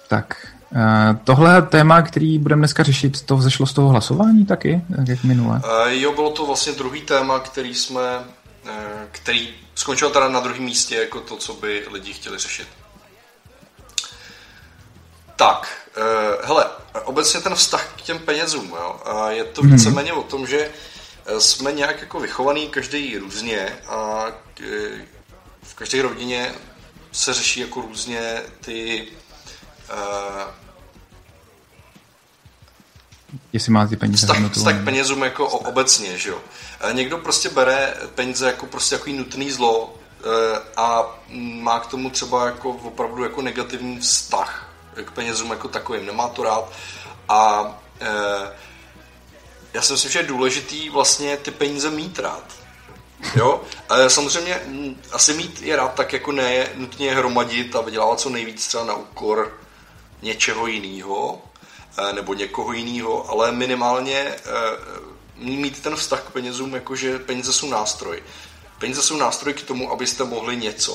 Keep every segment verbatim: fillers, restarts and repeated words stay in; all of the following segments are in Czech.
Tak, uh, tohle téma, který budeme dneska řešit, to vzešlo z toho hlasování taky, jak minule? Uh, jo, bylo to vlastně druhý téma, který jsme, uh, který skončil teda na druhém místě, jako to, co by lidi chtěli řešit. Tak, uh, hele, obecně ten vztah k těm penězům, jo, uh, je to víceméně o tom, že jsme nějak jako vychovaný každý různě a v každé rodině se řeší jako různě ty uh, jestli má ty peníze vztah, vztah k penězům jako obecně, že jo. Někdo prostě bere peníze jako prostě jako nutný zlo uh, a má k tomu třeba jako opravdu jako negativní vztah k penězům jako takovým, nemá to rád a uh, já si myslím, že je důležitý vlastně ty peníze mít rád. Jo? Ale samozřejmě asi mít je rád tak jako ne nutně hromadit a vydělávat co nejvíc třeba na úkor něčeho jiného nebo někoho jiného, ale minimálně mít ten vztah k penězům, jakože peníze jsou nástroj. Peníze jsou nástroj k tomu, abyste mohli něco.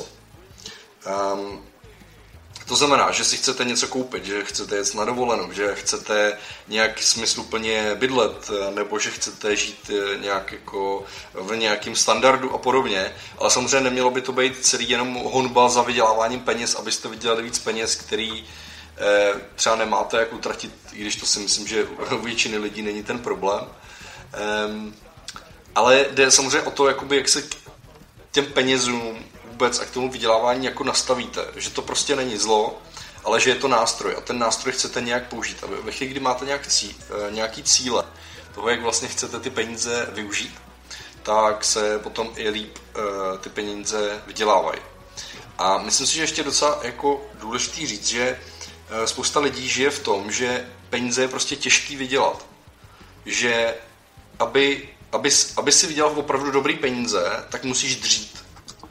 Um, To znamená, že si chcete něco koupit, že chcete jet na dovolenou, že chcete nějak smysluplně bydlet, nebo že chcete žít nějak jako v nějakém standardu a podobně. Ale samozřejmě nemělo by to být celý jenom honba za vyděláváním peněz, abyste vydělali víc peněz, který eh, třeba nemáte jak utratit, i když to si myslím, že u většiny lidí není ten problém. Um, ale jde samozřejmě o to, jakoby, jak se k těm penězům a k tomu vydělávání jako nastavíte, že to prostě není zlo, ale že je to nástroj a ten nástroj chcete nějak použít. A ve chvíli, kdy máte nějak cí, nějaký cíle toho, jak vlastně chcete ty peníze využít, tak se potom i líp ty peníze vydělávají. A myslím si, že ještě docela jako důležitý říct, že spousta lidí žije v tom, že peníze je prostě těžký vydělat. Že aby, aby, aby si vydělal opravdu dobrý peníze, tak musíš dřít.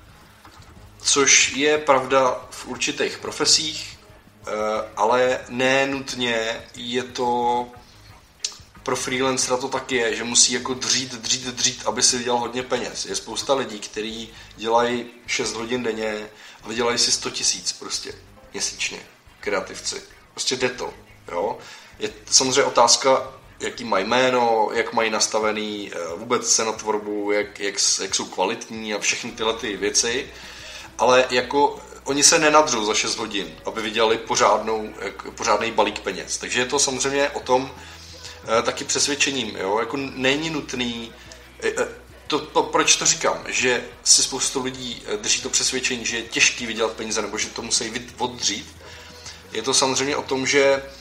Což je pravda v určitých profesích, ale ne nutně je to pro freelancera to tak je, že musí jako dřít, dřít, dřít, aby si vydělal hodně peněz. Je spousta lidí, kteří dělají šest hodin denně a vydělají si sto tisíc prostě měsíčně, kreativci. Prostě jde to, jo. Je samozřejmě otázka, jaký mají jméno, jak mají nastavený vůbec cenotvorbu, jak, jak, jak jsou kvalitní a všechny tyhle ty věci. Ale jako oni se nenadřou za šest hodin, aby vydělali pořádnou, pořádný balík peněz. Takže je to samozřejmě o tom e, taky přesvědčením. Jo? Jako není nutný, e, to, to, proč to říkám, že si spoustu lidí drží to přesvědčení, že je těžký vydělat peníze nebo že to musí oddřít. Je to samozřejmě o tom, že e,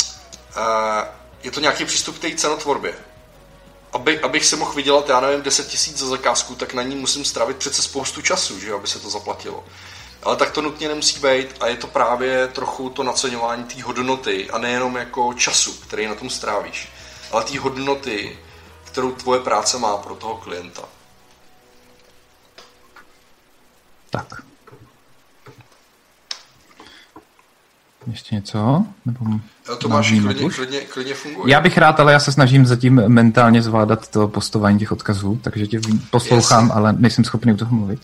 je to nějaký přístup k té cenotvorbě. Aby, abych si mohl vydělat, já nevím, deset tisíc za zakázku, tak na ní musím strávit přece spoustu času, že, aby se to zaplatilo. Ale tak to nutně nemusí být a je to právě trochu to naceňování té hodnoty a nejenom jako času, který na tom strávíš, ale té hodnoty, kterou tvoje práce má pro toho klienta. Tak. Ještě něco? Nebo to máš klidně, klidně, klidně funguje. Já bych rád, ale já se snažím zatím mentálně zvládat to postování těch odkazů, takže tě poslouchám, yes. Ale nejsem schopný u toho mluvit.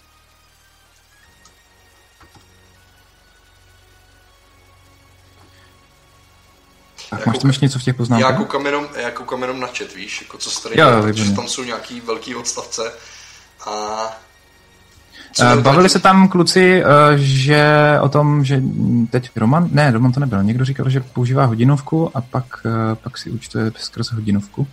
Tak já máš tam ještě něco v těch poznámkách? Já koukám jenom, já koukám jenom na chat, víš, jako co starý, protože tam jsou nějaký velký odstavce a... Bavili se tam kluci, že o tom, že teď Roman, ne, Roman to nebyl, někdo říkal, že používá hodinovku a pak, pak si účtuje skrz hodinovku.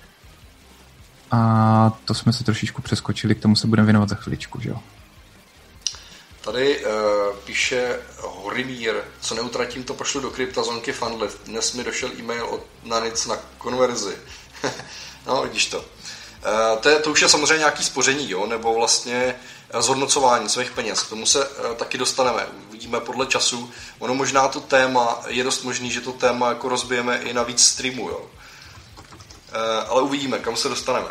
A to jsme se trošičku přeskočili, k tomu se budeme věnovat za chviličku, že jo? Tady uh, píše Horimír, co neutratím, to pošlu do kryptazonky Fundlift. Dnes mi došel e-mail od Nanic na konverzi. No, vidíš to. Uh, to, je, to už je samozřejmě nějaký spoření, jo? Nebo vlastně zhodnocování svých peněz. K tomu se uh, taky dostaneme. Uvidíme podle času. Ono možná to téma, je dost možný, že to téma jako rozbijeme i na víc streamů, jo? Uh, ale uvidíme, kam se dostaneme.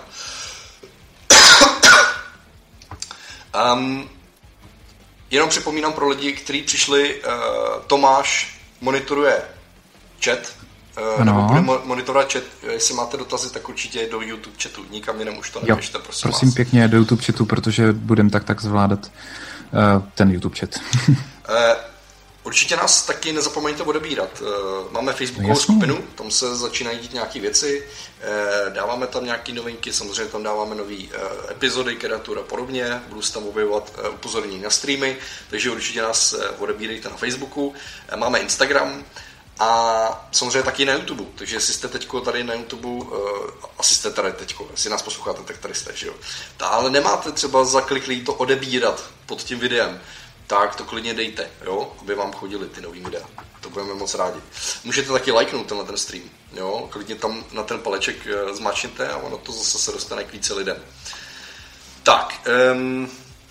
um, jenom připomínám pro lidi, kteří přišli, uh, Tomáš monitoruje chat, uh, nebo bude monitorovat chat. Jestli máte dotazy, tak určitě do YouTube chatu. Nikam jinam už to nepěšte, prosím prosím vás. Pěkně do YouTube chatu, protože budem tak tak zvládat uh, ten YouTube chat. uh, Určitě nás taky nezapomeňte odebírat. Máme facebookovou Jasně. skupinu, tam se začínají dít nějaké věci, dáváme tam nějaké novinky, samozřejmě tam dáváme nové epizody, kreatura a podobně, budu se tam objevovat upozornění na streamy, takže určitě nás odebírejte na Facebooku. Máme Instagram a samozřejmě taky na YouTube, takže jestli jste teďko tady na YouTube, asi jste tady teďko, jestli nás posloucháte, tak tady jste, že jo. Ale nemáte třeba zakliklý to odebírat pod tím videem, tak to klidně dejte, jo, aby vám chodili ty nový videa. To budeme moc rádi. Můžete taky lajknout tenhle ten stream, jo, klidně tam na ten paleček zmáčkněte a ono to zase se dostane k více lidem. Tak, um,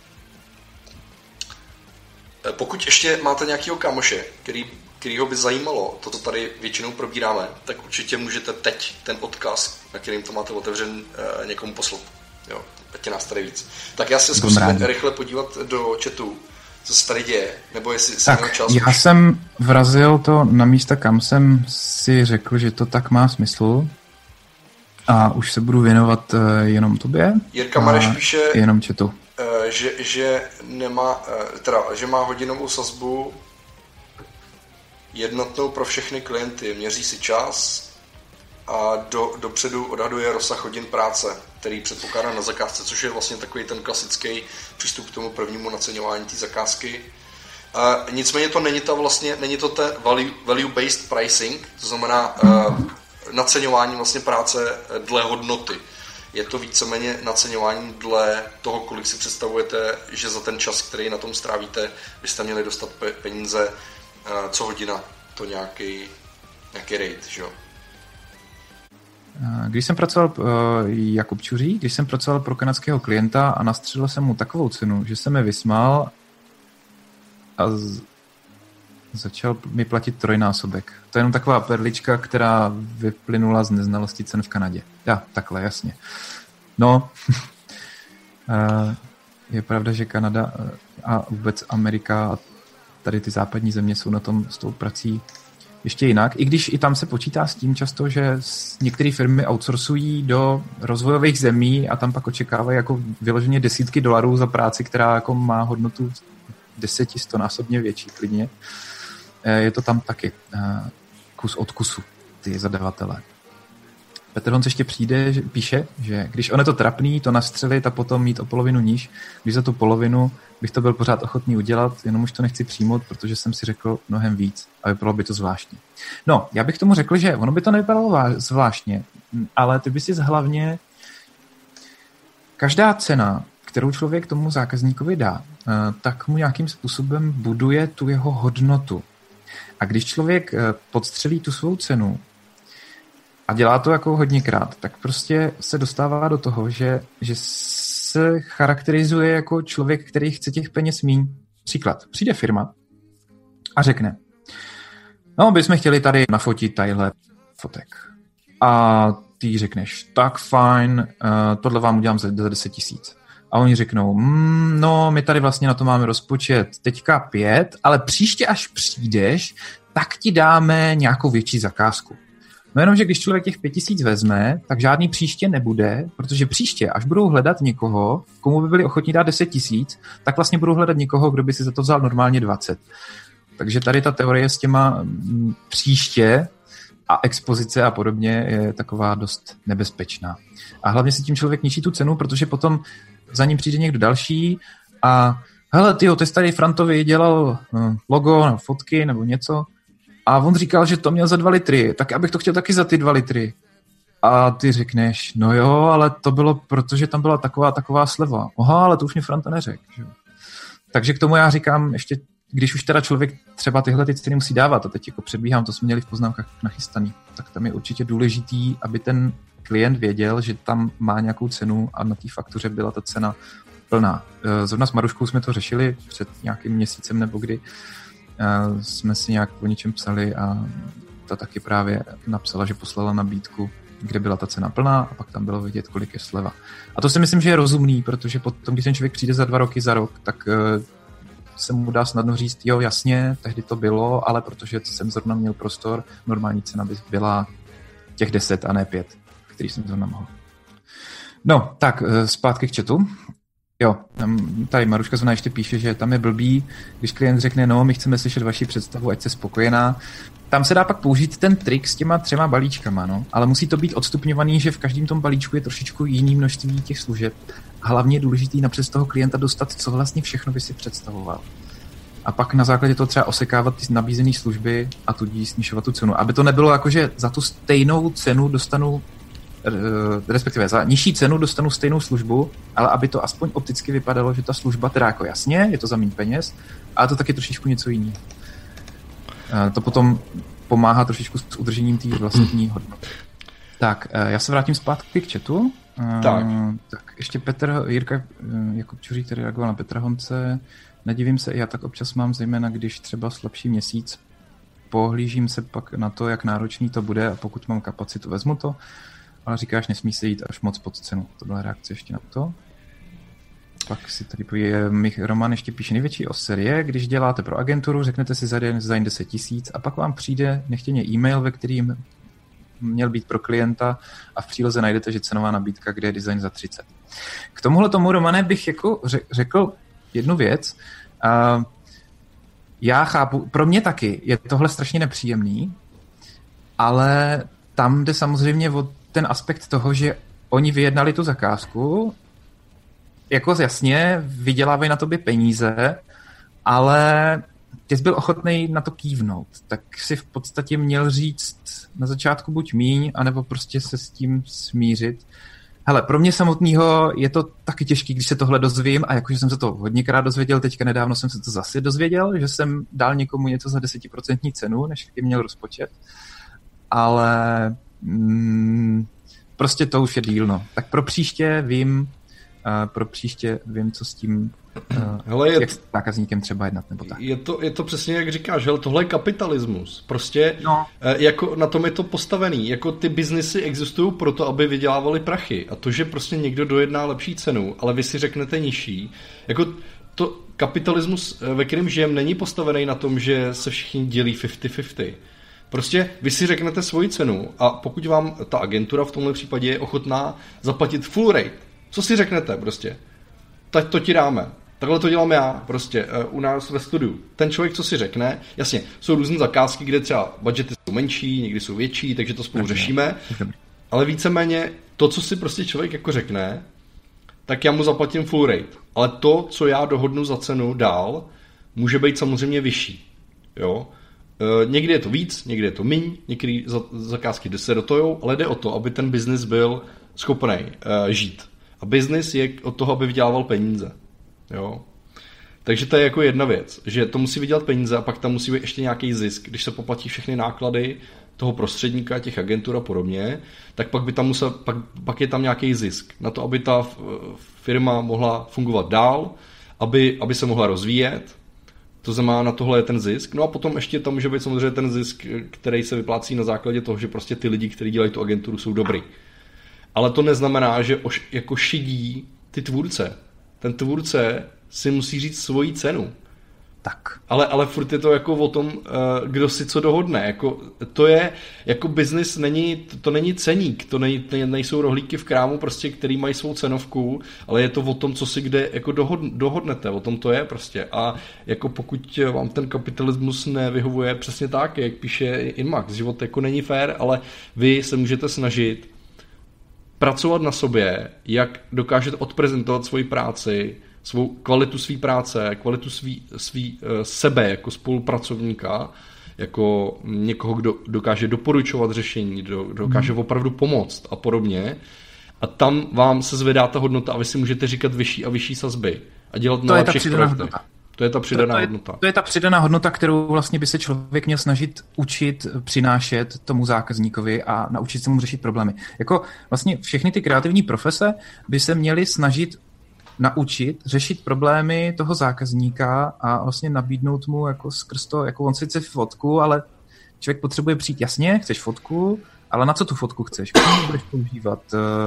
pokud ještě máte nějakého kamoše, který, kterýho by zajímalo to, co tady většinou probíráme, tak určitě můžete teď ten odkaz, na kterým to máte otevřen, někomu poslat. Jo, teď je nás tady víc. Tak já se zkusím rychle podívat do chatu, co se tady děje, nebo jestli tak, měl čas. Já už. jsem vrazil to na místa, kam jsem si řekl, že to tak má smysl a už se budu věnovat uh, jenom tobě. Jirka Mareš píše, jenom chatu. Uh, že, že, nemá, uh, teda, že má hodinovou sazbu jednotnou pro všechny klienty, měří si čas a do, dopředu odhaduje rozsah hodin práce, který předpokládá na zakázce, což je vlastně takový ten klasický přístup k tomu prvnímu naceňování té zakázky. Uh, nicméně to není to vlastně, není to ten value, value-based pricing, to znamená uh, naceňování vlastně práce dle hodnoty. Je to víceméně naceňování dle toho, kolik si představujete, že za ten čas, který na tom strávíte, byste měli dostat peníze, uh, co hodina, to nějaký, nějaký rate, že jo. Když jsem pracoval, Jakub Čuří, když jsem pracoval pro kanadského klienta a nastřelil jsem mu takovou cenu, že se mi vysmál a z... začal mi platit trojnásobek. To je jenom taková perlička, která vyplynula z neznalosti cen v Kanadě. Já, takhle, jasně. No, je pravda, že Kanada a vůbec Amerika a tady ty západní země jsou na tom s tou prací ještě jinak, i když i tam se počítá s tím často, že některé firmy outsourcují do rozvojových zemí a tam pak očekávají jako vyloženě desítky dolarů za práci, která jako má hodnotu deseti, stonásobně větší klidně. Je to tam taky kus od kusu, ty zadavatelé. Petr Honc ještě přijde, že píše, že když on je to trapný, to nastřelit a potom mít o polovinu níž, když za tu polovinu bych to byl pořád ochotný udělat, jenom už to nechci přijmout, protože jsem si řekl mnohem víc a vypadalo by to zvláštně. No, já bych tomu řekl, že ono by to nevypadalo zvláštně, ale ty by si hlavně každá cena, kterou člověk tomu zákazníkovi dá, tak mu nějakým způsobem buduje tu jeho hodnotu. A když člověk podstřelí tu svou cenu a dělá to jako hodněkrát, tak prostě se dostává do toho, že, že se charakterizuje jako člověk, který chce těch peněz míň. Příklad. Přijde firma a řekne, no, bychom chtěli tady nafotit tadyhle fotek. A ty řekneš, tak fajn, tohle vám udělám za deset tisíc. A oni řeknou, mm, no, my tady vlastně na to máme rozpočet teďka pět, ale příště, až přijdeš, tak ti dáme nějakou větší zakázku. No jenom, že když člověk těch pět tisíc vezme, tak žádný příště nebude, protože příště, až budou hledat někoho, komu by byli ochotní dát deset tisíc, tak vlastně budou hledat někoho, kdo by si za to vzal normálně dvacet. Takže tady ta teorie s těma příště a expozice a podobně je taková dost nebezpečná. A hlavně si tím člověk ničí tu cenu, protože potom za ním přijde někdo další a hele, tyjo, ty jsi tady Frantovi dělal logo nebo fotky nebo něco a on říkal, že to měl za dva litry, tak abych to chtěl taky za ty dva litry. A ty řekneš, no jo, ale to bylo, protože tam byla taková taková sleva. Aha, ale to už mě Franta neřekl. Že? Takže k tomu já říkám ještě, když už teda člověk třeba tyhle ty ceny musí dávat, a teď jako předbíhám, to jsme měli v poznámkách nachystaný, tak tam je určitě důležitý, aby ten klient věděl, že tam má nějakou cenu a na té faktuře byla ta cena plná. Zrovna s Maruškou jsme to řešili před nějakým měsícem nebo kdy jsme si nějak o něčem psali a ta taky právě napsala, že poslala nabídku, kde byla ta cena plná a pak tam bylo vidět, kolik je sleva. A to si myslím, že je rozumný, protože potom, když ten člověk přijde za dva roky, za rok, tak se mu dá snadno říct, jo, jasně, tehdy to bylo, ale protože jsem zrovna měl prostor, normální cena by byla těch deset a ne pět, který jsem zrovna mohl. No, tak zpátky k chatu. Jo, tady Maruška Zona ještě píše, že tam je blbý, když klient řekne, no, my chceme slyšet vaši představu, ať jste spokojená. Tam se dá pak použít ten trik s těma třema balíčkama, no, ale musí to být odstupňovaný, že v každém tom balíčku je trošičku jiný množství těch služeb. A hlavně je důležitý napřed toho klienta dostat, co vlastně všechno by si představoval. A pak na základě toho třeba osekávat ty nabízené služby a tudíž snižovat tu cenu. Aby to nebylo jako, že za tu stejnou cenu dostanu, respektive za nižší cenu dostanu stejnou službu, ale aby to aspoň opticky vypadalo, že ta služba teda jako jasně, je to za méně peněz, ale to taky trošičku něco jiného. To potom pomáhá trošičku s udržením té vlastní hodnoty. Tak, já se vrátím zpátky k chatu. Tak. Tak ještě Petr, Jirka Jakub Čuřík, který reagoval na Petra Honce. Nedivím se, já tak občas mám, zejména když třeba slabší měsíc. Pohlížím se pak na to, jak náročný to bude a pokud mám kapacitu, vezmu to. Ale říkáš, nesmí se jít až moc pod cenu. To byla reakce ještě na to. Pak si tady poví, Roman ještě píše, největší oser je, když děláte pro agenturu, řeknete si za den, za den deset tisíc a pak vám přijde nechtěně e-mail, ve kterým měl být pro klienta a v příloze najdete, že cenová nabídka, kde je design za třicet. K tomuhle tomu, Romane, bych jako řekl jednu věc. Já chápu, pro mě taky je tohle strašně nepříjemný, ale tam jde samozřejmě o ten aspekt toho, že oni vyjednali tu zakázku, jako jasně, vydělávají na tobě peníze, ale ty jsi byl ochotný na to kývnout, tak si v podstatě měl říct na začátku buď míň, anebo prostě se s tím smířit. Hele, pro mě samotného je to taky těžký, když se tohle dozvím a jakože jsem se to hodněkrát dozvěděl, teďka nedávno jsem se to zase dozvěděl, že jsem dal někomu něco za desetiprocentní cenu, než jaký měl rozpočet, ale mm, prostě to už je díl, no. Tak pro příště vím, uh, pro příště vím, co s tím uh, hele, je jak s zákazníkem třeba jednat, nebo tak. Je to, je to přesně, jak říkáš, hele, tohle je kapitalismus. Prostě no. jako na tom je to postavený. Jako ty biznisy existují proto, aby vydělávali prachy. A to, že prostě někdo dojedná lepší cenu, ale vy si řeknete nižší, jako to kapitalismus, ve kterém žijem, není postavený na tom, že se všichni dělí padesát padesát. Prostě vy si řeknete svoji cenu a pokud vám ta agentura v tomhle případě je ochotná zaplatit full rate, co si řeknete prostě? Tak to ti dáme. Takhle to dělám já, prostě uh, u nás ve studiu. Ten člověk, co si řekne, jasně, jsou různé zakázky, kde třeba budgety jsou menší, někdy jsou větší, takže to spolu řešíme, ale víceméně to, co si prostě člověk jako řekne, tak já mu zaplatím full rate. Ale to, co já dohodnu za cenu dál, může být samozřejmě vyšší. Jo? Uh, někdy je to víc, někdy je to míň, některé zakázky se dotojou, ale jde o to, aby ten biznis byl schopný uh, žít. A biznis je od toho, aby vydělával peníze. Jo. Takže to je jako jedna věc, že to musí vydělat peníze a pak tam musí být ještě nějaký zisk. Když se poplatí všechny náklady toho prostředníka, těch agentur a podobně, tak pak by tam musel, pak, pak je tam nějaký zisk. Na to, aby ta firma mohla fungovat dál, aby, aby se mohla rozvíjet, to znamená, na tohle je ten zisk. No a potom ještě tam může být samozřejmě ten zisk, který se vyplácí na základě toho, že prostě ty lidi, kteří dělají tu agenturu, jsou dobrý. Ale to neznamená, že oš, jako šidí ty tvůrce. Ten tvůrce si musí říct svoji cenu. Tak. Ale, ale furt je to jako o tom, kdo si co dohodne. Jako, to je, jako biznis není, to, to není ceník, to nej, nejsou rohlíky v krámu, prostě, který mají svou cenovku, ale je to o tom, co si kde jako dohod, dohodnete, o tom to je prostě. A jako pokud vám ten kapitalismus nevyhovuje, přesně tak, jak píše Inmax, život jako není fér, ale vy se můžete snažit pracovat na sobě, jak dokážete odprezentovat svoji práci, svou kvalitu své práce, kvalitu svý, svý, sebe jako spolupracovníka, jako někoho, kdo dokáže doporučovat řešení, kdo dokáže opravdu pomoct a podobně. A tam vám se zvedá ta hodnota a vy si můžete říkat vyšší a vyšší sazby a dělat na všech projektech. To je ta přidaná to, to hodnota. Je, to je ta přidaná hodnota, kterou vlastně by se člověk měl snažit učit, přinášet tomu zákazníkovi a naučit se mu řešit problémy. Jako vlastně všechny ty kreativní profese by se měly snažit naučit řešit problémy toho zákazníka a vlastně nabídnout mu jako skrz to, jako on si chce fotku, ale člověk potřebuje přijít, jasně, chceš fotku, ale na co tu fotku chceš? Komu budeš používat?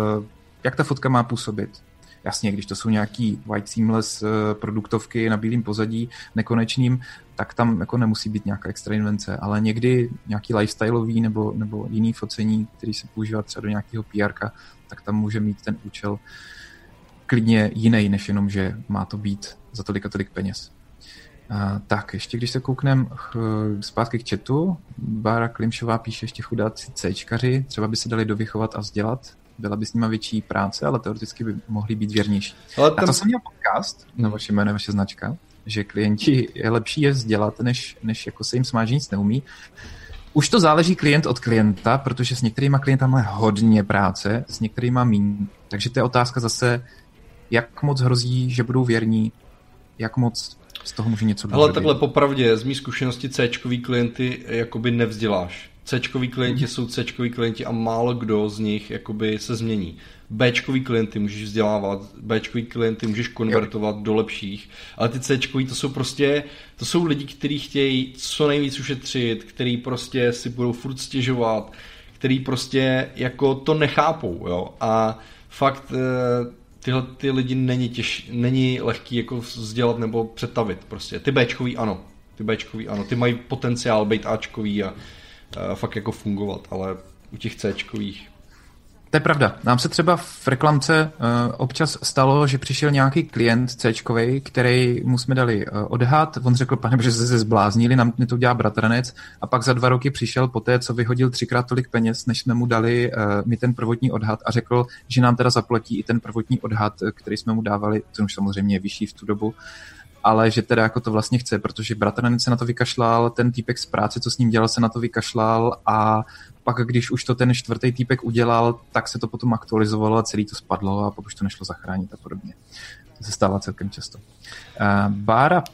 Jak ta fotka má působit? Jasně, když to jsou nějaký white seamless produktovky na bílém pozadí nekonečným, tak tam jako nemusí být nějaká extra invence, ale někdy nějaký lifestyleový nebo, nebo jiný focení, který se používá třeba do nějakého P R ka, tak tam může mít ten účel klidně jiný, než jenom, že má to být za tolik a tolik peněz. Uh, tak, ještě když se kouknem ch, zpátky k chatu, Bára Klimšová píše ještě chudáci Cčkaři, třeba by se dali dovychovat a vzdělat, byla by s nima větší práce, ale teoreticky by mohli být věrnější. Ale ten... A to jsem měl podcast, na vaše jméno, vaše značka, že klienti je lepší je vzdělat, než, než jako se jim smát, že nic neumí. Už to záleží klient od klienta, protože s některýma klientama je hodně práce, s některýma míň. Takže to je otázka zase, jak moc hrozí, že budou věrní, jak moc z toho může něco být. Ale takhle popravdě, z mý zkušenosti C-čkový klienty jakoby nevzděláš. C-čkoví klienti mm. jsou C-čkoví klienti a málo kdo z nich jakoby se změní. B-čkový klienty můžeš vzdělávat, B-čkový klienty můžeš konvertovat jo. do lepších, ale ty C-čkoví to jsou prostě, to jsou lidi, kteří chtějí co nejvíc ušetřit, kteří prostě si budou furt stěžovat, kteří prostě jako to nechápou, jo. A fakt tyhle ty lidi není těž, není lehký jako vzdělat nebo přetavit prostě. Ty Bčkový ano, ty Bčkový ano, ty mají potenciál být Ačkový a, a fakt jako fungovat, ale u těch Cčkových. To je pravda. Nám se třeba v reklamce uh, občas stalo, že přišel nějaký klient Cčkovej, který mu jsme dali uh, odhad, on řekl, pane, že jste se zbláznili, nám to dělá bratranec, a pak za dva roky přišel poté, co vyhodil třikrát tolik peněz, než jsme mu dali uh, mi ten prvotní odhad, a řekl, že nám teda zaplatí i ten prvotní odhad, který jsme mu dávali, ten už samozřejmě je vyšší v tu dobu, ale že teda jako to vlastně chce, protože bratranec se na to vykašlal, ten týpek z práce, co s ním dělal, se na to vykašlal, a pak, když už to ten čtvrtý týpek udělal, tak se to potom aktualizovalo a celý to spadlo a pak už to nešlo zachránit a podobně. To se stává celkem často. Uh, Bára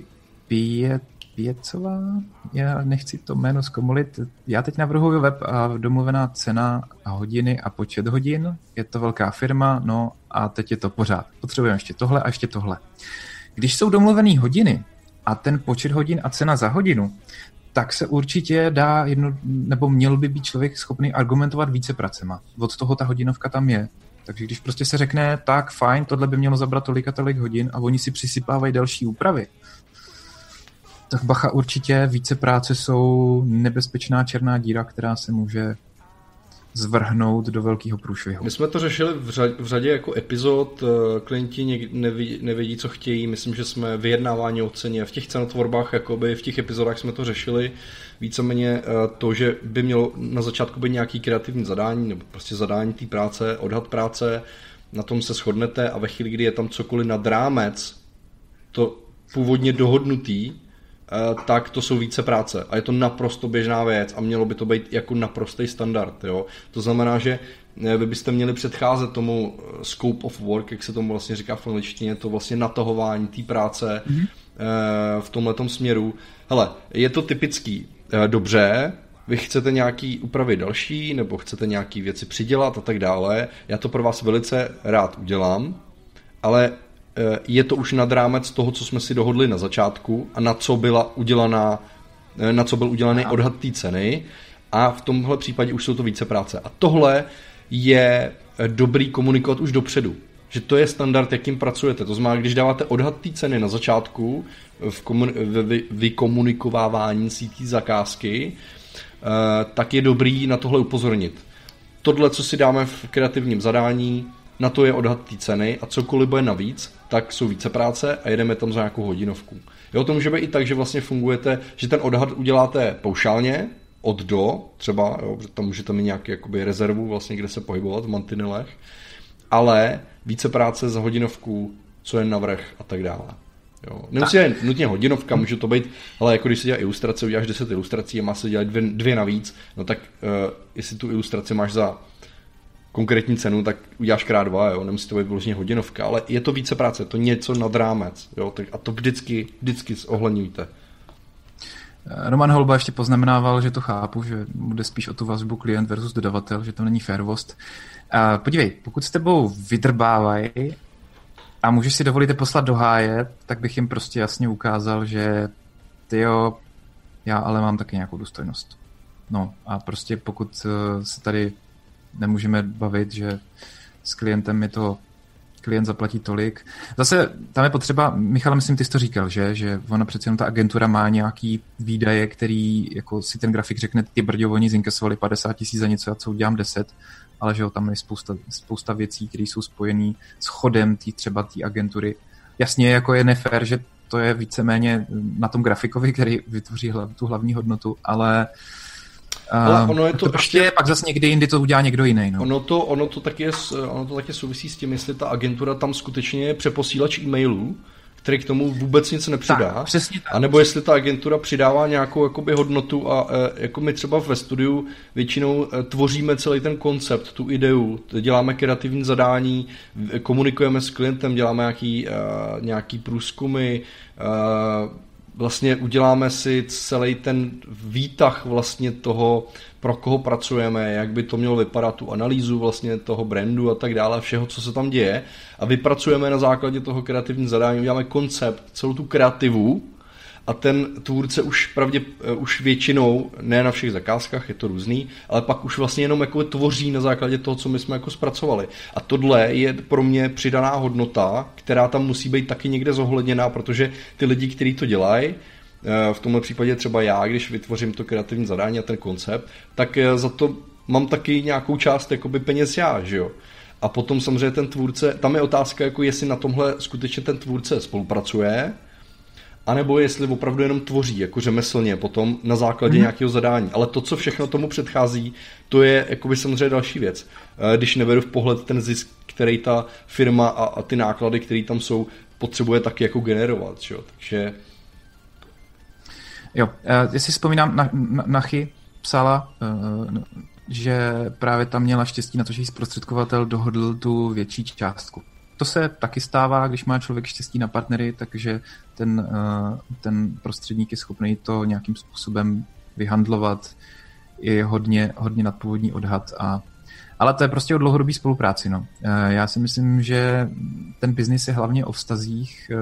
Pěcová, já nechci to jméno zkomolit, já teď navrhuji web a domluvená cena a hodiny a počet hodin, je to velká firma, no a teď je to pořád. Potřebujeme ještě tohle a ještě tohle. Když jsou domluvené hodiny a ten počet hodin a cena za hodinu, tak se určitě dá jedno, nebo měl by být člověk schopný argumentovat více pracema. Od toho ta hodinovka tam je. Takže když prostě se řekne, tak fajn, tohle by mělo zabrat tolik a tolik hodin a oni si přisypávají další úpravy, tak bacha, určitě více práce jsou nebezpečná černá díra, která se může zvrhnout do velkého průšvihu. My jsme to řešili v řadě, v řadě jako epizod, klienti neví, nevědí, co chtějí, myslím, že jsme vyjednávání o ceně, v těch cenotvorbách, jakoby v těch epizodách jsme to řešili, víceméně to, že by mělo na začátku být nějaký kreativní zadání, nebo prostě zadání té práce, odhad práce, na tom se shodnete a ve chvíli, kdy je tam cokoliv nad rámec, to původně dohodnutý, tak to jsou více práce a je to naprosto běžná věc a mělo by to být jako naprostý standard. Jo? To znamená, že vy byste měli předcházet tomu scope of work, jak se tomu vlastně říká v angličtině, to vlastně natahování té práce mm-hmm. v tomhletom směru. Hele, je to typický. Dobře, vy chcete nějaký úpravy další nebo chcete nějaký věci přidělat a tak dále. Já to pro vás velice rád udělám, ale je to už nad rámec toho, co jsme si dohodli na začátku a na co byla udělaná, na co byl udělaný odhad té ceny, a v tomhle případě už jsou to více práce. A tohle je dobrý komunikovat už dopředu, že to je standard, jakým pracujete. To znamená, když dáváte odhad té ceny na začátku v komun- v vykomunikovávání si té zakázky, tak je dobrý na tohle upozornit. Tohle, co si dáme v kreativním zadání, na to je odhad té ceny a cokoliv bude navíc, tak jsou více práce a jedeme tam za nějakou hodinovku. Jo, to může být i tak, že vlastně fungujete, že ten odhad uděláte paušálně, od do, třeba, jo, že tam můžete mít nějaký jakoby rezervu, vlastně, kde se pohybovat v mantinelech, ale více práce za hodinovku, co je navrch a tak dále. Jo. Nemusí jen nutně hodinovka, může to být, ale jako když si dělá ilustrace, uděláš deset ilustrací a má se dělat dvě, dvě navíc, no tak uh, jestli tu ilustraci máš za konkrétní cenu, tak uděláš krát dva, jo? Nemusí to být vyloženě hodinovka, ale je to více práce, to něco nad rámec, jo? Tak a to vždycky, vždycky zohledňujte. Roman Holba ještě poznamenával, že to chápu, že bude spíš o tu vazbu klient versus dodavatel, že to není férovost. Podívej, pokud s tebou vydrbávají a můžeš si dovolit poslat do háje, tak bych jim prostě jasně ukázal, že tyjo, já ale mám taky nějakou důstojnost. No a prostě pokud se tady nemůžeme bavit, že s klientem je to klient zaplatí tolik. Zase tam je potřeba, Michal, myslím, ty jsi to říkal, že, že ona přece jenom ta agentura má nějaký výdaje, který jako si ten grafik řekne, ty brďo, oni zinkasovali padesát tisíc za něco, a co udělám deset, ale že jo, tam je spousta, spousta věcí, které jsou spojené s chodem tý, třeba té agentury. Jasně, jako je nefér, že to je víceméně na tom grafikovi, který vytvoří hlav, tu hlavní hodnotu, ale Ale ono je to, to prostě ještě, pak zase někdy jindy to udělá někdo jiný. No. Ono, to, ono, to taky je, ono to taky souvisí s tím, jestli ta agentura tam skutečně je přeposílač e-mailů, který k tomu vůbec nic nepřidá. Tak, přesně tak. A nebo jestli ta agentura přidává nějakou jakoby hodnotu a e, jako my třeba ve studiu většinou e, tvoříme celý ten koncept, tu ideu, děláme kreativní zadání, komunikujeme s klientem, děláme nějaký, e, nějaký průzkumy, e, vlastně uděláme si celý ten výtah vlastně toho, pro koho pracujeme, jak by to mělo vypadat, tu analýzu vlastně toho brandu a tak dále, všeho, co se tam děje a vypracujeme na základě toho kreativní zadání, uděláme koncept, celou tu kreativu a ten tvůrce už pravdě, už většinou, ne na všech zakázkách, je to různý, ale pak už vlastně jenom jako tvoří na základě toho, co my jsme jako zpracovali. A tohle je pro mě přidaná hodnota, která tam musí být taky někde zohledněná, protože ty lidi, kteří to dělají, v tomhle případě třeba já, když vytvořím to kreativní zadání a ten koncept, tak za to mám taky nějakou část jakoby peněz já, že jo. A potom samozřejmě ten tvůrce, tam je otázka, jako jestli na tomhle skutečně ten tvůrce spolupracuje, anebo jestli opravdu jenom tvoří, jako řemeslně, potom na základě mm. nějakého zadání. Ale to, co všechno tomu předchází, to je jakoby samozřejmě další věc. Když neberu v pohled ten zisk, který ta firma a, a ty náklady, které tam jsou, potřebuje taky jako generovat. Že? Takže... Jo, já si vzpomínám, na, na, Nachy psala, že právě tam měla štěstí na to, že jí zprostředkovatel dohodl tu větší částku. To se taky stává, když má člověk štěstí na partnery, takže ten, ten prostředník je schopný to nějakým způsobem vyhandlovat. Je hodně, hodně nadpůvodní odhad. A, ale to je prostě o dlouhodobý spolupráci. No. Já si myslím, že ten biznis je hlavně o vztazích.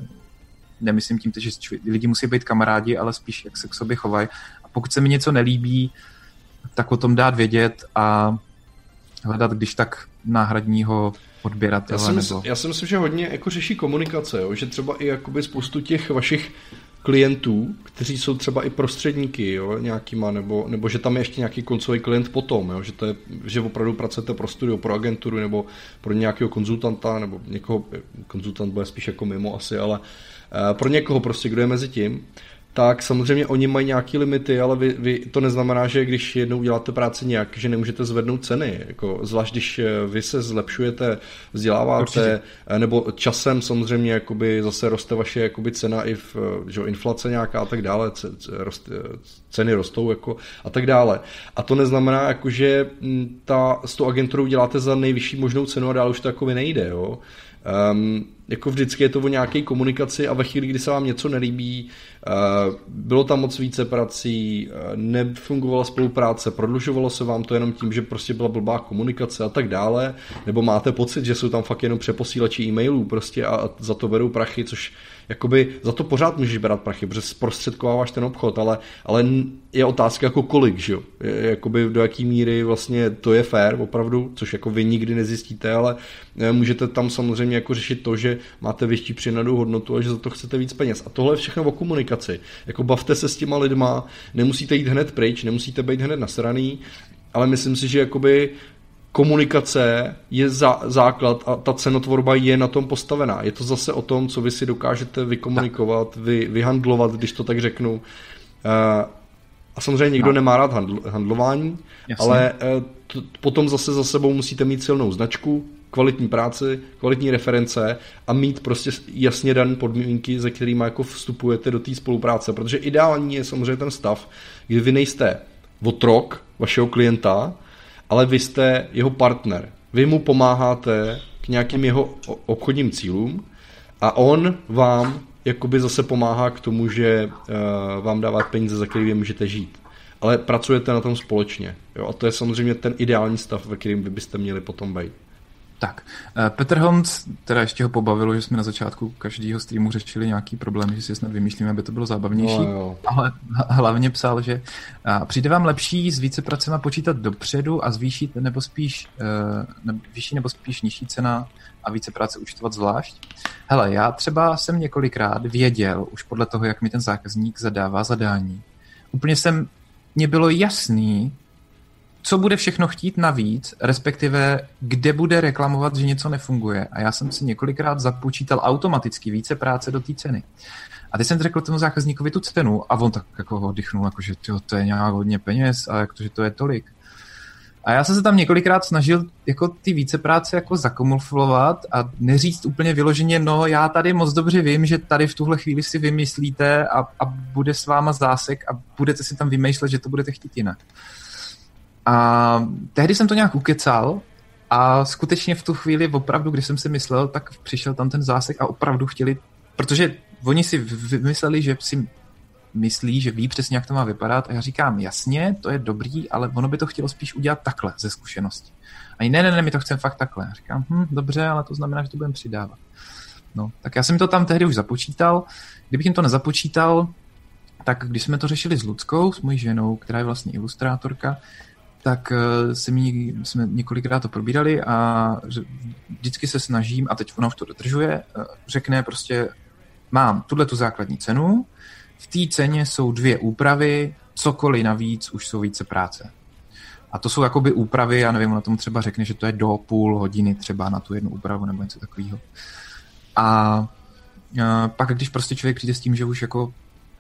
Nemyslím tím, že lidi musí být kamarádi, ale spíš jak se k sobě chovají. A pokud se mi něco nelíbí, tak o tom dát vědět a hledat, když tak náhradního odběratele. Já si, mysl, nebo... já si myslím, že hodně jako řeší komunikace, jo? Že třeba i jakoby spoustu těch vašich klientů, kteří jsou třeba i prostředníky, jo? Nějakýma, nebo, nebo že tam je ještě nějaký koncový klient potom, jo? Že, to je, že opravdu pracujete pro studio, pro agenturu nebo pro nějakého konzultanta, nebo někoho, konzultant bude spíš jako mimo asi, ale uh, pro někoho prostě, kdo je mezi tím, tak samozřejmě oni mají nějaké limity, ale vy, vy, to neznamená, že když jednou uděláte práci nějak, že nemůžete zvednout ceny. Jako, zvlášť když vy se zlepšujete, vzděláváte, určitě. Nebo časem samozřejmě jakoby zase roste vaše jakoby cena i v, že inflace nějaká a tak dále, rost, ceny rostou jako, a tak dále. A to neznamená, jako, že ta, s tou agenturou děláte za nejvyšší možnou cenu a dál už to jakoby nejde. Jo? Um, jako vždycky je to o nějaké komunikaci a ve chvíli, kdy se vám něco nelíbí, uh, bylo tam moc více prací, uh, nefungovala spolupráce, prodlužovalo se vám to jenom tím, že prostě byla blbá komunikace a tak dále, nebo máte pocit, že jsou tam fakt jenom přeposílači e-mailů prostě a, a za to berou prachy, což jakoby za to pořád můžeš brát prachy, protože zprostředkováváš ten obchod, ale, ale je otázka jako kolik, že jo? Jakoby do jaký míry vlastně to je fair opravdu, což jako vy nikdy nezjistíte, ale můžete tam samozřejmě jako řešit to, že máte větší přidanou hodnotu a že za to chcete víc peněz. A tohle je všechno o komunikaci. Jako bavte se s těma lidma, nemusíte jít hned pryč, nemusíte být hned nasraný, ale myslím si, že jakoby komunikace je za, základ a ta cenotvorba je na tom postavená. Je to zase o tom, co vy si dokážete vykomunikovat, vy, vyhandlovat, když to tak řeknu. Uh, a samozřejmě někdo no. nemá rád handl, handlování, Jasně. ale uh, t, potom zase za sebou musíte mít silnou značku, kvalitní práci, kvalitní reference a mít prostě jasně dané podmínky, ze kterými jako vstupujete do té spolupráce, protože ideální je samozřejmě ten stav, kdy vy nejste otrok vašeho klienta, ale vy jste jeho partner. Vy mu pomáháte k nějakým jeho obchodním cílům a on vám jakoby zase pomáhá k tomu, že uh, vám dává peníze, za který vy můžete žít. Ale pracujete na tom společně. Jo? A to je samozřejmě ten ideální stav, ve kterým vy byste měli potom být. Tak, Petr Honc, teda ještě ho pobavilo, že jsme na začátku každého streamu řešili nějaký problém, že si snad vymýšlíme, aby to bylo zábavnější, no, jo. Ale hlavně psal, že přijde vám lepší s více pracema počítat dopředu a zvýšit nebo spíš ne, vyšší nebo spíš nižší cena a více práce účtovat zvlášť? Hele, já třeba jsem několikrát věděl, už podle toho, jak mi ten zákazník zadává zadání. Úplně jsem, mně bylo jasný, co bude všechno chtít navíc, respektive kde bude reklamovat, že něco nefunguje. A já jsem si několikrát započítal automaticky více práce do té ceny. A teď jsem řekl tomu zákazníkovi tu cenu a on tak jako oddychnul, jako, že tyjo, to je nějak hodně peněz a jak to, že to je tolik. A já jsem se tam několikrát snažil jako ty více práce jako zakamuflovat a neříct úplně vyloženě, no já tady moc dobře vím, že tady v tuhle chvíli si vymyslíte a, a bude s váma zásek a budete si tam vymýšlet, že to budete chtít jinak. A tehdy jsem to nějak ukecal a skutečně v tu chvíli opravdu, když jsem si myslel, tak přišel tam ten zásek a opravdu chtěli, protože oni si vymysleli, že si myslí, že ví přesně, jak to má vypadat a já říkám, jasně, to je dobrý, ale ono by to chtělo spíš udělat takhle ze zkušenosti. A ne, ne, ne, my to chceme fakt takhle. Já říkám, hm, dobře, ale to znamená, že to budeme přidávat. No, tak já jsem to tam tehdy už započítal. Kdybych jim to nezapočítal, tak když jsme to řešili s Luckou, s mojí ženou, která je vlastně ilustrátorka, tak se mi, jsme několikrát to probírali a vždycky se snažím, a teď ona už to dodržuje, řekne prostě, mám tuhle tu základní cenu, v té ceně jsou dvě úpravy, cokoliv navíc už jsou více práce. A to jsou jakoby úpravy, já nevím, ona tomu třeba řekne, že to je do půl hodiny třeba na tu jednu úpravu nebo něco takového. A, a pak, když prostě člověk přijde s tím, že už jako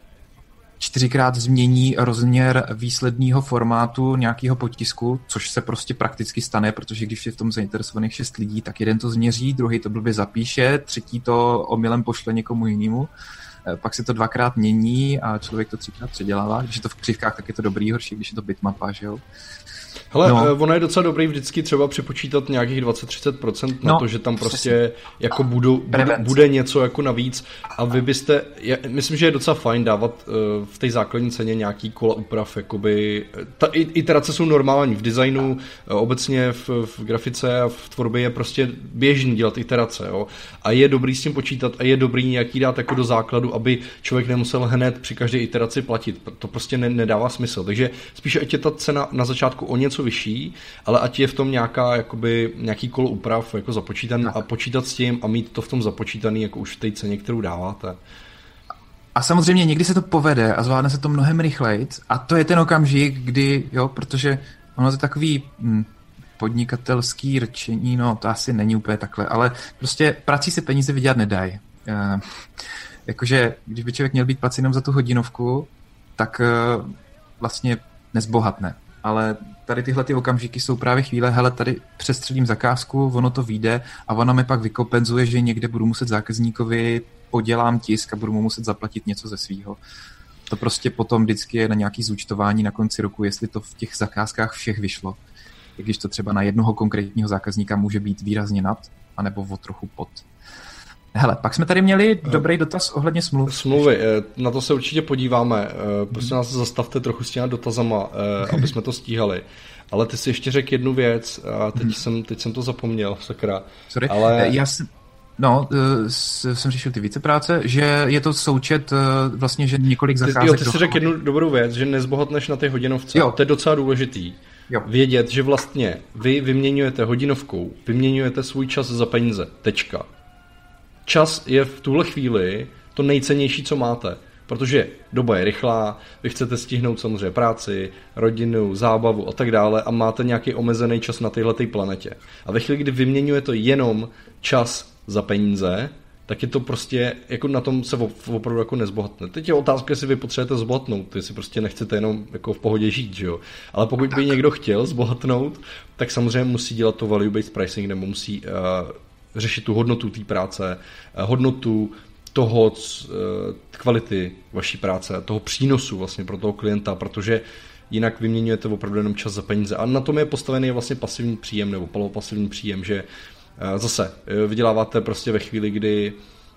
čtyřikrát změní rozměr výsledného formátu nějakého potisku, což se prostě prakticky stane, protože když je v tom zainteresovaných šest lidí, tak jeden to změří, druhý to blbě zapíše, třetí to omylem pošle někomu jinému, pak se to dvakrát mění a člověk to třikrát předělává. Když je to v křivkách, tak je to dobrý, horší, když je to bitmapa, že jo? Hele, no. Ono je docela dobrý vždycky třeba připočítat nějakých dvacet až třicet procent na no, to, že tam prostě jako budou, bude, bude něco jako navíc a vy byste, já myslím, že je docela fajn dávat uh, v té základní ceně nějaký kola úprav, jakoby, ta iterace jsou normální v designu, uh, obecně v, v grafice a v tvorbě je prostě běžný dělat iterace, jo, a je dobrý s tím počítat a je dobrý nějaký dát jako do základu, aby člověk nemusel hned při každé iteraci platit, to prostě ne, nedává smysl, takže spíš ať je ta cena na začátku o něco vyšší, ale ať je v tom nějaká, jakoby, nějaký kolo úprav jako započítaný a počítat s tím a mít to v tom započítaný jako už v té ceně, kterou dáváte. A samozřejmě někdy se to povede a zvládne se to mnohem rychleji a to je ten okamžik, kdy, jo, protože ono je takový hm, podnikatelský rčení, no to asi není úplně takhle, ale prostě prací se peníze vydělat nedají. E, jakože, když by člověk měl být placen jenom za tu hodinovku, tak e, vlastně nezbohatne. Ale tady tyhle ty okamžiky jsou právě chvíle, hele, tady přestřelím zakázku, ono to vyjde a ono mi pak vykompenzuje, že někde budu muset zákazníkovi podělám tisk a budu mu muset zaplatit něco ze svýho. To prostě potom vždycky je na nějaký zúčtování na konci roku, jestli to v těch zakázkách všech vyšlo. I když to třeba na jednoho konkrétního zákazníka může být výrazně nad, anebo o trochu pod. Hele, pak jsme tady měli dobrý dotaz ohledně smluv. Smluvy, na to se určitě podíváme. Prostě nás zastavte trochu s těma dotazama, aby jsme to stíhali. Ale ty si ještě řekl jednu věc a teď, hmm. jsem, teď jsem to zapomněl, sakra. Sorry, ale... já jsem... No, jsem řešil ty vícepráce, že je to součet vlastně, že několik zakázek... Ty, jo, ty si řekl jednu dobrou věc, že nezbohatneš na ty hodinovce. Jo. To je docela důležitý. Jo. Vědět, že vlastně vy vyměňujete hodinovkou, vyměňujete svůj čas za peníze. Tečka. Čas je v tuhle chvíli to nejcennější, co máte. Protože doba je rychlá, vy chcete stihnout samozřejmě práci, rodinu, zábavu a tak dále a máte nějaký omezený čas na téhletej planetě. A ve chvíli, kdy vyměňujete jenom čas za peníze, tak je to prostě, jako na tom se opravdu jako nezbohatne. Teď je otázka, jestli vy potřebujete zbohatnout, jestli prostě nechcete jenom jako v pohodě žít, že jo. Ale pokud by někdo chtěl zbohatnout, tak samozřejmě musí dělat to value-based pricing, nebo musí uh, řešit tu hodnotu té práce, uh, hodnotu toho kvality vaší práce, toho přínosu vlastně pro toho klienta, protože jinak vyměňujete opravdu jenom čas za peníze. A na tom je postavený vlastně pasivní příjem nebo polopasivní příjem, že zase vyděláváte prostě ve chvíli, kdy,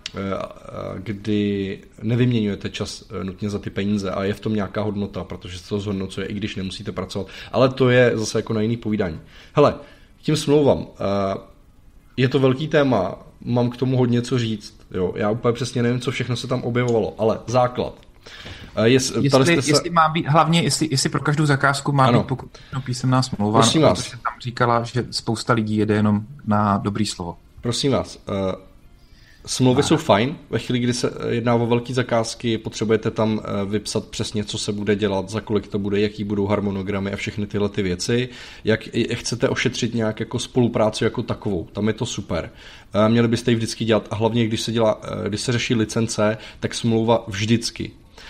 kdy nevyměňujete čas nutně za ty peníze a je v tom nějaká hodnota, protože se to zhodnocuje, i když nemusíte pracovat. Ale to je zase jako na jiný povídání. Hele, tím smlouvám. je to velký téma, mám k tomu hodně co říct. Jo? Já úplně přesně nevím, co všechno se tam objevovalo, ale základ. Jest, jestli, se... jestli má být, hlavně jestli, jestli pro každou zakázku má ano. být pokud písemná smlouva, prosím no, vás. Protože tam říkala, že spousta lidí jede jenom na dobrý slovo. Prosím vás, uh, smlouvy a. jsou fajn, ve chvíli, kdy se jedná o velké zakázky, potřebujete tam uh, vypsat přesně, co se bude dělat, za kolik to bude, jaký budou harmonogramy a všechny tyhle ty věci, jak, jak chcete ošetřit nějak jako spolupráci jako takovou, tam je to super. Uh, měli byste ji vždycky dělat a hlavně, když se, dělá, uh, když se řeší licence, tak smlouva vždycky.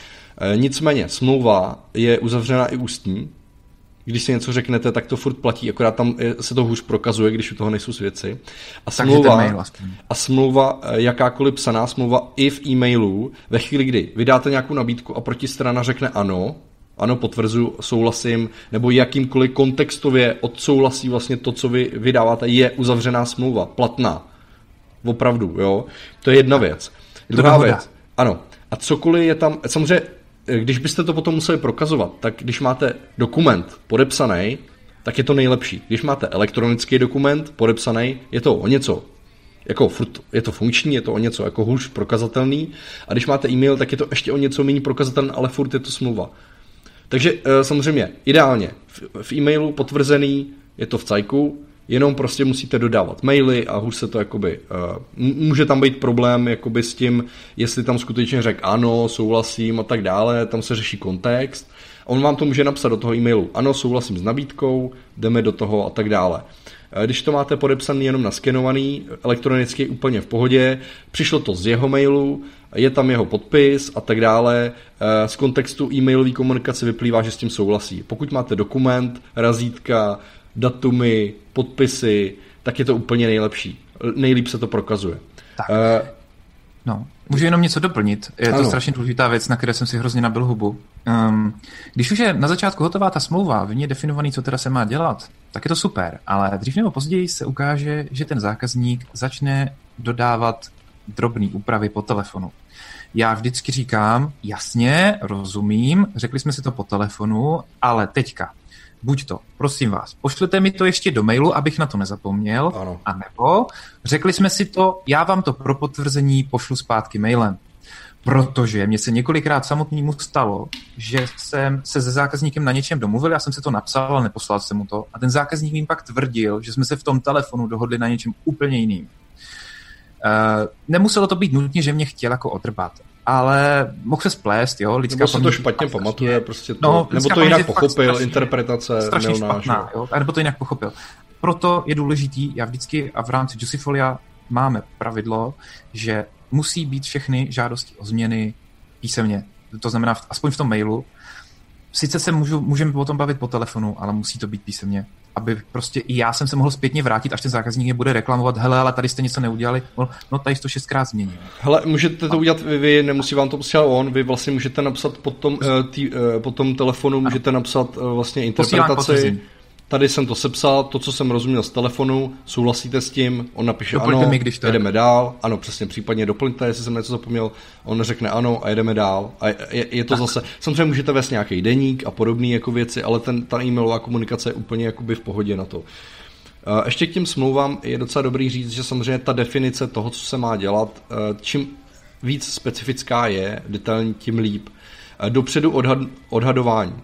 Nicméně, smlouva je uzavřená i ústní. Když si něco řeknete, tak to furt platí, akorát tam se to hůř prokazuje, když u toho nejsou svědci. A smlouva, a smlouva, jakákoliv psaná smlouva i v e-mailu, ve chvíli, kdy vydáte nějakou nabídku a protistrana řekne ano, ano, potvrzuji, souhlasím, nebo jakýmkoliv kontextově odsouhlasí vlastně to, co vy vydáváte, je uzavřená smlouva, platná. Opravdu, jo. To je jedna věc. Druhá věc. Ano. A cokoliv je tam, samozřejmě, když byste to potom museli prokazovat, tak když máte dokument podepsaný, tak je to nejlepší. Když máte elektronický dokument podepsaný, je to o něco, jako furt, je to funkční, je to o něco jako hůř prokazatelný, a když máte e-mail, tak je to ještě o něco méně prokazatelný, ale furt je to smlouva. Takže samozřejmě, ideálně, v e-mailu potvrzený, je to v cajku, jenom prostě musíte dodávat maily a hůř se to jakoby, uh, může tam být problém jakoby s tím, jestli tam skutečně řek ano, souhlasím a tak dále, tam se řeší kontext. On vám to může napsat do toho e-mailu, ano, souhlasím s nabídkou, jdeme do toho a tak dále. Když to máte podepsaný jenom naskenovaný, elektronicky úplně v pohodě, přišlo to z jeho mailu, je tam jeho podpis a tak dále, z kontextu e-mailové komunikace vyplývá, že s tím souhlasí. Pokud máte dokument, razítka, datumy, podpisy, tak je to úplně nejlepší. Nejlíp se to prokazuje. Tak. Uh, no, můžu jenom něco doplnit. Je ano. to strašně důležitá věc, na které jsem si hrozně nabil hubu. Um, když už je na začátku hotová ta smlouva, v ní je definovaný, co teda se má dělat, tak je to super, ale dřív nebo později se ukáže, že ten zákazník začne dodávat drobné úpravy po telefonu. Já vždycky říkám, jasně, rozumím, řekli jsme si to po telefonu, ale teďka buď to, prosím vás, pošlete mi to ještě do mailu, abych na to nezapomněl, ano. anebo řekli jsme si to, já vám to pro potvrzení pošlu zpátky mailem. Protože mě se několikrát samotnému stalo, že jsem se se zákazníkem na něčem domluvil, já jsem se to napsal, ale neposlal jsem mu to, a ten zákazník mi pak tvrdil, že jsme se v tom telefonu dohodli na něčem úplně jiným. Uh, nemuselo to být nutně, že mě chtěl jako odrbat, ale mohl se splést, jo, lidská nebo se to špatně pamatuje, prostě to, no, nebo to jinak pochopil, interpretace strašně špatná, jo, nebo to jinak pochopil. Proto je důležitý, já vždycky a v rámci Juicifolia máme pravidlo, že musí být všechny žádosti o změny písemně, to znamená aspoň v tom mailu. Sice se můžu, můžeme o tom bavit po telefonu, ale musí to být písemně, aby prostě i já jsem se mohl zpětně vrátit, až ten zákazník mě bude reklamovat, hele, ale tady jste něco neudělali, no tady jsi to šestkrát změnil. Hele, můžete to udělat vy, vy, nemusí vám to posílat on, vy vlastně můžete napsat po tom, tý, po tom telefonu, můžete napsat vlastně interpretaci. Tady jsem to sepsal, to, co jsem rozuměl z telefonu, souhlasíte s tím, on napíše doplňte ano, mi, když jedeme dál, ano, přesně, případně doplňte, jestli jsem něco zapomněl, on řekne ano a jedeme dál. A je, je to tak. Zase, samozřejmě můžete vést nějaký deník a podobné jako věci, ale ten, ta e-mailová komunikace je úplně jakoby v pohodě na to. Ještě k těm smlouvám je docela dobrý říct, že samozřejmě ta definice toho, co se má dělat, čím víc specifická je, detailní, tím líp. Dopředu odhad, odhadování.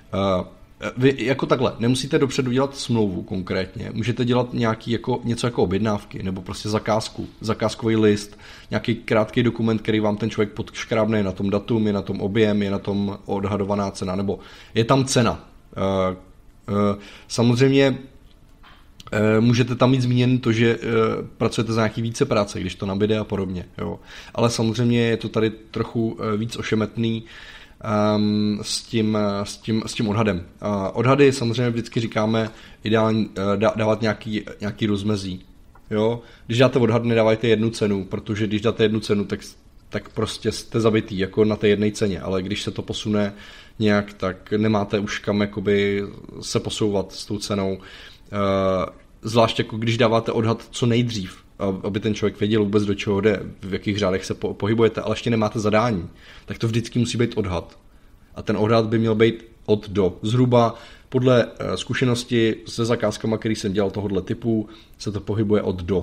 Vy jako takhle, nemusíte dopředu dělat smlouvu konkrétně, můžete dělat nějaký jako, něco jako objednávky, nebo prostě zakázku, zakázkový list, nějaký krátký dokument, který vám ten člověk podškrábne, je na tom datum, je na tom objem, je na tom odhadovaná cena, nebo je tam cena. Samozřejmě můžete tam mít zmíněno to, že pracujete za nějaký více práce, když to nabíde a podobně, jo. Ale samozřejmě je to tady trochu víc ošemetný, Um, s, tím, s, tím, s tím odhadem. Uh, odhady samozřejmě vždycky říkáme ideálně uh, dávat nějaký, nějaký rozmezí. Jo? Když dáte odhad, nedávajte jednu cenu, protože když dáte jednu cenu, tak, tak prostě jste zabitý jako na té jedné ceně, ale když se to posune nějak, tak nemáte už kam jakoby se posouvat s tou cenou. Uh, zvlášť jako když dáváte odhad co nejdřív, aby ten člověk věděl vůbec, do čeho jde, v jakých řádech se po, pohybujete, ale ještě nemáte zadání, tak to vždycky musí být odhad. A ten odhad by měl být od do. Zhruba podle zkušenosti se zakázkama, který jsem dělal tohohle typu, se to pohybuje od do.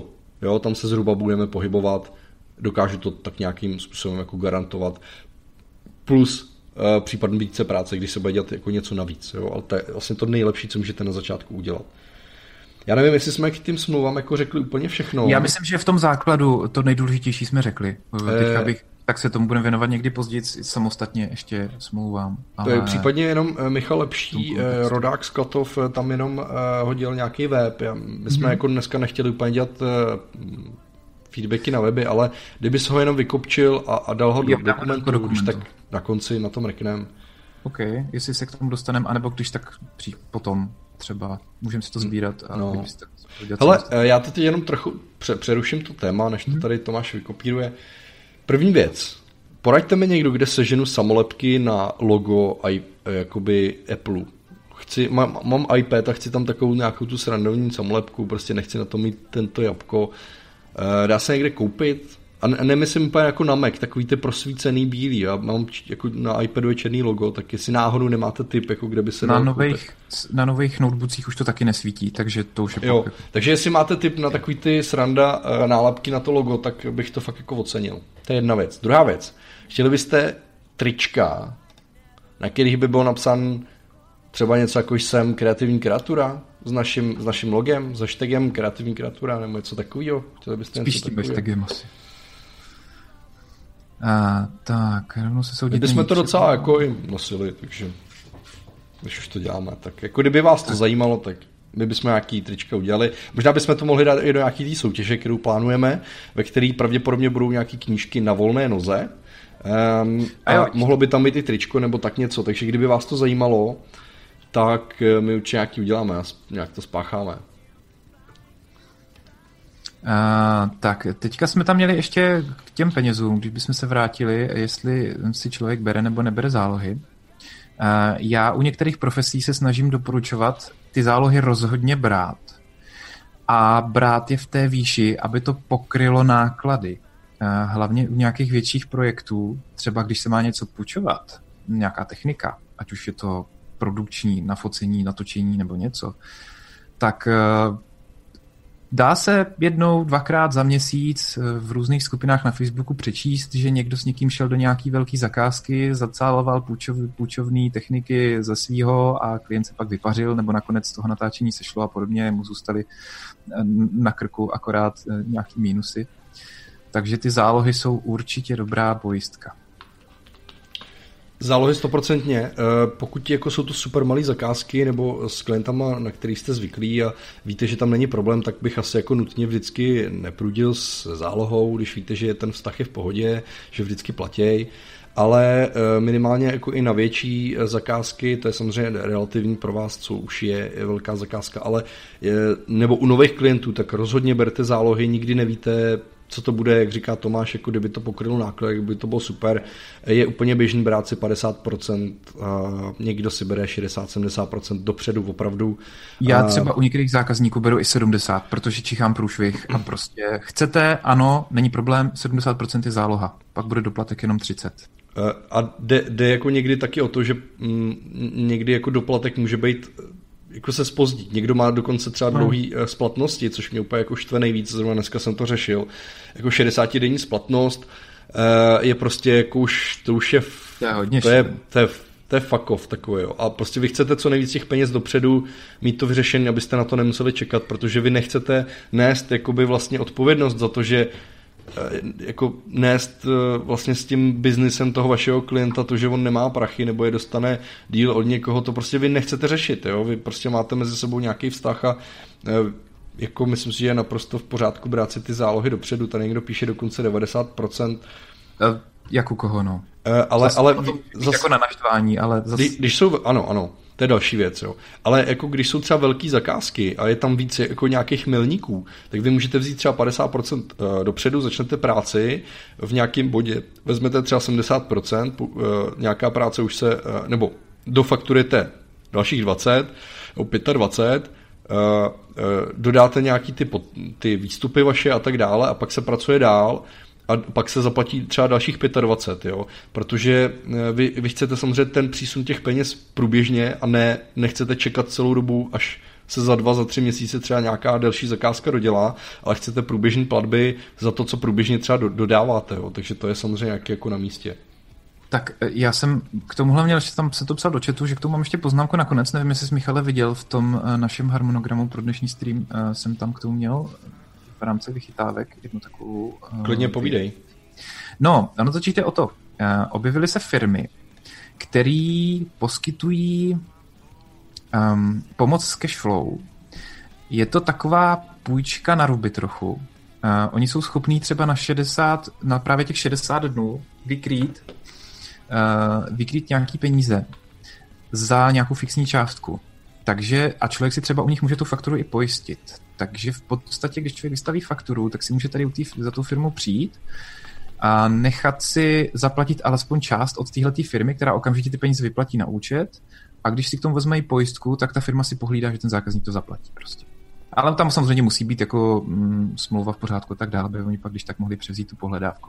jo, tam se zhruba budeme pohybovat, dokážu to tak nějakým způsobem jako garantovat, plus uh, případně více práce, když se bude dělat jako něco navíc, jo, ale to je vlastně to nejlepší, co můžete na začátku udělat. Já nevím, jestli jsme k tím smlouvám jako řekli úplně všechno. Já myslím, že v tom základu to nejdůležitější jsme řekli. Teďka bych, tak se tomu budeme věnovat někdy později samostatně ještě smlouvám. Ale... Případně jenom Michal Lepší, rodák z Klatov, tam jenom uh, hodil nějaký web. My jsme mm-hmm. jako dneska nechtěli úplně dělat uh, feedbacky na weby, ale kdyby se ho jenom vykopčil a, a dal ho do jo, dokumentu, dokumentu, tak na konci na tom řekneme. OK, jestli se k tomu dostaneme, anebo když tak při, potom třeba můžeme si to sbírat. A no. Hele, já to teď jenom trochu přeruším to téma, než to hmm. tady Tomáš vykopíruje. První věc. Poraďte mi někdo, kde seženu samolepky na logo i, jakoby Apple. Chci, mám, mám iPad a chci tam takovou nějakou tu srandovní samolepku, prostě nechci na to mít tento jabko. Dá se někde koupit? A nemyslím úplně jako na Mac, takový ty prosvícený bílý. Já mám jako na iPadu je černý logo, tak jestli náhodou nemáte tip, jako kde by se na nových, na nových notebookích už to taky nesvítí, takže to už je jo, takže jestli máte tip na takový ty sranda nálepky na to logo, tak bych to fakt jako ocenil. To je jedna věc. Druhá věc. Chtěli byste trička, na kterých by bylo napsán třeba něco jako jsem kreativní kreatura s naším, s naším logem, s hashtagem kreativní kreatura nebo něco takového? Chtěli byste spíš tím hashtagem asi. A, tak, rovnou se soudit. My jsme to docela jako i nosili, takže když už to děláme, tak jako kdyby vás to tak zajímalo, tak my bychom nějaký trička udělali. Možná bychom to mohli dát i do nějaký tý soutěže, kterou plánujeme, ve který pravděpodobně budou nějaký knížky na volné noze. Um, a, a mohlo by tam být i tričko nebo tak něco, takže kdyby vás to zajímalo, tak my určitě nějaký uděláme a nějak to spácháme. Uh, tak, teďka jsme tam měli ještě k těm penězům, když bychom se vrátili, jestli si člověk bere nebo nebere zálohy. Uh, já u některých profesí se snažím doporučovat ty zálohy rozhodně brát. A brát je v té výši, aby to pokrylo náklady. Uh, hlavně u nějakých větších projektů, třeba když se má něco půjčovat, nějaká technika, ať už je to produkční, nafocení, natočení nebo něco, tak uh, dá se jednou, dvakrát za měsíc v různých skupinách na Facebooku přečíst, že někdo s někým šel do nějaký velký zakázky, zacáloval půjčov, půjčovný techniky ze svýho a klient se pak vypařil, nebo nakonec z toho natáčení sešlo a podobně, mu zůstaly na krku akorát nějaký mínusy. Takže ty zálohy jsou určitě dobrá pojistka. Zálohy stoprocentně. Pokud jako jsou to super malé zakázky nebo s klientama, na který jste zvyklí a víte, že tam není problém, tak bych asi jako nutně vždycky neprudil s zálohou, když víte, že ten vztah je v pohodě, že vždycky platěj. Ale minimálně jako i na větší zakázky, to je samozřejmě relativní pro vás, co už je velká zakázka, ale je, nebo u nových klientů, tak rozhodně berte zálohy, nikdy nevíte, co to bude, jak říká Tomáš, jako kdyby to pokrylo náklad, by to bylo super. Je úplně běžný brát si padesát procent, a někdo si bere šedesát sedmdesát procent dopředu opravdu. Já třeba u některých zákazníků beru i sedmdesát, protože čichám průšvih a prostě chcete, ano, není problém, sedmdesát procent je záloha, pak bude doplatek jenom třicet. A jde, jde jako někdy taky o to, že m, někdy jako doplatek může být jako se zpozdí. Někdo má dokonce třeba dlouhý no. splatnosti, což mě úplně jako štve nejvíc, zrovna dneska jsem to řešil. Jako šedesátidenní splatnost je prostě jako už, to už je, to je hodně to je, to je, to je fuck off takové, jo. A prostě vy chcete co nejvíc těch peněz dopředu mít to vyřešené, abyste na to nemuseli čekat, protože vy nechcete nést jakoby vlastně odpovědnost za to, že jako nést vlastně s tím biznisem toho vašeho klienta to, že on nemá prachy nebo je dostane díl od někoho, to prostě vy nechcete řešit, jo? Vy prostě máte mezi sebou nějaký vztah a jako myslím si, že je naprosto v pořádku brát si ty zálohy dopředu, tady někdo píše dokonce devadesát procent. Jak u koho, no. Ale, zase, ale zase, jako na naštvání, ale zase... Když, když jsou, ano, ano, to je další věc, jo. Ale jako když jsou třeba velký zakázky a je tam víc jako nějakých milníků, tak vy můžete vzít třeba padesát procent dopředu, začnete práci v nějakém bodě, vezmete třeba sedmdesát procent, nějaká práce už se, nebo dofakturujete dalších dvacet, nebo dvacet pět, dodáte nějaký ty, ty výstupy vaše a tak dále a pak se pracuje dál a pak se zaplatí třeba dalších dvacet pět, jo, protože vy, vy chcete samozřejmě ten přísun těch peněz průběžně a ne, nechcete čekat celou dobu, až se za dva, za tři měsíce třeba nějaká delší zakázka dodělá, ale chcete průběžné platby za to, co průběžně třeba dodáváte, jo, takže to je samozřejmě jak, jako na místě. Tak já jsem k tomuhle měl, ještě tam se to psal do chatu, že k tomu mám ještě poznámku nakonec, nevím, jestli jsi, Michale, viděl v tom našem harmonogramu pro dnešní stream, jsem tam k tomu měl v rámci vychytávek jednu takovou... Klidně povídej. No, ano, totiž jde o to. Objevily se firmy, které poskytují um, pomoc s cashflow. Je to taková půjčka na ruby trochu. Uh, oni jsou schopní třeba na šedesát, na právě těch šedesát dnů vykrýt, uh, vykrýt nějaký peníze za nějakou fixní částku. Takže, a člověk si třeba u nich může tu fakturu i pojistit. Takže v podstatě, když člověk vystaví fakturu, tak si může tady u tý, za tu firmu přijít a nechat si zaplatit alespoň část od téhleté firmy, která okamžitě ty peníze vyplatí na účet, a když si k tomu vezme i pojistku, tak ta firma si pohlídá, že ten zákazník to zaplatí prostě. Ale tam samozřejmě musí být jako mm, smlouva v pořádku a tak dále, aby oni pak když tak mohli převzít tu pohledávku.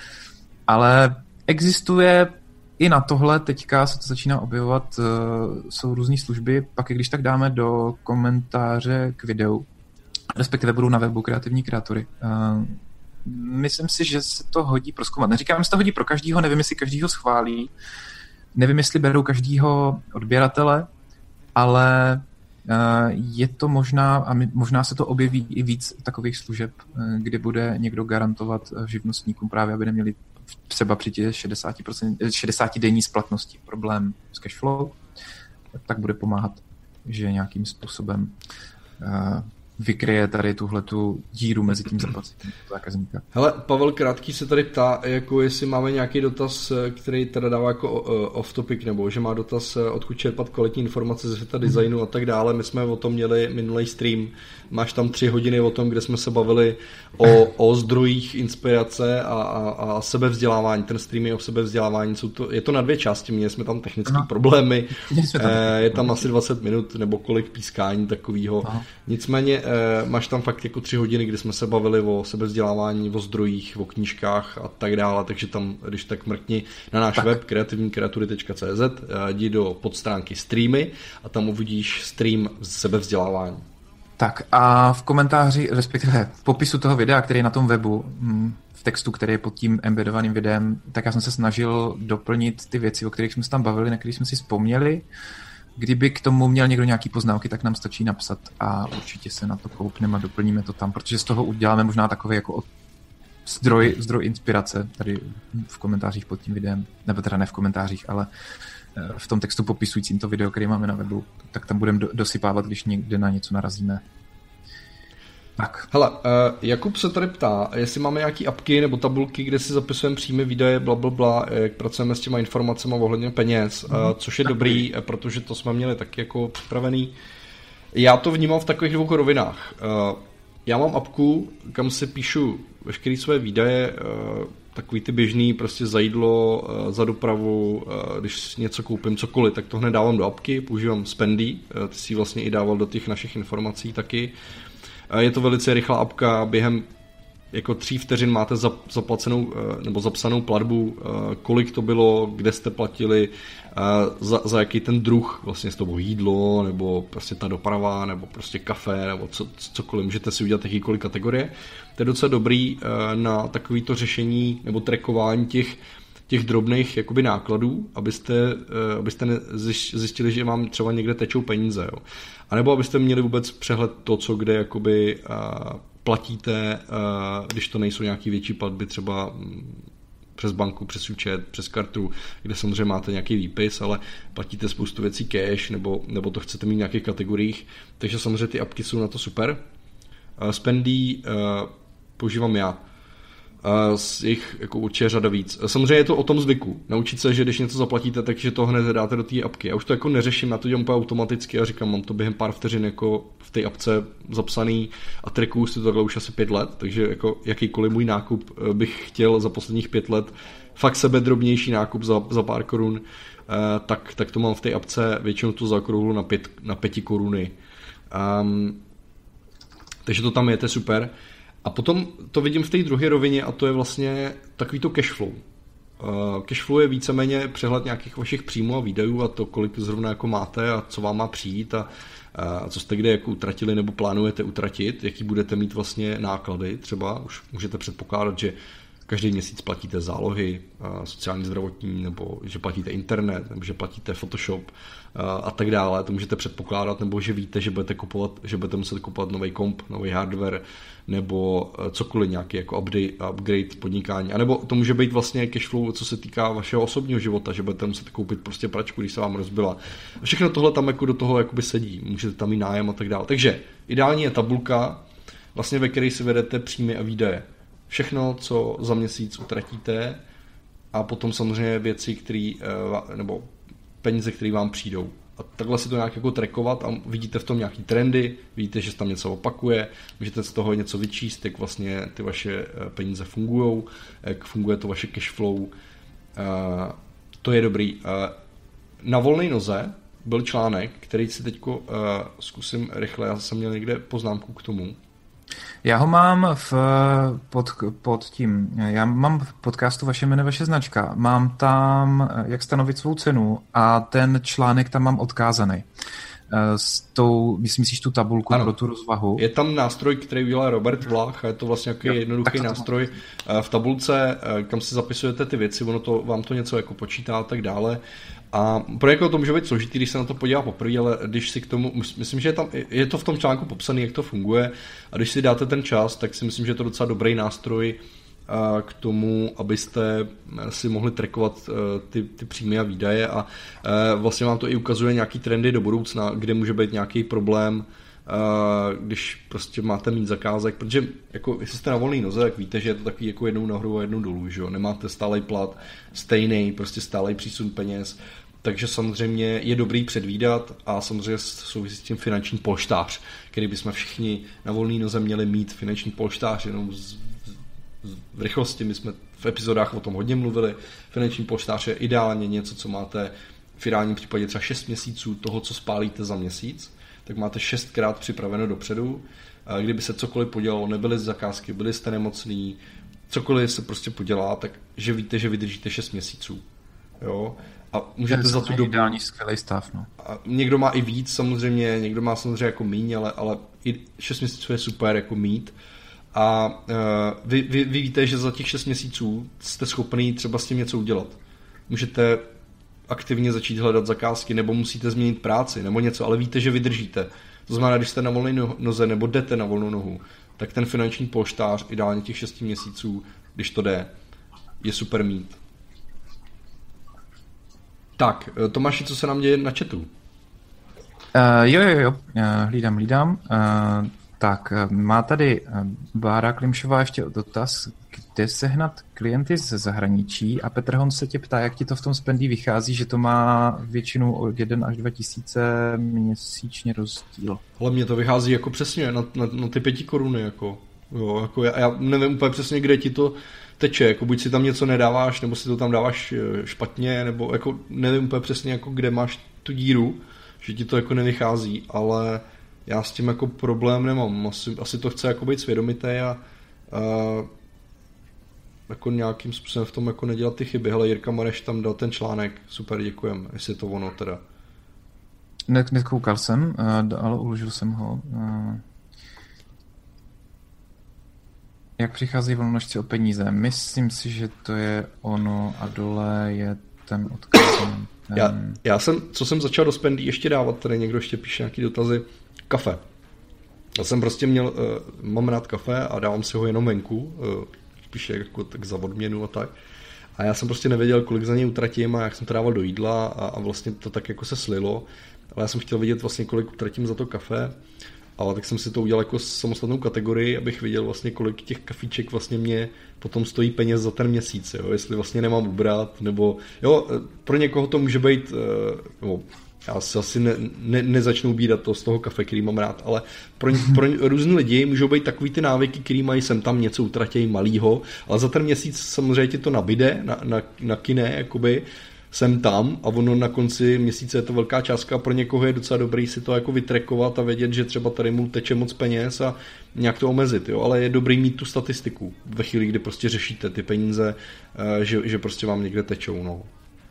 Ale existuje i na tohle, teďka se to začíná objevovat, uh, jsou různé služby, pak i když tak dáme do komentáře k videu, respektive budou na webu Kreativní kreatury. Uh, myslím si, že se to hodí prozkoumat. Neříkám, že se to hodí pro každýho, nevím, jestli každýho schválí, nevím, jestli berou každýho odběratele, ale uh, je to možná, a my, možná se to objeví i víc takových služeb, uh, kdy bude někdo garantovat živnostníkům právě, aby neměli třeba při těch šedesáti denní splatnosti problém s cashflow, tak bude pomáhat, že nějakým způsobem uh, vykryje tady tuhletu díru mezi tím zaplacením zákazníka. Hele, Pavel Krátký se tady ptá, jako jestli máme nějaký dotaz, který teda dává jako off topic, nebo že má dotaz, odkud čerpat kvalitní informace ze světa designu a tak dále. My jsme o tom měli minulý stream, máš tam tři hodiny o tom, kde jsme se bavili o, o zdrojích inspirace a, a, a sebevzdělávání. Ten stream je o sebevzdělávání, jsou to, je to na dvě části, měli jsme tam technické no. problémy, tam je tam asi dvacet minut nebo kolik pískání takového. Nicméně máš tam fakt jako tři hodiny, kdy jsme se bavili o sebevzdělávání, o zdrojích, o knížkách a tak dále, takže tam, když tak mrkni na náš tak. web kreativní kreatury tečka cé zet, jdi do podstránky streamy a tam uvidíš stream sebevzdělávání. Tak a v komentáři, respektive v popisu toho videa, který je na tom webu, v textu, který je pod tím embedovaným videem, tak já jsem se snažil doplnit ty věci, o kterých jsme se tam bavili, na které jsme si vzpomněli. Kdyby k tomu měl někdo nějaký poznámky, tak nám stačí napsat a určitě se na to koupneme a doplníme to tam, protože z toho uděláme možná takový jako zdroj, zdroj inspirace tady v komentářích pod tím videem, nebo teda ne v komentářích, ale v tom textu popisujícím to video, který máme na webu, tak tam budeme dosypávat, když někde na něco narazíme. Tak. Hele, uh, Jakub se tady ptá, jestli máme nějaký apky nebo tabulky, kde si zapisujeme příjmy, výdaje, blablabla, jak pracujeme s těma informacemi ohledně peněz, mm, uh, což je tak dobrý, dobrý, protože to jsme měli taky jako připravený. Já to vnímám v takových dvou rovinách. Uh, já mám apku, kam si píšu veškeré své výdaje, uh, takový ty běžný, prostě za jídlo, uh, za dopravu, uh, když něco koupím, cokoliv, tak to hned dávám do apky, používám Spendy, uh, ty si vlastně i dával do těch našich informací taky. Je to velice rychlá apka, během jako tří vteřin máte zaplacenou nebo zapsanou platbu, kolik to bylo, kde jste platili, za, za jaký ten druh, vlastně z toho jídlo, nebo prostě ta doprava, nebo prostě kafe, nebo co, cokoliv, můžete si udělat jakýkoliv kategorie. To je docela dobrý na takovýto řešení nebo trackování těch, těch drobných jakoby nákladů, abyste, abyste zjistili, že vám třeba někde tečou peníze. Jo. A nebo abyste měli vůbec přehled to, co kde jakoby uh, platíte, uh, když to nejsou nějaký větší platby, třeba um, přes banku, přes účet, přes kartu, kde samozřejmě máte nějaký výpis, ale platíte spoustu věcí cash, nebo, nebo to chcete mít v nějakých kategoriích, takže samozřejmě ty apky jsou na to super. Uh, Spendy uh, používám já. Z jich jako určitě řada víc. Samozřejmě je to o tom zvyku. Naučit se, že když něco zaplatíte, takže to hned dáte do té apky. Já už to jako neřeším, já to dělám úplně automaticky a říkám, mám to během pár vteřin jako v té apce zapsaný a trackuju si to takhle už asi pět let, takže jako jakýkoliv můj nákup bych chtěl za posledních pět let, fakt sebedrobnější nákup za, za pár korun, tak, tak to mám v té apce, většinou to zaokrouhlu na, pět, na pěti koruny. Um, takže to tam je, to je super. A potom to vidím v té druhé rovině a to je vlastně takový to cash flow. Cash flow je víceméně přehled nějakých vašich příjmů a výdajů a to, kolik zrovna jako máte a co vám má přijít a, a co jste kde jako utratili nebo plánujete utratit, jaký budete mít vlastně náklady. Třeba už můžete předpokládat, že každý měsíc platíte zálohy, sociální, zdravotní, nebo že platíte internet, nebo že platíte Photoshop a tak dále. To můžete předpokládat, nebo že víte, že budete kupovat, že budete muset kupovat nový komp, nový hardware, nebo cokoliv, nějaký jako update, upgrade podnikání. A nebo to může být vlastně cashflow, co se týká vašeho osobního života, že budete muset koupit prostě pračku, když se vám rozbila. A všechno tohle tam jako do toho jakoby sedí. Můžete tam mít nájem a tak dále. Takže ideální je tabulka, vlastně ve které si vedete příjmy a výdaje. Všechno, co za měsíc utratíte a potom samozřejmě věci, které, nebo peníze, které vám přijdou. A takhle si to nějak jako trackovat a vidíte v tom nějaký trendy, vidíte, že se tam něco opakuje, můžete z toho něco vyčíst, jak vlastně ty vaše peníze fungují, jak funguje to vaše cash flow. To je dobrý. Na volné noze byl článek, který si teďko zkusím rychle, já jsem měl někde poznámku k tomu. Já ho mám v, pod, pod tím, já mám v podcastu Vaše jméno, vaše značka, mám tam, jak stanovit svou cenu a ten článek tam mám odkázaný. S tou, myslíš tu tabulku ano. Pro tu rozvahu? Je tam nástroj, který udělal Robert Vlach a je to vlastně nějaký jo, jednoduchý nástroj v tabulce, kam si zapisujete ty věci, ono to, vám to něco jako počítá a tak dále. A pro někoho to může být složitý, když se na to podívá poprvé, ale když si k tomu, myslím, že je, tam, je to v tom článku popsané, jak to funguje a když si dáte ten čas, tak si myslím, že je to docela dobrý nástroj k tomu, abyste si mohli trackovat ty, ty příjmy a výdaje a vlastně vám to i ukazuje nějaký trendy do budoucna, kde může být nějaký problém, když prostě máte mít zakázek, protože jako, jestli jste na volné noze, tak víte, že je to takový jako jednou nahoru a jednou dolů, že jo? Nemáte stálej plat, stejný, prostě stálej přísun peněz, takže samozřejmě je dobrý předvídat a samozřejmě souvisí s tím finanční polštář, který bychom všichni na volné noze měli mít finanční polštář, jenom z, z, v rychlosti, my jsme v epizodách o tom hodně mluvili, finanční polštář je ideálně něco, co máte v ideálním případě třeba šest měsíců toho, co spálíte za měsíc, tak máte šestkrát připraveno dopředu. Kdyby se cokoliv podělalo, nebyly zakázky, byli jste nemocný, cokoliv se prostě podělá, tak že víte, že vydržíte šest měsíců. Jo? A můžete za tu dobu... ideální skvělý stav, no. A někdo má i víc samozřejmě, někdo má samozřejmě jako míň, ale, ale i šest měsíců je super jako mít. A uh, vy, vy, vy víte, že za těch šest měsíců jste schopný třeba s tím něco udělat. Můžete aktivně začít hledat zakázky, nebo musíte změnit práci, nebo něco, ale víte, že vydržíte. To znamená, když jste na volné noze, nebo jdete na volnou nohu, tak ten finanční polštář, ideálně těch šesti měsíců, když to jde, je super mít. Tak, Tomáši, co se nám děje na chatu? Uh, jo, jo, jo, uh, hlídám, hlídám. Uh, tak, uh, má tady uh, Bára Klimšová ještě dotaz, kde sehnat klienty ze zahraničí a Petr Hon se tě ptá, jak ti to v tom Spendy vychází, že to má většinou od jeden až dva tisíce měsíčně rozdíl. Ale mně to vychází jako přesně na, na, na ty pěti koruny, jako, jo, jako já, já nevím úplně přesně, kde ti to teče, jako buď si tam něco nedáváš, nebo si to tam dáváš špatně, nebo jako nevím úplně přesně, jako kde máš tu díru, že ti to jako nevychází, ale já s tím jako problém nemám, asi, asi to chce jako být svědomitý a, a jako nějakým způsobem v tom jako nedělat ty chyby. Hele, Jirka Mareš tam dal ten článek, super, děkujem, jestli je to ono teda. Ne, nekoukal jsem, ale uložil jsem ho. Jak přicházejí volnonožci o peníze? Myslím si, že to je ono a dole je ten odkaz. Ten... Já, já jsem, co jsem začal do Spendy ještě dávat, tady někdo ještě píše nějaký dotazy, kafe. Já jsem prostě měl, uh, mám rád kafe a dávám si ho jenom venku, uh, spíše jako tak za odměnu a tak. A já jsem prostě nevěděl, kolik za něj utratím a jak jsem to dával do jídla a, a vlastně to tak jako se slilo. Ale já jsem chtěl vědět vlastně, kolik utratím za to kafe. Ale tak jsem si to udělal jako samostatnou kategorii, abych viděl vlastně, kolik těch kafíček vlastně mě potom stojí peněz za ten měsíc, jo? Jestli vlastně nemám ubrat, nebo jo, pro někoho to může být, no, já si asi ne, ne, nezačnu ubírat to z toho kafe, který mám rád, ale pro, pro různý lidi můžou být takový ty návyky, který mají sem tam něco utratějí malýho, ale za ten měsíc samozřejmě ti to nabide na, na, na kine, jakoby, sem tam a ono na konci měsíce je to velká částka a pro někoho je docela dobrý si to jako vytrekovat a vědět, že třeba tady mu teče moc peněz a nějak to omezit, jo, ale je dobrý mít tu statistiku ve chvíli, kdy prostě řešíte ty peníze, že, že prostě vám někde tečou, no.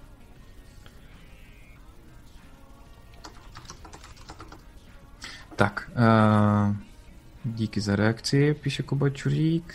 Tak, uh, díky za reakci, píše Kuba Čuřík.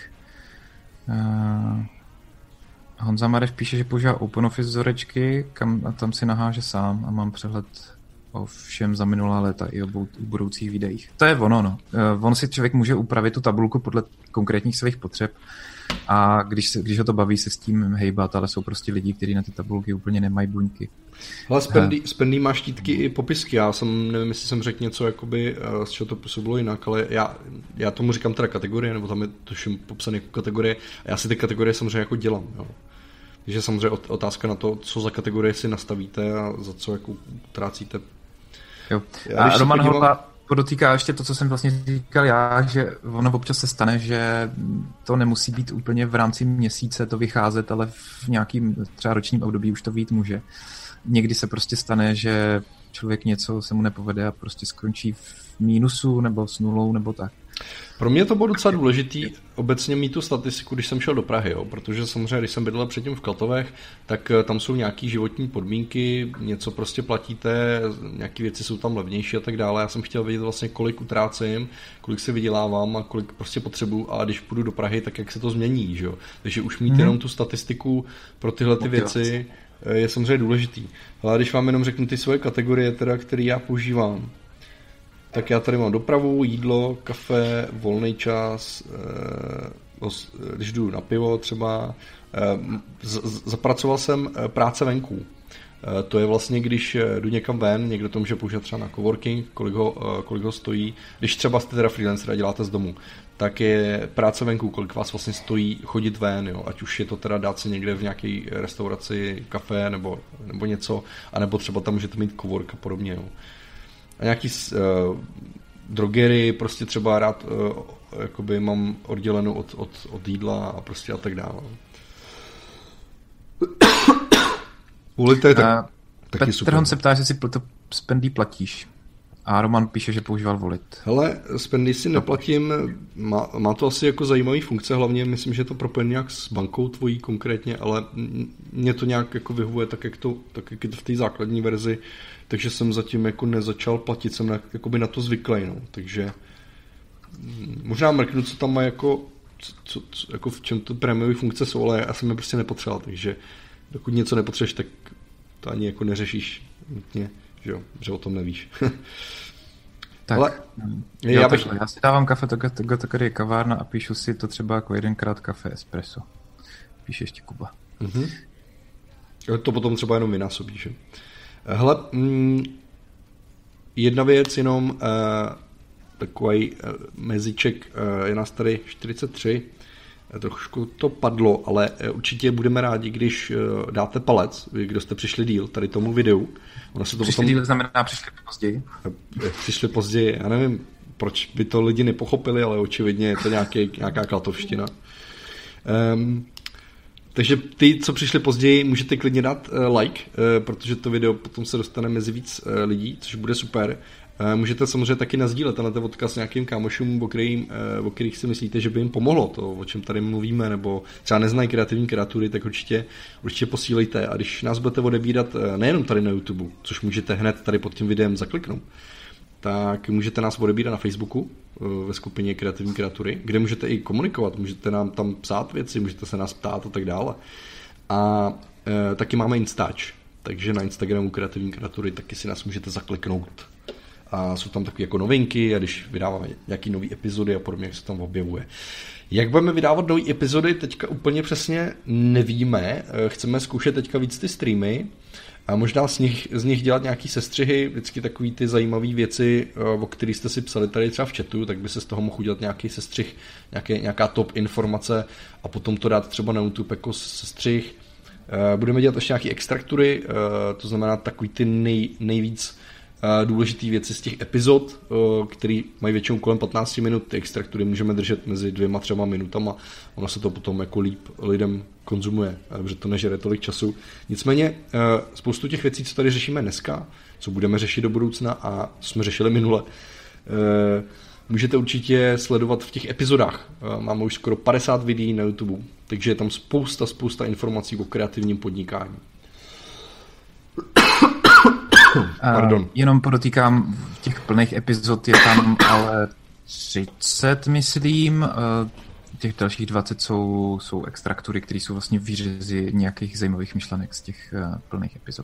Uh, Honza Mareš píše, že používá OpenOffice vzorečky, kam, a tam si naháže sám a mám přehled o všem za minulá léta i o budoucích videích. To je ono, no. Uh, on si člověk může upravit tu tabulku podle konkrétních svých potřeb a když, se, když ho to baví se s tím hejbat, ale jsou prostě lidi, kteří na ty tabulky úplně nemají buňky. Ale Spendy, Spendy má štítky i popisky, já jsem, nevím, jestli jsem řekl něco, jakoby, z čeho to působilo jinak, ale já, já tomu říkám teda kategorie, nebo tam je tuším popsané jako kategorie, a já si ty kategorie samozřejmě jako dělám, jo. Takže samozřejmě otázka na to, co za kategorie si nastavíte a za co jako utrácíte. Jo. A Roman podívám... Holba podotýká ještě to, co jsem vlastně říkal já, že ono občas se stane, že to nemusí být úplně v rámci měsíce to vycházet, ale v nějakým třeba ročním období už to být může. Někdy se prostě stane, že člověk něco se mu nepovede a prostě skončí v mínusu nebo s nulou nebo tak. Pro mě to bylo docela důležitý obecně mít tu statistiku, když jsem šel do Prahy, jo? Protože samozřejmě, když jsem bydlel předtím v Klatovech, tak tam jsou nějaký životní podmínky, něco prostě platíte, nějaké věci jsou tam levnější a tak dále. Já jsem chtěl vědět vlastně, kolik utrácím, kolik si vydělávám a kolik prostě potřebuju a když půjdu do Prahy, tak jak se to změní, že jo? Takže už mít hmm. jenom tu statistiku pro tyhle ty věci je samozřejmě důležitý. Ale když vám jenom řeknu ty svoje kategorie, teda, které já používám, tak já tady mám dopravu, jídlo, kafe, volný čas, když jdu na pivo třeba. Zapracoval jsem práce venku. To je vlastně, když jdu někam ven, někdo to může použít třeba na coworking, kolik ho, kolik ho stojí. Když třeba jste teda freelancer a děláte z domu, tak je práce venku, kolik vás vlastně stojí chodit ven, jo? Ať už je to teda dát si někde v nějaké restauraci, kafe nebo, nebo něco, anebo třeba tam můžete mít cowork a podobně. Jo? A nějaký uh, drogery, prostě třeba rád uh, jakoby mám oddělenou od, od, od jídla a prostě a tak dále. Ulite, tak, uh, taky Petr super. Hon se ptá, že si to Spendy platíš. A Roman píše, že používal Volit. Hele, Spendy si neplatím, má, má to asi jako zajímavý funkce, hlavně myslím, že je to propojené nějak s bankou tvojí konkrétně, ale mě to nějak jako vyhovuje tak, jak, to, tak, jak je to v té základní verzi, takže jsem zatím jako nezačal platit, jsem na, jakoby na to zvyklý, no. Takže možná mrknu, co tam má jako, co, co, jako v čem to prémiové funkce jsou, ale já jsem je prostě nepotřeboval, takže dokud něco nepotřebuješ, tak to ani jako neřešíš nutně, že jo, že o tom nevíš. Tak, ale, jo, já, bych... já si dávám kafe do kategorie kavárna a píšu si to třeba jako jedenkrát kafe espresso. Píše ještě Kuba. Mm-hmm. To potom třeba jenom vynásobíš, že? Hele, mm, jedna věc jenom, uh, takový uh, mezíček, uh, je nás tady čtyřicet tři, uh, trošku to padlo, ale uh, určitě budeme rádi, když uh, dáte palec, vy, kdo jste přišli díl tady tomu videu. Ono se to přišli potom... díl znamená přišli později. Uh, přišli později, já nevím, proč by to lidi nepochopili, ale očividně je to nějaký, nějaká klatovština. Um, Takže ty, co přišli později, můžete klidně dát uh, like, uh, protože to video potom se dostane mezi víc uh, lidí, což bude super. Uh, můžete samozřejmě taky nazdílet tenhle odkaz nějakým kámošům, o, kterým, uh, o kterých si myslíte, že by jim pomohlo to, o čem tady mluvíme, nebo třeba neznají kreativní kreatury, tak určitě, určitě posílejte. A když nás budete odebírat uh, nejenom tady na YouTube, což můžete hned tady pod tím videem zakliknout, tak můžete nás odebírat na Facebooku ve skupině Kreativní kreatury, kde můžete i komunikovat, můžete nám tam psát věci, můžete se nás ptát a tak dále. A e, taky máme Instač, takže na Instagramu Kreativní kreatury taky si nás můžete zakliknout. A jsou tam takové jako novinky a když vydáváme nějaký nový epizody a podobně, jak se tam objevuje. Jak budeme vydávat nový epizody, teďka úplně přesně nevíme. Chceme zkoušet teďka víc ty streamy, a možná z nich, z nich dělat nějaký sestřihy, vždycky takový ty zajímavé věci, o kterých jste si psali tady třeba v chatu, tak by se z toho mohl udělat nějaký sestřih, nějaké, nějaká top informace a potom to dát třeba na YouTube jako sestřih. Budeme dělat ještě nějaké extraktury, to znamená takový ty nej, nejvíc důležité věci z těch epizod, které mají většinou kolem patnáct minut, ty extraktury můžeme držet mezi dvěma, třema minutama, ono se to potom jako líp lidem konzumuje, protože to nežere tolik času. Nicméně spoustu těch věcí, co tady řešíme dneska, co budeme řešit do budoucna a co jsme řešili minule, můžete určitě sledovat v těch epizodách. Máme už skoro padesát videí na YouTube, takže je tam spousta, spousta informací o kreativním podnikání. Pardon. Uh, jenom podotýkám, v těch plných epizod je tam ale třicet, myslím. Uh, těch dalších dvacet jsou, jsou extraktury, které jsou vlastně výřezy nějakých zajímavých myšlenek z těch uh, plných epizod.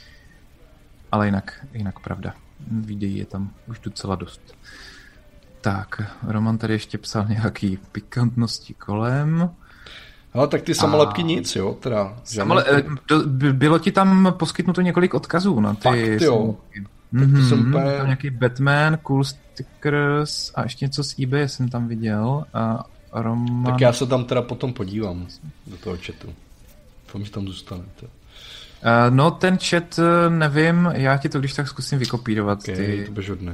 Ale jinak, jinak pravda. Videí je tam už docela dost. Tak, Roman tady ještě psal nějaký pikantnosti kolem. Ale tak ty samolepky a... nic, jo? Teda, Samole... to... Bylo ti tam poskytnuto několik odkazů na ty Fakt, jo. Mm-hmm, to jsem úplně... Tam nějaký Batman, Cool Stickers a ještě něco z eBay jsem tam viděl. A Roman... Tak já se tam teda potom podívám do toho chatu. Doufám, že tam zůstane. To. Uh, no ten chat nevím, já ti to když tak zkusím vykopírovat. Okay, ty... to bežodnej.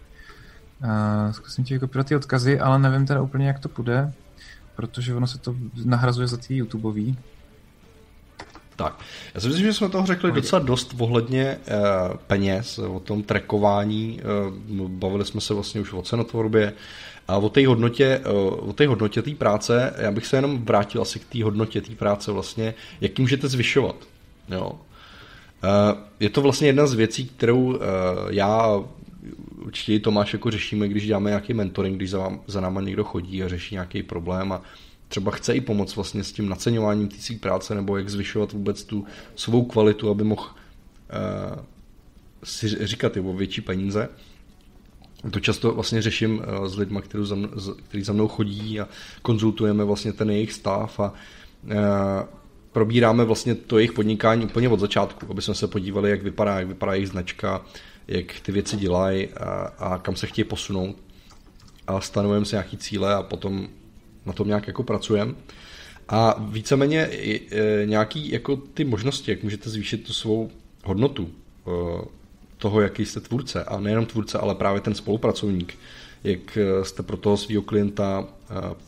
Uh, zkusím ti vykopírovat ty odkazy, ale nevím teda úplně, jak to půjde. Protože ono se to nahrazuje za ty YouTubeový. Tak, já si myslím, že jsme toho řekli docela dost ohledně e, peněz, o tom trackování, e, bavili jsme se vlastně už o cenotvorbě a o té hodnotě, e, o té hodnotě té práce, já bych se jenom vrátil asi k té hodnotě té práce vlastně, jak ji můžete zvyšovat. Jo. E, je to vlastně jedna z věcí, kterou e, já určitě i Tomáš jako řešíme, když děláme nějaký mentoring, když za, vám, za náma někdo chodí a řeší nějaký problém a třeba chce i pomoct vlastně s tím naceňováním té své práce nebo jak zvyšovat vůbec tu svou kvalitu, aby mohl uh, si říkat o větší peníze. To často vlastně řeším uh, s lidmi, kteří za, mnou, který za mnou chodí a konzultujeme vlastně ten jejich stav a uh, probíráme vlastně to jejich podnikání úplně od začátku, aby jsme se podívali, jak vypadá, jak vypadá jejich značka, jak ty věci dělají a, a kam se chtějí posunout. A stanovujeme si nějaký cíle a potom na tom nějak jako pracujeme. A víceméně e, nějaký jako ty možnosti, jak můžete zvýšit tu svou hodnotu e, toho, jaký jste tvůrce. A nejenom tvůrce, ale právě ten spolupracovník. Jak jste pro toho svého klienta e, e,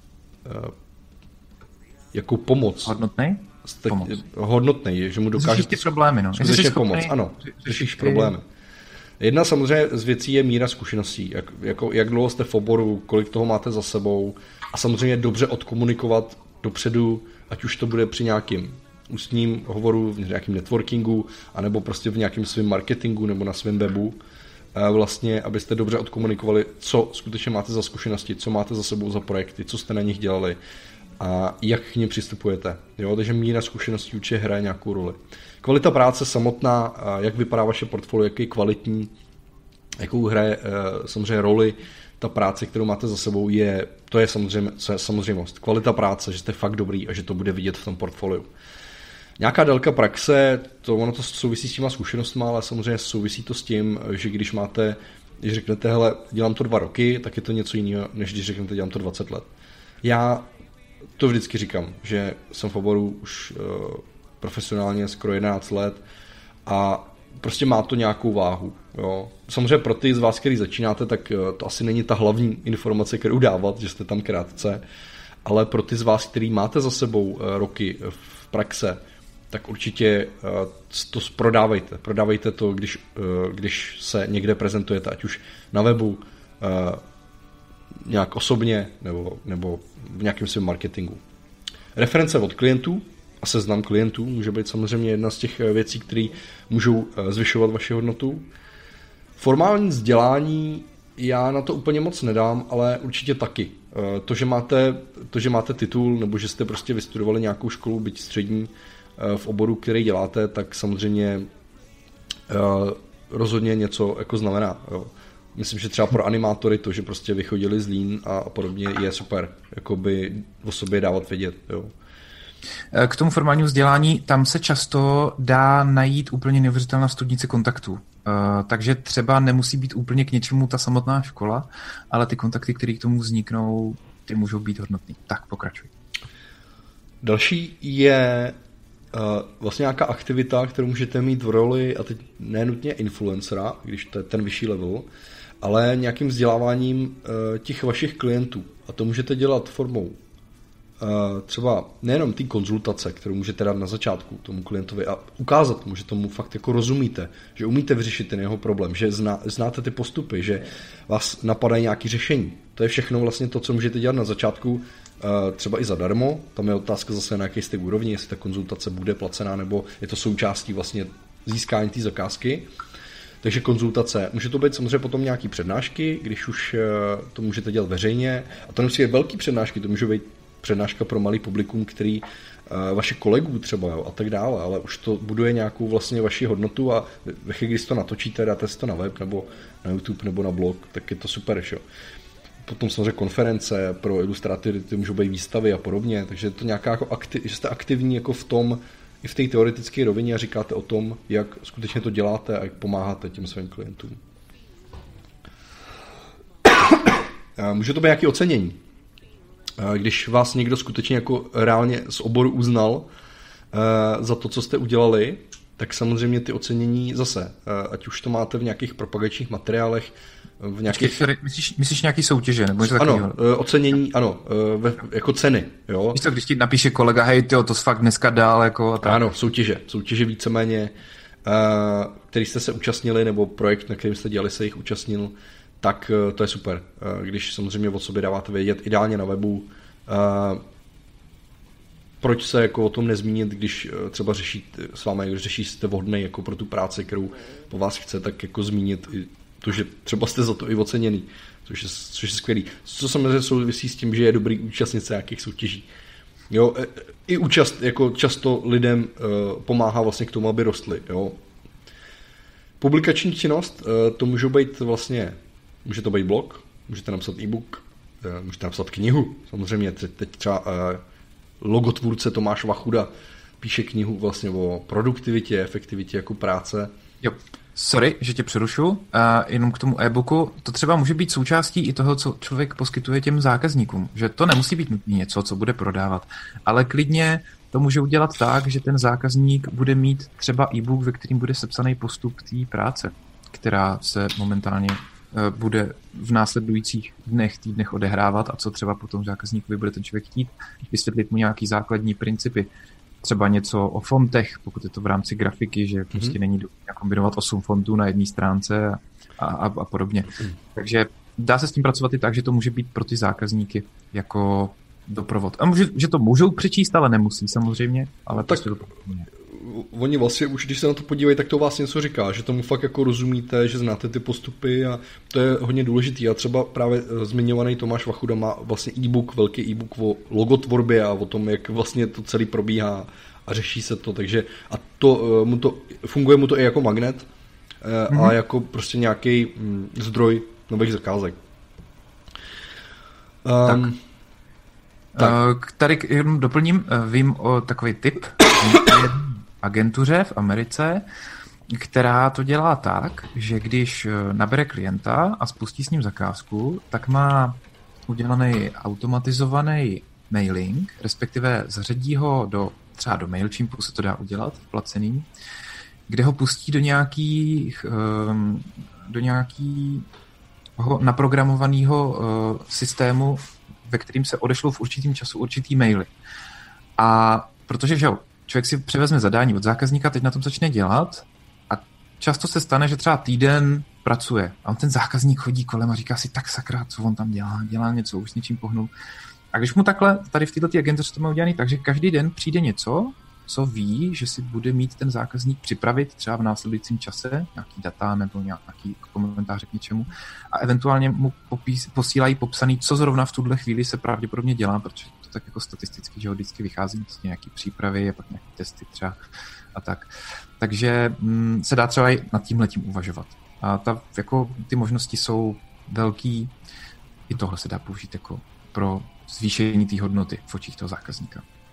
jako pomoc. Hodnotnej? Jste, hodnotnej, že mu dokážete... Řešíš ty problémy, no. Skutečně pomoc, ano. Řešíš problémy. Jedna samozřejmě z věcí je míra zkušeností, jak, jako, jak dlouho jste v oboru, kolik toho máte za sebou a samozřejmě dobře odkomunikovat dopředu, ať už to bude při nějakým ústním hovoru, v nějakém networkingu, anebo prostě v nějakém svém marketingu nebo na svém webu, vlastně, abyste dobře odkomunikovali, co skutečně máte za zkušenosti, co máte za sebou za projekty, co jste na nich dělali a jak k nim přistupujete. Jo? Takže míra zkušeností určitě hraje nějakou roli. Kvalita práce samotná, jak vypadá vaše portfolio, jak je kvalitní, jakou hraje samozřejmě roli ta práce, kterou máte za sebou, je, to je samozřejmě, samozřejmost. Kvalita práce, že jste fakt dobrý a že to bude vidět v tom portfoliu. Nějaká délka praxe, to ono to souvisí s těma zkušenostmi, ale samozřejmě souvisí to s tím, že když máte, když řeknete, hele, dělám to dva roky, tak je to něco jiného, než když řeknete, dělám to dvacet let. Já to vždycky říkám, že jsem v oboru už uh, profesionálně skoro jedenáct let a prostě má to nějakou váhu. Jo. Samozřejmě pro ty z vás, který začínáte, tak uh, to asi není ta hlavní informace, kterou dávat, že jste tam krátce, ale pro ty z vás, který máte za sebou uh, roky v praxe, tak určitě uh, to prodávejte. Prodávejte to, když, uh, když se někde prezentujete, ať už na webu, uh, nějak osobně nebo, nebo v nějakém svém marketingu. Reference od klientů a seznam klientů může být samozřejmě jedna z těch věcí, které můžou zvyšovat vaši hodnotu. Formální vzdělání já na to úplně moc nedám, ale určitě taky. To, že máte, to, že máte titul nebo že jste prostě vystudovali nějakou školu, byť střední, v oboru, který děláte, tak samozřejmě rozhodně něco jako znamená. Jo. Myslím, že třeba pro animátory to, že prostě vychodili z Lean a podobně, je super. Jakoby o sobě dávat vědět. Jo. K tomu formálnímu vzdělání, tam se často dá najít úplně neuvěřitelná studnice kontaktů. Uh, takže třeba nemusí být úplně k něčemu ta samotná škola, ale ty kontakty, které k tomu vzniknou, ty můžou být hodnotný. Tak, pokračuj. Další je vlastně nějaká aktivita, kterou můžete mít v roli, a teď nenutně influencera, když to je ten vyšší level, ale nějakým vzděláváním těch vašich klientů. A to můžete dělat formou třeba nejenom té konzultace, kterou můžete dát na začátku tomu klientovi a ukázat mu, že tomu fakt jako rozumíte, že umíte vyřešit ten jeho problém, že zná, znáte ty postupy, že vás napadají nějaké řešení. To je všechno vlastně to, co můžete dělat na začátku, třeba i zadarmo. Tam je otázka zase, na jaké jste úrovni, jestli ta konzultace bude placená, nebo je to součástí vlastně získání té zakázky. Takže konzultace. Může to být samozřejmě potom nějaký přednášky, když už to můžete dělat veřejně. A to nemusí být velký přednášky, to může být přednáška pro malý publikum, který uh, vaše kolegů třeba, jo, a tak dále, ale už to buduje nějakou vlastně vaši hodnotu a ve chvíli, když to natočíte, dáte si to na web nebo na YouTube nebo na blog, tak je to super, jo. Potom samozřejmě konference pro ilustrátory, ty můžou být výstavy a podobně, takže je to nějaká jako aktiv, že jste aktivní jako v tom, i v té teoretické rovině a říkáte o tom, jak skutečně to děláte a jak pomáháte těm svým klientům. Může to být nějaké ocenění. Když vás někdo skutečně jako reálně z oboru uznal uh, za to, co jste udělali, tak samozřejmě ty ocenění zase, uh, ať už to máte v nějakých propagačních materiálech, v nějakých... Myslíš, myslíš nějaký soutěže? Nebo něco ano, takového? Uh, ocenění, ano, uh, ve, jako ceny. Jo? Víš to, když ti napíše kolega, hej, tyjo, to jsi fakt dneska dál, jako... Tak. Ano, soutěže. Soutěže víceméně, uh, který jste se účastnili, nebo projekt, na kterým jste dělali, se jich účastnil, tak to je super. Když samozřejmě o sobě dáváte vědět, ideálně na webu, proč se jako o tom nezmínit, když třeba řešíte s vámi, když řešíte vhodnej jako pro tu práci, kterou po vás chce, tak jako zmínit i to, že třeba jste za to i oceněný, což je, což je skvělý. Co samozřejmě souvisí s tím, že je dobrý účastnit se nějakých soutěží. Jo, i účast jako často lidem pomáhá vlastně k tomu, aby rostli. Jo. Publikační činnost, to můžou být vlastně může to být blog, můžete napsat e-book, můžete napsat knihu. Samozřejmě teď třeba logotvůrce Tomáš Vachuda píše knihu vlastně o produktivitě, efektivitě jako práce. Jo, sorry, že tě přerušu, uh, jenom k tomu e-booku. To třeba může být součástí i toho, co člověk poskytuje těm zákazníkům. Že to nemusí být nutně něco, co bude prodávat, ale klidně to může udělat tak, že ten zákazník bude mít třeba e-book, ve kterým bude sepsaný postup té práce, která se momentálně bude v následujících dnech, týdnech odehrávat a co třeba potom zákazníkovi bude ten člověk chtít, vysvětlit mu nějaký základní principy, třeba něco o fontech, pokud je to v rámci grafiky, že prostě mm-hmm. není dobré kombinovat osm fontů na jedné stránce a, a, a podobně. Mm. Takže dá se s tím pracovat i tak, že to může být pro ty zákazníky jako doprovod. A může, že to můžou přečíst, ale nemusí samozřejmě, ale tak prostě to oni vlastně už, když se na to podívají, tak to vás něco říká, že tomu fakt jako rozumíte, že znáte ty postupy a to je hodně důležitý. A třeba právě zmiňovaný Tomáš Vachuda má vlastně e-book, velký e-book o logotvorbě a o tom, jak vlastně to celý probíhá a řeší se to, takže a to, mu to, funguje mu to i jako magnet mm-hmm. a jako prostě nějaký zdroj nových zakázek. Um, tak. tak. Tady jenom doplním, vím o takový tip, agentuře v Americe, která to dělá tak, že když nabere klienta a spustí s ním zakázku, tak má udělaný automatizovaný mailing, respektive zařadí ho do, třeba do Mailchimpu se to dá udělat, placený, kde ho pustí do nějakých do nějakého naprogramovaného systému, ve kterým se odešlou v určitým času určitý maily. A protože, že člověk si převezme zadání od zákazníka, teď na tom začne dělat a často se stane, že třeba týden pracuje a on ten zákazník chodí kolem a říká si, tak sakra, co on tam dělá, dělá něco, už s něčím pohnul. A když mu takhle, tady v této agentuře to má udělaný tak, že každý den přijde něco, co ví, že si bude mít ten zákazník připravit třeba v následujícím čase, nějaký data nebo nějaký komentáře k něčemu a eventuálně mu popís, posílají popsaný, co zrovna v tuhle chvíli se pravděpodobně dělá, protože to tak jako statisticky, že ho vždycky vychází vlastně nějaký přípravy a pak nějaký testy třeba a tak. Takže mm, se dá třeba i nad tímhletím uvažovat. A ta, jako, ty možnosti jsou velký, i tohle se dá použít jako pro zvýšení té hodnoty v očích toho zákazníka.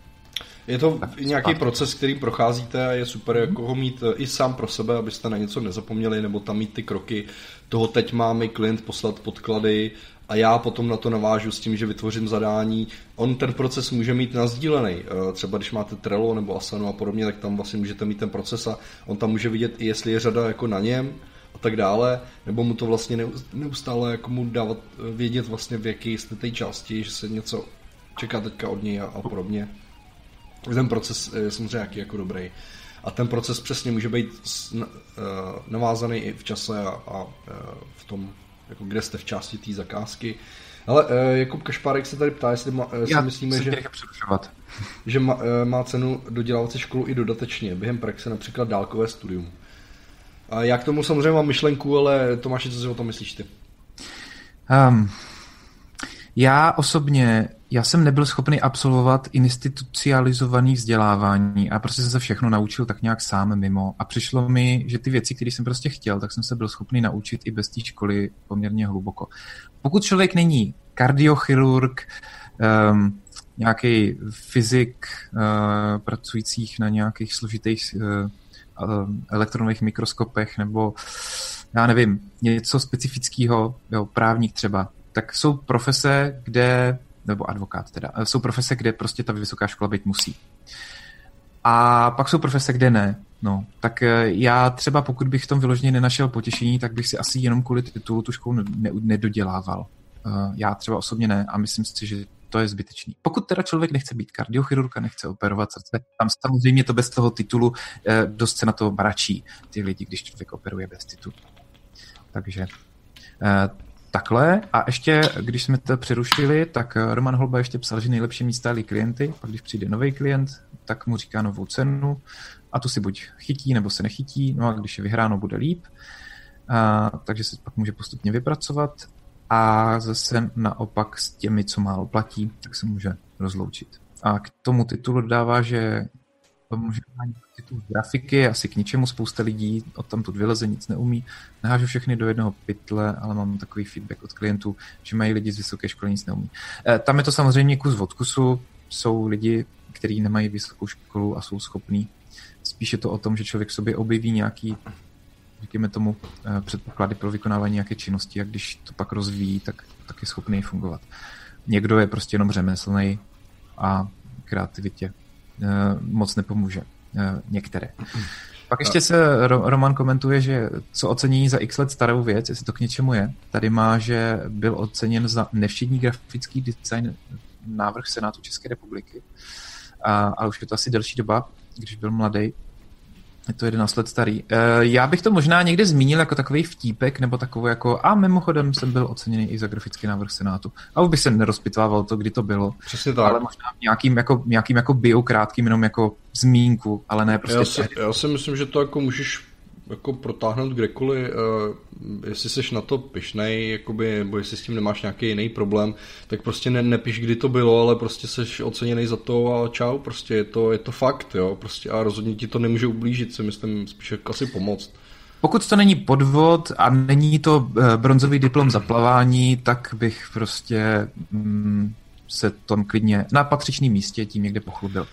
Je to nějaký proces, kterým procházíte a je super jako ho mít i sám pro sebe, abyste na něco nezapomněli, nebo tam mít ty kroky. Toho teď má mi klient poslat podklady a já potom na to navážu s tím, že vytvořím zadání. On ten proces může mít nasdílený. Třeba když máte Trello nebo Asanu a podobně, tak tam vlastně můžete mít ten proces a on tam může vidět i jestli je řada jako na něm a tak dále, nebo mu to vlastně neustále jako mu dávat vědět vlastně v jaké jste té části, že se něco čeká teďka od něj a, a podobně. Ten proces je samozřejmě jaký jako dobrý. A ten proces přesně může být navázaný i v čase a, a v tom, jako kde jste v části té zakázky. Ale Jakub Kašpárek se tady ptá, jestli má, si myslíme, že, že má, má cenu dodělávat si školu i dodatečně, během praxe například dálkové studium. A já k tomu samozřejmě mám myšlenku, ale Tomáši, co si o tom myslíš ty? Um, já osobně, já jsem nebyl schopný absolvovat institucionalizovaný vzdělávání a prostě jsem se všechno naučil tak nějak sám mimo a přišlo mi, že ty věci, které jsem prostě chtěl, tak jsem se byl schopný naučit i bez té školy poměrně hluboko. Pokud člověk není kardiochirurg, um, nějaký fyzik uh, pracujících na nějakých složitých uh, elektronových mikroskopech nebo já nevím, něco specifického, jo, právník třeba, tak jsou profese, kde, nebo advokát teda, jsou profese, kde prostě ta vysoká škola být musí. A pak jsou profese, kde ne. No, tak já třeba pokud bych v tom vyloženě nenašel potěšení, tak bych si asi jenom kvůli titulu tu školu ne- nedodělával. Já třeba osobně ne a myslím si, že to je zbytečný. Pokud teda člověk nechce být kardiochirurg a nechce operovat srdce, tam samozřejmě to bez toho titulu dost se na to mračí ty lidi, když člověk operuje bez titulu. Takže takhle. A ještě, když jsme to přerušili, tak Roman Holba ještě psal, že nejlepší místa stáli klienty, pak když přijde nový klient, tak mu říká novou cenu a tu si buď chytí, nebo se nechytí, no a když je vyhráno, bude líp. A, takže se pak může postupně vypracovat a zase naopak s těmi, co málo platí, tak se může rozloučit. A k tomu titulu dodává, že může mít titul grafiky, asi k ničemu, spousta lidí od tamtud vyleze, nic neumí. Nehážu všechny do jednoho pytle, ale mám takový feedback od klientů, že mají lidi z vysoké školy, nic neumí. E, tam je to samozřejmě kus od kusu, jsou lidi, kteří nemají vysokou školu a jsou schopní. Spíš je to o tom, že člověk v sobě objeví nějaký, řekněme tomu, předpoklady pro vykonávání nějaké činnosti a když to pak rozvíjí, tak, tak je schopný fungovat. Někdo je prostě jenom řemeslnej a kreativitě moc nepomůže. Některé. Pak ještě se Roman komentuje, že co ocenění za x let starou věc, jestli to k něčemu je. Tady má, že byl oceněn za nevšední grafický design návrh Senátu České republiky. A, ale už je to asi delší doba, když byl mladý. Je to jedenáct let starý. Já bych to možná někde zmínil jako takový vtípek, nebo takovou jako, a mimochodem jsem byl oceněný i za grafický návrh Senátu. A už bych se nerozpitvával to, kdy to bylo. Přesně tak. Ale možná nějakým jako, nějakým jako bio krátkým, jenom jako zmínku, ale ne prostě... Já si, já si myslím, že to jako můžeš jako protáhnout kdekoliv, uh, jestli seš na to pyšnej, jakoby, nebo jestli s tím nemáš nějaký jiný problém, tak prostě ne, nepiš, kdy to bylo, ale prostě seš oceněný za to a čau, prostě je to, je to fakt, jo, prostě a rozhodně ti to nemůže ublížit, si myslím, spíš asi pomoct. Pokud to není podvod a není to bronzový diplom za plavání, tak bych prostě mm, se tom klidně na patřičném místě tím někde pochlubil.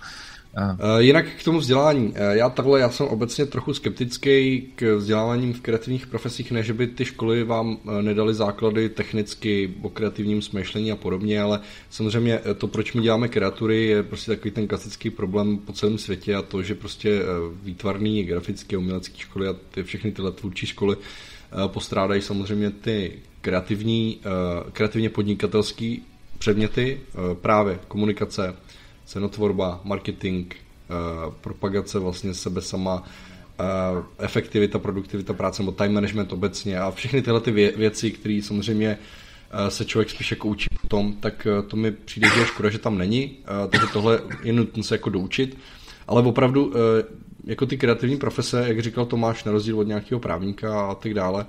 Jinak k tomu vzdělání. Já takhle, já jsem obecně trochu skeptický k vzděláváním v kreativních profesích, ne, že by ty školy vám nedaly základy technicky o kreativním smýšlení a podobně, ale samozřejmě to, proč my děláme kreatury, je prostě takový ten klasický problém po celém světě a to, že prostě výtvarný, grafické, umělecké školy a ty, všechny tyhle tvůrčí školy postrádají samozřejmě ty kreativní, kreativně podnikatelské předměty, právě komunikace, cenotvorba, marketing, uh, propagace vlastně sebe sama, uh, efektivita, produktivita práce, nebo time management obecně a všechny tyhle ty vě- věci, které samozřejmě uh, se člověk spíš jako učí potom, tak uh, to mi přijde, že je škoda, že tam není, uh, takže tohle je nutné se jako doučit, ale opravdu uh, jako ty kreativní profese, jak říkal Tomáš, na rozdíl od nějakého právníka a tak dále,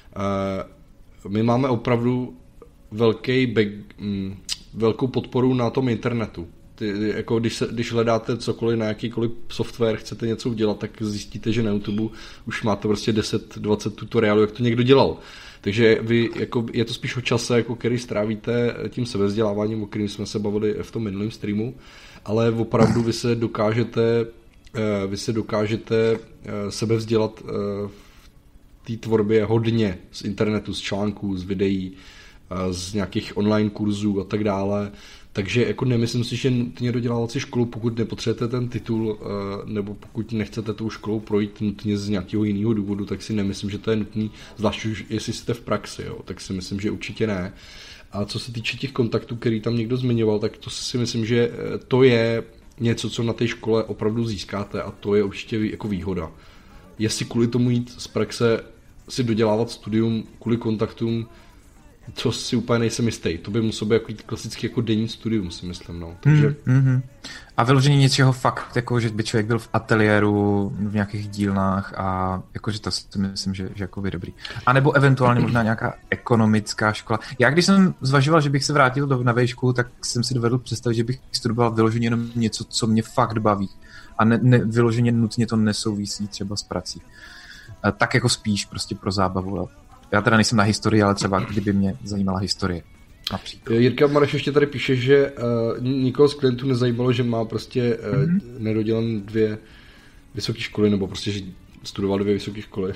uh, my máme opravdu velký back, um, velkou podporu na tom internetu. Ty, jako když, se, když hledáte cokoliv na jakýkoliv software, chcete něco udělat, tak zjistíte, že na YouTube už máte prostě deset dvacet tutoriálů, jak to někdo dělal. Takže vy, jako, je to spíš o čase, jako který strávíte tím sebevzděláváním, o kterým jsme se bavili v tom minulém streamu, ale opravdu vy se dokážete, vy se dokážete sebevzdělat v té tvorbě hodně z internetu, z článků, z videí, z nějakých online kurzů a tak dále. Takže jako nemyslím si, že nutně dodělávat si školu, pokud nepotřebujete ten titul, nebo pokud nechcete tou školou projít nutně z nějakého jiného důvodu, tak si nemyslím, že to je nutný, zvlášť už jestli jste v praxi, jo, tak si myslím, že určitě ne. A co se týče těch kontaktů, který tam někdo zmiňoval, tak to si myslím, že to je něco, co na té škole opravdu získáte a to je určitě jako výhoda. Jestli kvůli tomu jít z praxe si dodělávat studium kvůli kontaktům, co si úplně nejsem jistý. To by muselo být jako klasický jako denní studium, si myslím. No. Takže... Mm, mm, a vyložení něčeho fakt, jako, že by člověk byl v ateliéru, v nějakých dílnách a jakože to si myslím, že, že jako by dobrý. A nebo eventuálně možná nějaká ekonomická škola. Já když jsem zvažoval, že bych se vrátil do na výšku, tak jsem si dovedl představit, že bych studoval vyloženě jenom něco, co mě fakt baví. A ne, ne, vyloženě nutně to nesouvisí třeba s prací. A tak jako spíš prostě pro zábavu. Já teda nejsem na historii, ale třeba kdyby mě zajímala historie. Například. Jirka Mareš ještě tady píše, že uh, nikoho z klientů nezajímalo, že má prostě uh, mm-hmm. nedodělan dvě vysoké školy, nebo prostě, že studoval dvě vysoké školy.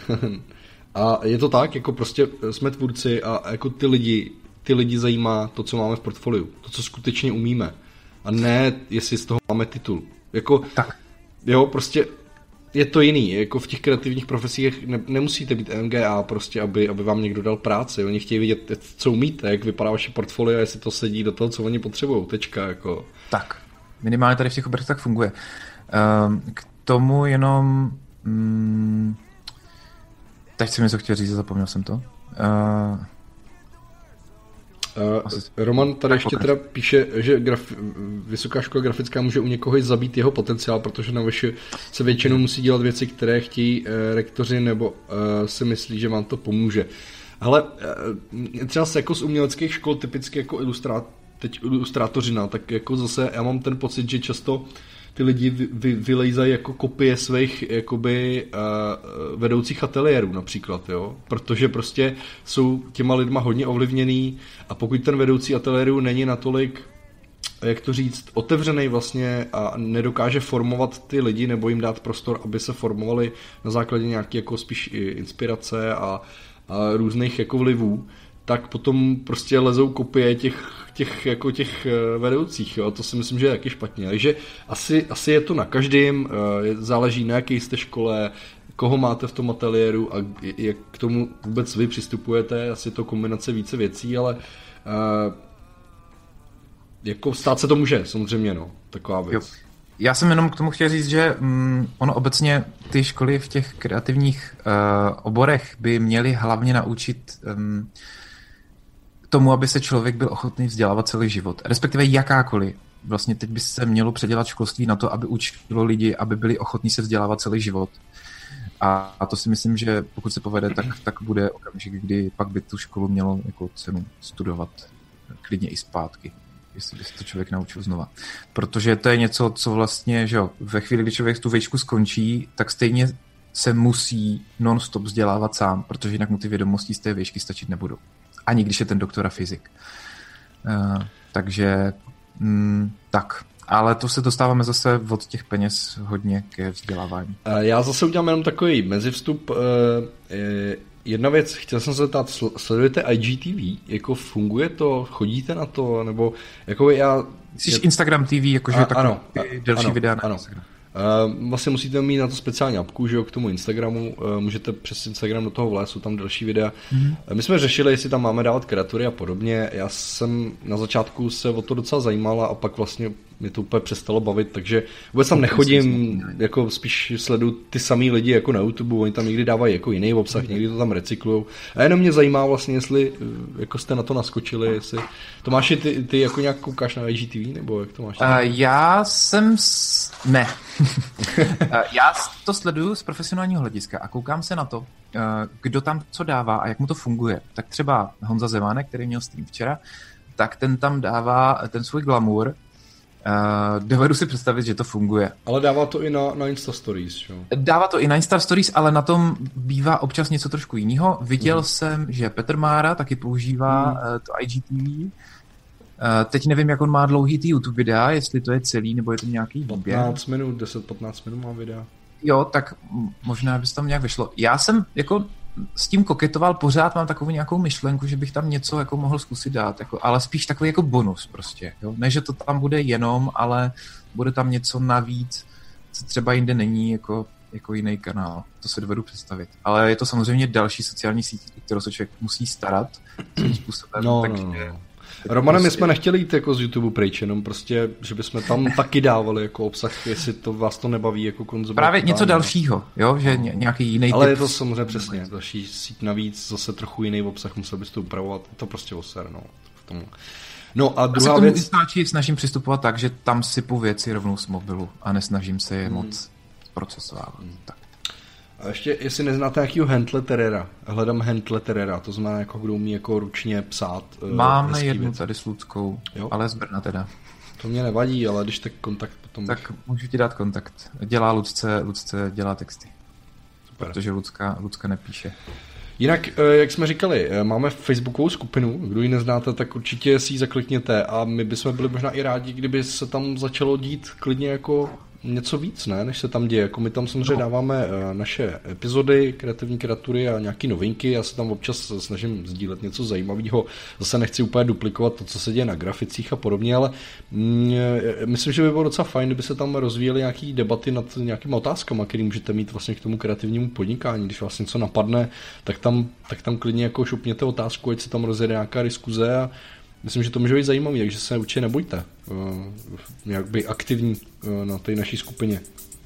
A je to tak, jako prostě jsme tvůrci a jako ty lidi, ty lidi zajímá to, co máme v portfoliu, to, co skutečně umíme. A ne, jestli z toho máme titul. Jako, tak. Jo, prostě je to jiný, jako v těch kreativních profesích ne, nemusíte být M G A prostě, aby, aby vám někdo dal práci, oni chtějí vidět, co umíte, jak vypadá vaše portfolio, jestli to sedí do toho, co oni potřebují, tečka, jako. Tak, minimálně tady v těch oborech tak funguje. Um, k tomu jenom, um, teď jsem něco chtěl říct, zapomněl jsem to. Uh, Uh, Roman tady ještě teda píše, že graf, vysoká škola grafická může u někoho zabít jeho potenciál, protože na vaše se většinou musí dělat věci, které chtějí uh, rektoři, nebo uh, si myslí, že vám to pomůže. Ale uh, třeba se jako z uměleckých škol typicky jako ilustrát, teď ilustrátořina, tak jako zase já mám ten pocit, že často ty lidi vy, vy, vylejzají jako kopie svých jakoby uh, vedoucích ateliérů například, jo? Protože prostě jsou těma lidma hodně ovlivněný a pokud ten vedoucí ateliéru není natolik, jak to říct, otevřený vlastně a nedokáže formovat ty lidi nebo jim dát prostor, aby se formovali na základě nějaké jako spíš inspirace a, a různých jako vlivů, tak potom prostě lezou kopie těch, těch, jako těch vedoucích, jo? To si myslím, že je taky špatně. Takže asi, asi je to na každém, záleží na jaké jste škole, koho máte v tom ateliéru a jak k tomu vůbec vy přistupujete, asi je to kombinace více věcí, ale uh, jako stát se to může, samozřejmě, no, taková věc. Jo. Já jsem jenom k tomu chtěl říct, že um, ono obecně ty školy v těch kreativních uh, oborech by měly hlavně naučit um, tomu, aby se člověk byl ochotný vzdělávat celý život. Respektive jakákoliv. Vlastně teď by se mělo předělat školství na to, aby učilo lidi, aby byli ochotní se vzdělávat celý život. A, a to si myslím, že pokud se povede, tak, tak bude okamžik, kdy pak by tu školu mělo jako cenu studovat klidně i zpátky, jestli by se to člověk naučil znova. Protože to je něco, co vlastně, že jo, ve chvíli, kdy člověk tu vejšku skončí, tak stejně se musí non-stop vzdělávat sám, protože jinak mu ty vědomosti z té výšky stačit nebudou. Ani když je ten doktor a fyzik. Uh, takže mm, tak. Ale to se dostáváme zase od těch peněz hodně ke vzdělávání. Já zase udělám jenom takový mezivstup. Jedna věc, chtěl jsem se zeptat, sledujete I G T V? Jako funguje to? Chodíte na to? Nebo jako já... Jsi je... Instagram T V, jakože tak ano, delší ano, videa na ano. Instagram. Uh, vlastně musíte mít na to speciální apku, že jo, k tomu Instagramu, uh, můžete přes Instagram do toho vlézt, jsou tam další videa. Mm-hmm. My jsme řešili, jestli tam máme dávat kreatury a podobně, já jsem na začátku se o to docela zajímal a pak vlastně mě to úplně přestalo bavit, takže vůbec tam nechodím, jako spíš sleduju ty samý lidi jako na YouTube, oni tam někdy dávají jako jiný obsah, mm-hmm. někdy to tam recyklujou. A jenom mě zajímá vlastně, jestli jako jste na to naskočili, jestli... Tomáši, ty, ty jako nějak koukáš na I G T V, nebo jak to máš? Uh, já jsem... S... Ne. Já to sleduju z profesionálního hlediska a koukám se na to, kdo tam co dává a jak mu to funguje. Tak třeba Honza Zemánek, který měl stream včera, tak ten tam dává ten svůj glamour Uh, dovedu si představit, že to funguje. Ale dává to i na, na Insta Stories, jo? Dává to i na Insta Stories, ale na tom bývá občas něco trošku jiného. Viděl mm. jsem, že Petr Mára taky používá mm. uh, to I G T V. Uh, teď nevím, jak on má dlouhý ty YouTube videa, jestli to je celý, nebo je to nějaký výběr. patnáct minut, deset patnáct minut má videa. Jo, tak možná by se tam nějak vyšlo. Já jsem jako s tím koketoval, pořád mám takovou nějakou myšlenku, že bych tam něco jako mohl zkusit dát, jako, ale spíš takový jako bonus prostě. Jo? Ne, že to tam bude jenom, ale bude tam něco navíc, co třeba jinde není jako, jako jiný kanál. To se dovedu představit. Ale je to samozřejmě další sociální síť, kterou se člověk musí starat svým způsobem. No, takže... no, no. Romane, my jsme nechtěli jít jako z YouTube pryč, jenom prostě, že bychom tam taky dávali jako obsah, jestli to vás to nebaví jako konzumovat. Právě něco dalšího, jo, že no. nějaký jiný Ale typ. je to samozřejmě přesně, další síť navíc, zase trochu jiný obsah, musel bys to upravovat, je to prostě oser, no. K tomu. No a druhá věc... Já se snažím přistupovat tak, že tam sypu věci rovnou z mobilu a nesnažím se je hmm. moc procesovávat. Hmm. Tak. A ještě, jestli neznáte nějakýho Handletterera, hledám Handletterera, to znamená, jako kdo umí jako ručně psát. Máme jednu věc. Tady s Luckou, jo? Ale z Brna teda. To mě nevadí, ale když tak kontakt potom... Tak bych... můžu ti dát kontakt. Dělá Lucce, Lucce dělá texty. Super. Protože Lucka, Lucka nepíše. Jinak, jak jsme říkali, máme Facebookovou skupinu, kdo ji neznáte, tak určitě si ji zaklikněte a my bychom byli možná i rádi, kdyby se tam začalo dít klidně jako něco víc, ne, než se tam děje. Jako my tam samozřejmě no. dáváme naše epizody, kreativní kreatury a nějaké novinky. Já se tam občas snažím sdílet něco zajímavého. Zase nechci úplně duplikovat to, co se děje na graficích a podobně, ale myslím, že by bylo docela fajn, kdyby se tam rozvíjely nějaké debaty nad nějakými otázkami, které můžete mít vlastně k tomu kreativnímu podnikání. Když vás něco napadne, tak tam, tak tam klidně jako šupněte otázku, ať se tam rozjede nějaká diskuze a myslím, že to může být zajímavý, takže se určitě nebojte uh, nějak být aktivní uh, na té naší skupině.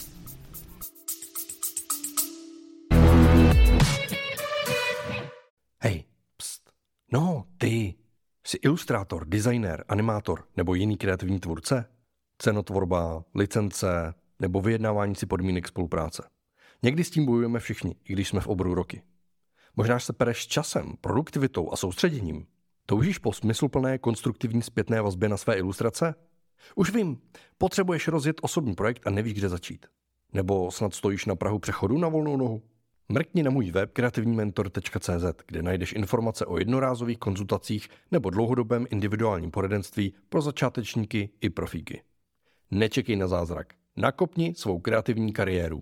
Hej, pst. No, ty. Jsi ilustrátor, designér, animátor nebo jiný kreativní tvůrce? Cenotvorba, licence nebo vyjednávání si podmínek spolupráce. Někdy s tím bojujeme všichni, i když jsme v oboru roky. Možná se pereš časem, produktivitou a soustředěním. Toužíš po smysluplné konstruktivní zpětné vazbě na své ilustrace? Už vím, potřebuješ rozjet osobní projekt a nevíš, kde začít. Nebo snad stojíš na prahu přechodu na volnou nohu? Mrkni na můj web kreativní mentor tečka cé zet, kde najdeš informace o jednorázových konzultacích nebo dlouhodobém individuálním poradenství pro začátečníky i profíky. Nečekej na zázrak. Nakopni svou kreativní kariéru.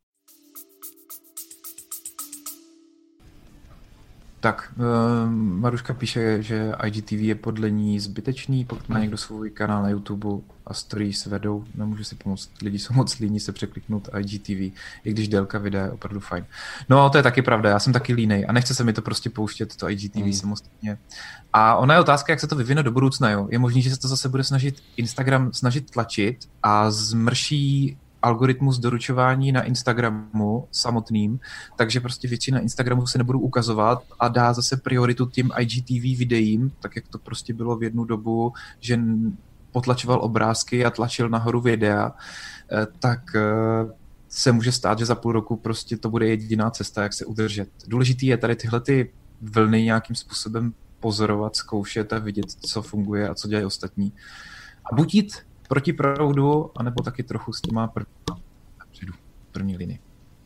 Tak, uh, Maruška píše, že I G T V je podle ní zbytečný, pokud má někdo svůj kanál na YouTube a stories vedou, nemůže si pomoct. Lidi jsou moc líní se překliknout I G T V, i když délka videa je opravdu fajn. No, to je taky pravda, já jsem taky línej a nechce se mi to prostě pouštět, to I G T V mm. samostatně. A ona je otázka, jak se to vyvine do budoucna, jo. Je možný, že se to zase bude snažit Instagram snažit tlačit a zmrší algoritmus doručování na Instagramu samotným, takže prostě věci na Instagramu se nebudou ukazovat a dá zase prioritu těm I G T V videím, tak jak to prostě bylo v jednu dobu, že potlačoval obrázky a tlačil nahoru videa, tak se může stát, že za půl roku prostě to bude jediná cesta, jak se udržet. Důležitý je tady tyhle ty vlny nějakým způsobem pozorovat, zkoušet a vidět, co funguje a co dělají ostatní. A buď jít proti proudu, anebo taky trochu s těma prv... předu, první linii.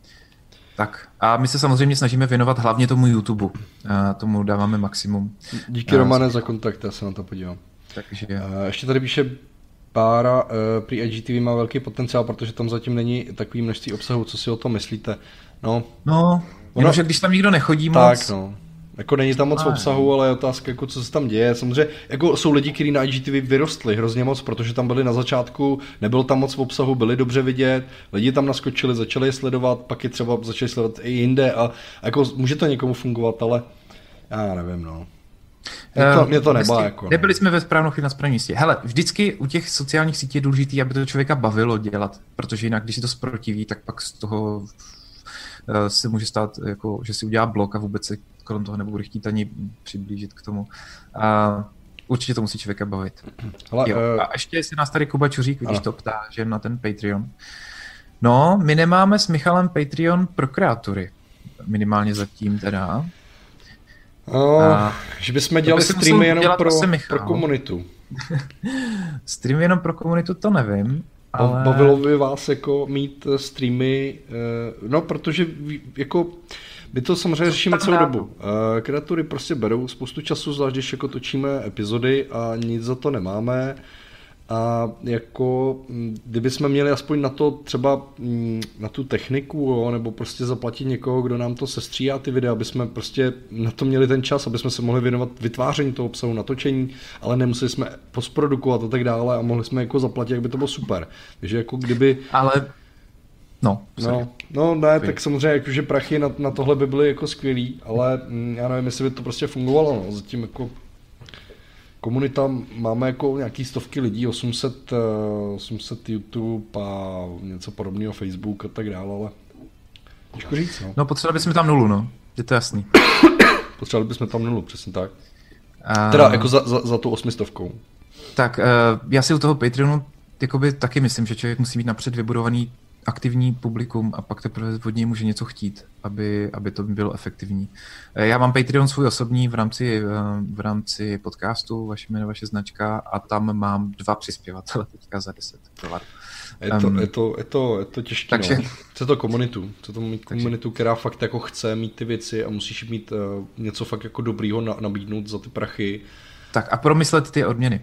Tak a my se samozřejmě snažíme věnovat hlavně tomu YouTube. A tomu dáváme maximum. Díky Romane za kontakt, já se na to podívám. Takže... A ještě tady píše Pára, uh, prý I G T V má velký potenciál, protože tam zatím není takový množství obsahu, co si o tom myslíte. No, no ono... že když tam nikdo nechodí tak, moc... No. Jako není tam moc obsahu, ale je otázka, jako co se tam děje. Samozřejmě jako jsou lidi, kteří na I G T V vyrostli hrozně moc, protože tam byli na začátku, nebylo tam moc obsahu, byli dobře vidět, lidi tam naskočili, začali je sledovat, pak je třeba začali sledovat i jinde a, a jako může to někomu fungovat, ale já nevím, no. Mě to, mě to nebá, jako. No. Nebyli jsme ve správnou chvíli na správném místě. Hele, vždycky u těch sociálních sítí je důležité, aby to člověka bavilo dělat, protože jinak, když si to zprotiví, tak pak z toho se může stát, jako, že si udělá blok a vůbec se kolem toho nebudu chtít ani přiblížit k tomu. A určitě to musí člověka bavit. Hele, jo. Uh... A ještě si nás tady Kuba Čuřík, když to ptá, že na ten Patreon. No, my nemáme s Michalem Patreon pro kreatury. Minimálně zatím teda. Uh, a... Že bychom dělali streamy jenom pro, pro komunitu. Streamy jenom pro komunitu, to nevím. Ale... Bavilo by vás jako mít streamy, no protože jako my to samozřejmě řešíme celou dobu. Kreatury prostě berou spoustu času, zvlášť když jako točíme epizody a nic za to nemáme. A jako, kdyby jsme měli aspoň na to třeba na tu techniku, jo, nebo prostě zaplatit někoho, kdo nám to sestříhá ty videa, aby jsme prostě na to měli ten čas, aby jsme se mohli věnovat vytváření toho obsahu, natočení, ale nemuseli jsme postprodukovat a tak dále a mohli jsme jako zaplatit, jak by to bylo super. Takže jako kdyby... Ale... No, no, no ne, tak samozřejmě jakože prachy na, na tohle by byly jako skvělý, ale já nevím, jestli by to prostě fungovalo, no, zatím jako... Komunita, máme jako nějaký stovky lidí, osm set, osm set YouTube a něco podobného, Facebook a tak dále, ale těžko říct, no. No potřebovali bychom tam nulu, no, je to jasný. Potřebovali bychom tam nulu, přesně tak. A... Teda jako za, za, za tu osmistovkou. Tak já si u toho Patreonu jakoby taky myslím, že člověk musí mít napřed vybudovaný aktivní publikum a pak teprve od něj může něco chtít, aby, aby to bylo efektivní. Já mám Patreon svůj osobní v rámci, v rámci podcastu, vaše jméno, vaše značka, a tam mám dva přispěvatele teďka za deset dolarů. Je to, um, je to, je to, je to těžké, takže... no. Chce to komunitu, chce to mít komunitu, která fakt jako chce mít ty věci a musíš mít uh, něco fakt jako dobrýho na, nabídnout za ty prachy. Tak a promyslet ty odměny.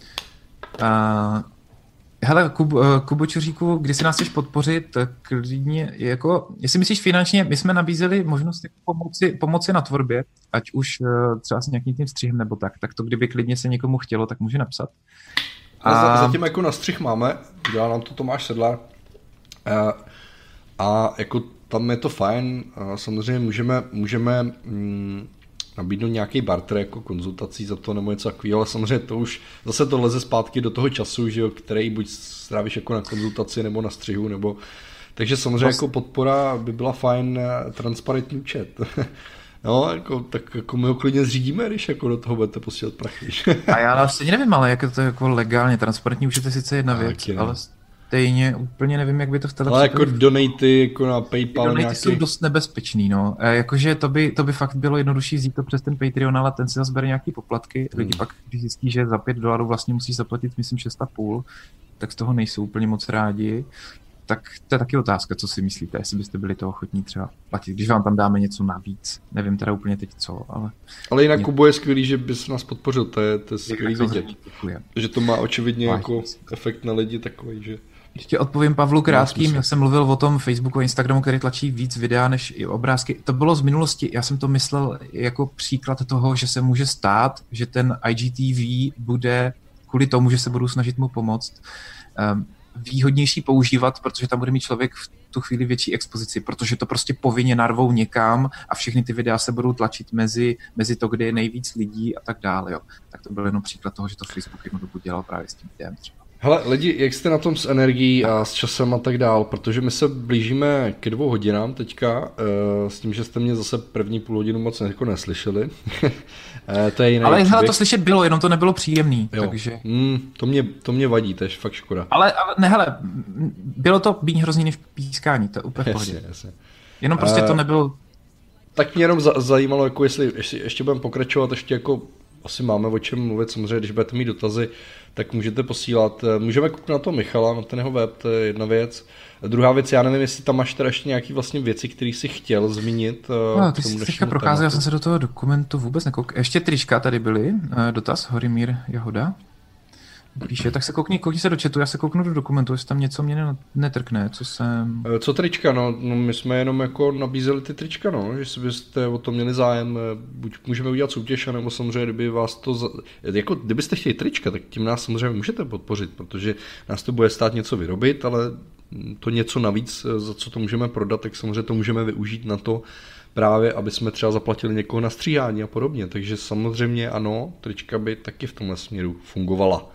Uh, Hele, Kub, Kubo Čuříku, když si nás chceš podpořit, tak klidně, jako, jestli myslíš finančně, my jsme nabízeli možnost pomoci, pomoci na tvorbě, ať už třeba s nějakým tím střihem nebo tak, tak to kdyby klidně se někomu chtělo, tak může napsat. A... Zatím jako na střih máme, dělá nám to Tomáš Sedlar a, a jako tam je to fajn, a samozřejmě můžeme, můžeme mm, nabídnout nějaký barter jako konzultací za to nebo něco takového, ale samozřejmě to už zase to leze zpátky do toho času, že jo, který buď strávíš jako na konzultaci nebo na střihu, nebo takže samozřejmě Vlast... jako podpora by byla fajn, transparentní účet. No, jako, tak jako my ho klidně zřídíme, když jako do toho budete posílat prachy. A já stejně nevím, ale jak je to jako legálně, transparentní účet je sice jedna věc, taky, ale stejně úplně nevím, jak by to v televizi... Ale jako donaty jako na PayPal donaty nějaký... jsou dost nebezpečný, no. E, jakože to by, to by fakt bylo jednodušší vzít to přes ten Patreon, ale ten si zase bere nějaký poplatky. Lidi hmm. pak, když zjistí, že za pět dolarů vlastně musí zaplatit, myslím, šest a půl, tak z toho nejsou úplně moc rádi. Tak to je taky otázka, co si myslíte, jestli byste byli toho ochotní třeba platit, když vám tam dáme něco navíc. Nevím teda úplně teď co, ale... Ale jinak Kubo je skvělý, že bys nás podpořil, to je, to je skvělý vidět. Že to má očividně Vážně. jako efekt na lidi takový, že... Ještě odpovím Pavlu Krátkým, jak jsem mluvil o tom Facebooku a Instagramu, který tlačí víc videa než i obrázky. To bylo z minulosti, já jsem to myslel jako příklad toho, že se může stát, že ten I G T V bude kvůli tomu, že se budu snažit mu pomoct, um, výhodnější používat, protože tam bude mít člověk v tu chvíli větší expozici, protože to prostě povinně narvou někam a všechny ty videa se budou tlačit mezi, mezi to, kde je nejvíc lidí a tak dále. Jo. Tak to byl jenom příklad toho, že to Facebook jednu dobu dělal právě s tím videem třeba. Hele, lidi, jak jste na tom s energií a s časem a tak dál, protože my se blížíme ke dvou hodinám teďka, uh, s tím, že jste mě zase první půl hodinu moc jako neslyšeli. uh, to je jiný Ale hele, to slyšet bylo, jenom to nebylo příjemný, jo. takže... Mm, to, mě, to mě vadí, to je fakt škoda. Ale, ale ne, hele, bylo to bíň hrozný než pískání, to je úplně v pohodě. Jasně, jasně. Jenom prostě uh, to nebylo... Tak mě jenom za, zajímalo, jako jestli ještě, ještě budeme pokračovat, ještě jako asi máme o čem mluvit, samozřejmě, když budete mít dotazy, tak můžete posílat. Můžeme kouknout na to Michala, na ten jeho web, to je jedna věc. Druhá věc, já nevím, jestli tam máš teda ještě nějaké vlastně věci, které jsi chtěl zmínit. No, ty jsi teďka procházel, já jsem se do toho dokumentu vůbec nekoukal. Ještě trička tady byly, dotaz, Horimír Jahoda. Píše, tak se koukni, koukni se do chatu, já se kouknu do dokumentu, jestli tam něco mě netrkne, co jsem... Co trička, no, no my jsme jenom jako nabízeli ty trička, no, že si byste o tom měli zájem, buď můžeme udělat soutěž, nebo samozřejmě, kdyby vás to, za... jako kdybyste chtěli trička, tak tím nás samozřejmě můžete podpořit, protože nás to bude stát něco vyrobit, ale to něco navíc, za co to můžeme prodat, tak samozřejmě to můžeme využít na to, právě, aby jsme třeba zaplatili někoho na stříhání a podobně, takže samozřejmě ano, trička by taky v tomhle směru fungovala.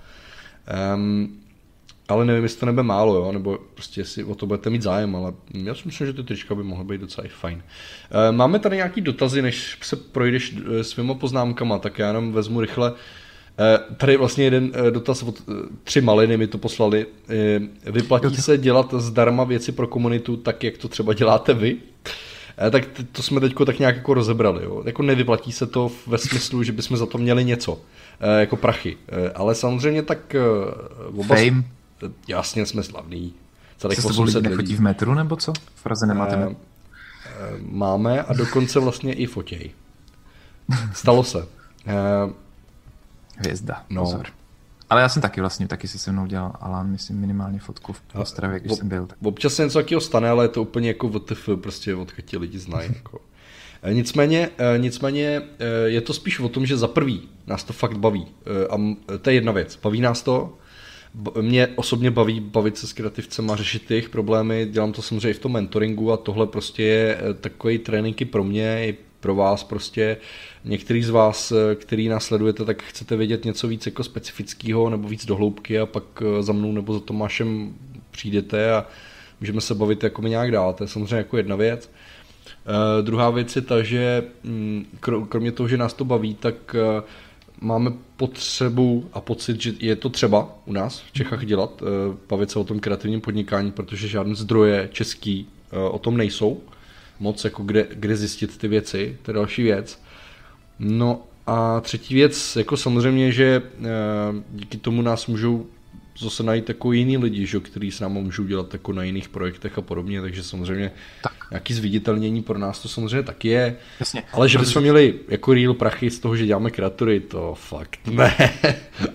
Um, ale nevím, jestli to nebe málo, jo? Nebo prostě jestli o to budete mít zájem, ale já si myslím, že ty trička by mohly být docela i fajn. Uh, máme tady nějaký dotazy, než se projdeš svýma poznámkama, tak já jenom vezmu rychle. Uh, tady vlastně jeden uh, dotaz od uh, tři maliny mi to poslali. Uh, vyplatí se dělat zdarma věci pro komunitu tak, jak to třeba děláte vy? Tak to jsme teďko tak nějak jako rozebrali. Jo. Jako nevyplatí se to ve smyslu, že bychom za to měli něco, jako prachy. Ale samozřejmě tak... Oba... Fame. Jasně, jsme slavný. Celých osm set lidí nechodí v metru, nebo co? V Praze nemáte metru? Máme a dokonce vlastně i fotěj. Stalo se. Hvězda, no. Pozor. Ale já jsem taky vlastně, taky si se mnou dělal, ale myslím minimálně fotku v Ostravě, když v, jsem byl. Tak. Občas se něco takového stane, ale je to úplně jako W T F, prostě odkud ti lidi znají. Jako. Nicméně, nicméně je to spíš o tom, že za prvý nás to fakt baví. A to je jedna věc. Baví nás to. Mě osobně baví bavit se s kreativcem a řešit jejich problémy. Dělám to samozřejmě i v tom mentoringu a tohle prostě je takový tréninky pro mě i pro vás prostě. Některý z vás, který nás sledujete, tak chcete vědět něco víc jako specifického nebo víc dohloubky a pak za mnou nebo za Tomášem přijdete a můžeme se bavit jako mi nějak dál. To je samozřejmě jako jedna věc. Uh, druhá věc je ta, že um, kromě toho, že nás to baví, tak uh, máme potřebu a pocit, že je to třeba u nás v Čechách dělat, uh, bavit se o tom kreativním podnikání, protože žádné zdroje český uh, o tom nejsou. Moc jako kde, kde zjistit ty věci, to je další věc. No a třetí věc, jako samozřejmě, že uh, díky tomu nás můžou zase najít jako jiný lidi, že, který s námi můžou dělat jako na jiných projektech a podobně, takže samozřejmě tak. Nějaký zviditelnění pro nás to samozřejmě taky je. Jasně. Ale že bychom měli jako real prachy z toho, že děláme kreatury, to fakt ne. uh,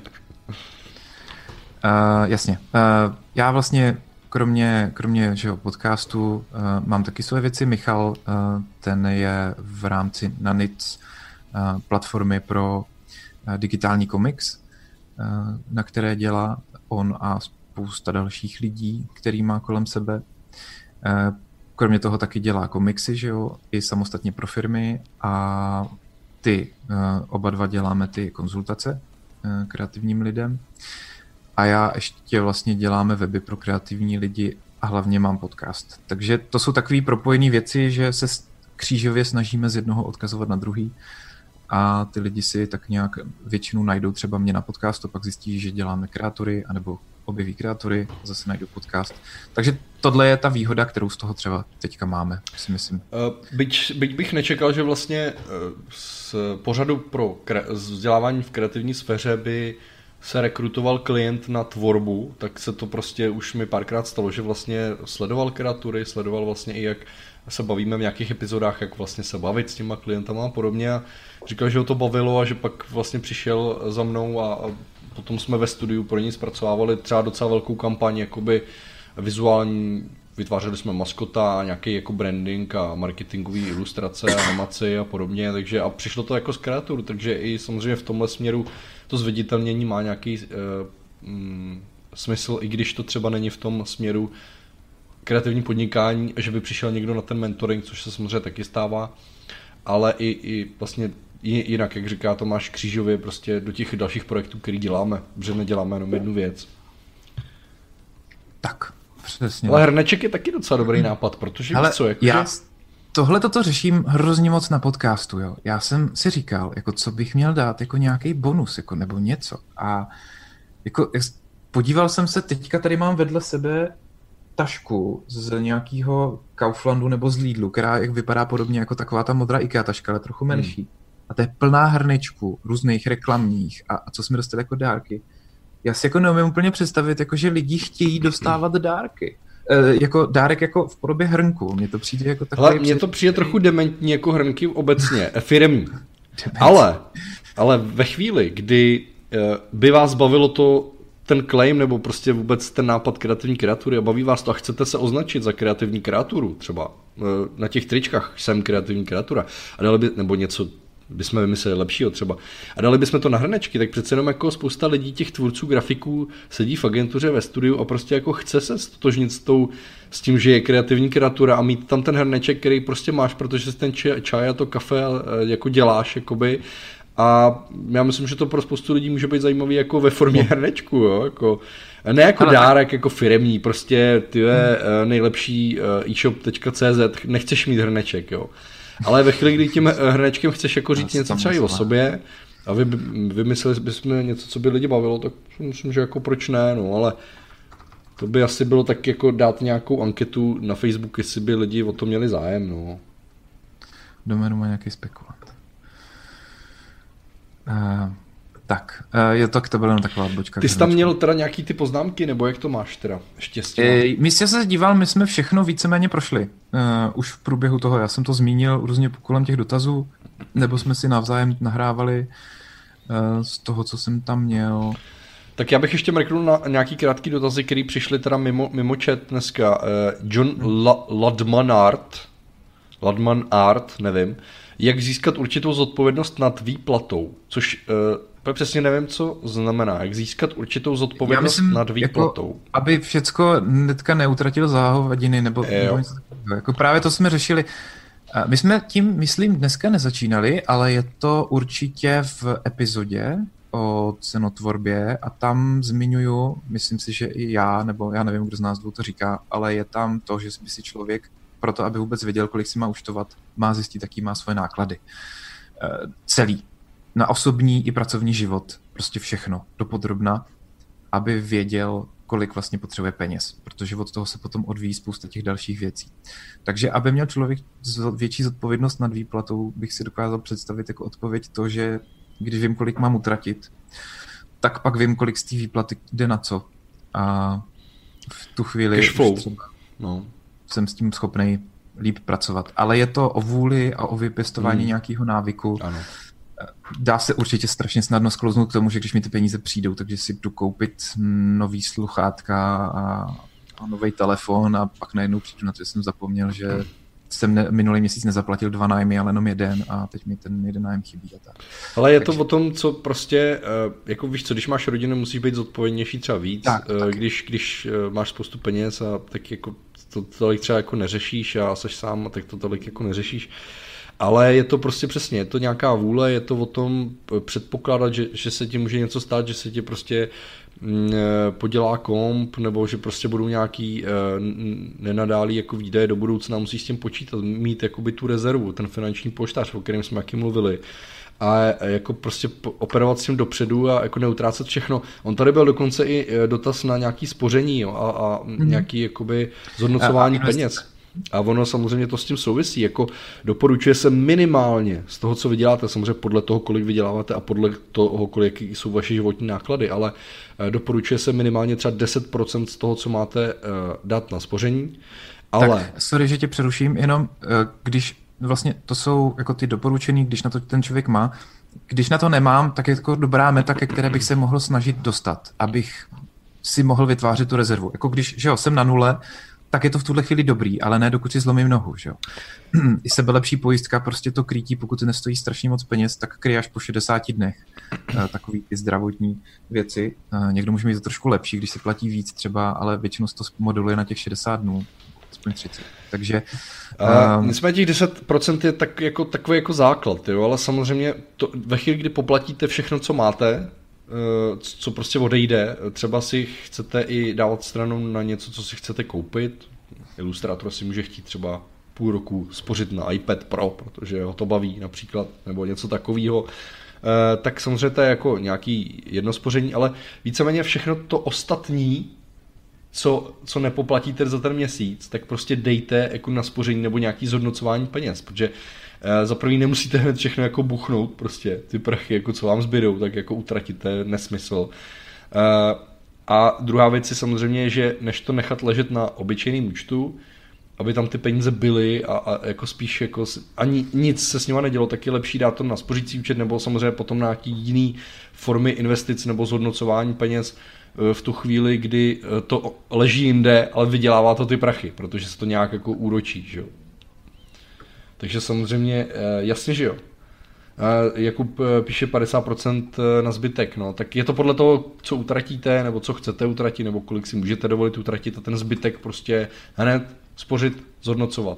jasně. Uh, já vlastně kromě, kromě že jo, podcastu uh, mám taky své věci. Michal, uh, ten je v rámci Nanic uh, platformy pro uh, digitální komiks, uh, na které dělá on a spousta dalších lidí, který má kolem sebe. Kromě toho taky dělá komiksy, že jo, i samostatně pro firmy a ty oba dva děláme ty konzultace kreativním lidem. A já ještě vlastně děláme weby pro kreativní lidi a hlavně mám podcast. Takže to jsou takové propojené věci, že se křížově snažíme z jednoho odkazovat na druhý. A ty lidi si tak nějak většinou najdou třeba mě na podcastu, pak zjistí, že děláme kreatury, anebo objeví kreatury, zase najdou podcast. Takže tohle je ta výhoda, kterou z toho třeba teďka máme, si myslím. Byť, byť bych nečekal, že vlastně z pořadu pro kre- vzdělávání v kreativní sféře by se rekrutoval klient na tvorbu, tak se to prostě už mi párkrát stalo, že vlastně sledoval kreatury, sledoval vlastně i jak se bavíme v nějakých epizodách, jak vlastně se bavit s těma klientama a podobně a říkal, že ho to bavilo a že pak vlastně přišel za mnou a, a potom jsme ve studiu pro ní zpracovávali třeba docela velkou kampaň, jakoby vizuální, vytvářeli jsme maskota, nějaký jako branding a marketingový ilustrace, animaci a podobně, takže a přišlo to jako z kreatur, takže i samozřejmě v tomhle směru to zviditelnění má nějaký uh, mm, smysl, i když to třeba není v tom směru kreativní podnikání, že by přišel někdo na ten mentoring, což se samozřejmě taky stává, ale i, i vlastně jinak, jak říká Tomáš, křížově prostě do těch dalších projektů, který děláme, protože neděláme jenom jednu věc. Tak, přesně. Ale hrneček je taky docela dobrý nápad, protože hele, víš co, jako já že... tohle toto řeším hrozně moc na podcastu, jo. Já jsem si říkal, jako co bych měl dát, jako nějaký bonus, jako nebo něco. A jako podíval jsem se, teďka tady mám vedle sebe tašku z nějakého Kauflandu nebo z Lidlu, která jak vypadá podobně jako taková ta modrá IKEA taška, ale trochu menší. Hmm. A to je plná hrnečků, různých reklamních a, a co jsme dostali jako dárky. Já si jako neumím úplně představit, jako, že lidi chtějí dostávat dárky. E, jako dárek jako v podobě hrnku. Mně to přijde jako takový... Ale mně to přijde trochu dementní jako hrnky obecně, firemní. ale, ale ve chvíli, kdy by vás bavilo to ten claim nebo prostě vůbec ten nápad kreativní kreatury a baví vás to a chcete se označit za kreativní kreaturu, třeba na těch tričkách jsem kreativní kreatura a dali by, nebo něco bychom vymysleli lepšího třeba a dali bychom to na hrnečky, tak přece jenom jako spousta lidí, těch tvůrců, grafiků sedí v agentuře ve studiu a prostě jako chce se stotožnit s, tou, s tím, že je kreativní kreatura a mít tam ten hrneček, který prostě máš, protože si ten čaj a to kafe jako děláš, jakoby. A já myslím, že to pro spoustu lidí může být zajímavý jako ve formě hrnečku, jo, jako ne jako ale dárek, tak jako firemní, prostě ty je hmm. nejlepší e-shop tečka cé zet, nechceš mít hrneček, jo. Ale ve chvíli, kdy tím hrnečkem chceš jako říct něco třeba i o sobě a vy, vymysleli bychom něco, co by lidi bavilo, tak myslím, že jako proč ne, no, ale to by asi bylo tak jako dát nějakou anketu na Facebook, jestli by lidi o to měli zájem, no. doménu má nějaký spekulant. Uh, tak, uh, je to, to byla jen taková odbočka. Ty jsi tam měl teda nějaký ty poznámky, nebo jak to máš teda štěstí? E, my jsi se díval, my jsme všechno víceméně prošli. Uh, už v průběhu toho, já jsem to zmínil různě kolem těch dotazů, nebo jsme si navzájem nahrávali uh, z toho, co jsem tam měl. Tak já bych ještě mrknul na nějaký krátký dotazy, který přišly teda mimo, mimo chat dneska. Uh, John La- Ladmanart, Ladman Art, nevím, jak získat určitou zodpovědnost nad výplatou, což uh, přesně nevím, co znamená, jak získat určitou zodpovědnost myslím, nad výplatou. Jako, aby všecko netka neutratil za hovadiny, nebo, nebo něco takového. Jako právě to jsme řešili. My jsme tím, myslím, dneska nezačínali, ale je to určitě v epizodě o cenotvorbě a tam zmiňuju, myslím si, že i já, nebo já nevím, kdo z nás dvou to říká, ale je tam to, že by si člověk proto, aby vůbec věděl, kolik si má účtovat, má zjistit, jaký má svoje náklady. Celý. Na osobní i pracovní život. Prostě všechno. Dopodrobna, aby věděl, kolik vlastně potřebuje peněz. Protože od toho se potom odvíjí spousta těch dalších věcí. Takže aby měl člověk větší zodpovědnost nad výplatou, bych si dokázal představit jako odpověď to, že když vím, kolik mám utratit, tak pak vím, kolik z té výplaty jde na co. A v tu chvíli třeba no. jsem s tím schopnej líp pracovat. Ale je to o vůli a o vypěstování hmm. nějakého návyku. Ano. Dá se určitě strašně snadno sklouznout k tomu, že když mi ty peníze přijdou, takže si jdu koupit nový sluchátka a, a nový telefon a pak najednou přijdu na to, že jsem zapomněl, že jsem ne, minulý měsíc nezaplatil dva nájmy, ale jenom jeden a teď mi ten jeden nájem chybí. A tak. Ale je takže... to o tom, co prostě, jako víš co, když máš rodinu, musíš být zodpovědnější třeba víc, tak, tak. Když, když máš spoustu peněz a tak jako to tolik třeba jako neřešíš a seš sám a tak to tolik jako neřešíš. Ale je to prostě přesně, je to nějaká vůle, je to o tom předpokládat, že, že se ti může něco stát, že se ti prostě mm, podělá komp, nebo že prostě budou nějaký uh, nenadálý jako výdaje do budoucna, musíš s tím počítat, mít jakoby tu rezervu, ten finanční polštář, o kterém jsme taky mluvili. A jako prostě operovat s tím dopředu a jako neutrácet všechno. On tady byl dokonce i dotaz na nějaký spoření jo, a, a mm-hmm. nějaký jakoby zhodnocování a, a peněz. A ono samozřejmě to s tím souvisí, jako doporučuje se minimálně z toho, co vyděláte, samozřejmě podle toho, kolik vyděláváte a podle toho, kolik jsou vaše životní náklady, ale doporučuje se minimálně třeba deset procent z toho, co máte dát na spoření. Ale... Tak, sorry, že tě přeruším, jenom když vlastně to jsou jako ty doporučený, když na to ten člověk má, když na to nemám, tak je to dobrá meta, ke které bych se mohl snažit dostat, abych si mohl vytvářet tu rezervu. Jako když, že jo, jsem na nule, tak je to v tuhle chvíli dobrý, ale ne dokud si zlomím nohu, že jo. I sebelepší pojistka, prostě to krytí, pokud nestojí strašně moc peněz, tak kryje až po šedesáti dnech. Takový ty zdravotní věci. Někdo může mít to trošku lepší, když se platí víc třeba, ale většinou se to moduluje na těch šedesát dnů, aspoň třicet. Takže... Uh, nicméně těch deset procent je tak, jako, takový jako základ, jo, ale samozřejmě to, ve chvíli, kdy poplatíte všechno, co máte, co prostě odejde. Třeba si chcete i dávat stranu na něco, co si chcete koupit. Ilustrátor si může chtít třeba půl roku spořit na iPad Pro, protože ho to baví například, nebo něco takového. Tak samozřejmě to je jako nějaký jedno spoření, ale víceméně všechno to ostatní, co, co nepoplatíte za ten měsíc, tak prostě dejte jako na spoření nebo nějaký zhodnocování peněz, protože za první nemusíte hned všechno jako buchnout, prostě ty prachy, jako co vám zbydou, tak jako utratíte, nesmysl. A druhá věc je samozřejmě, že než to nechat ležet na obyčejném účtu, aby tam ty peníze byly a, a jako spíš jako ani nic se s nima nedělo, tak je lepší dát to na spořící účet nebo samozřejmě potom na nějaký jiný formy investic nebo zhodnocování peněz v tu chvíli, kdy to leží jinde, ale vydělává to ty prachy, protože se to nějak jako úročí, že jo. Takže samozřejmě, jasně, že jo. Jakub píše padesát procent na zbytek, no, tak je to podle toho, co utratíte, nebo co chcete utratit, nebo kolik si můžete dovolit utratit a ten zbytek prostě hned spořit, zhodnocovat.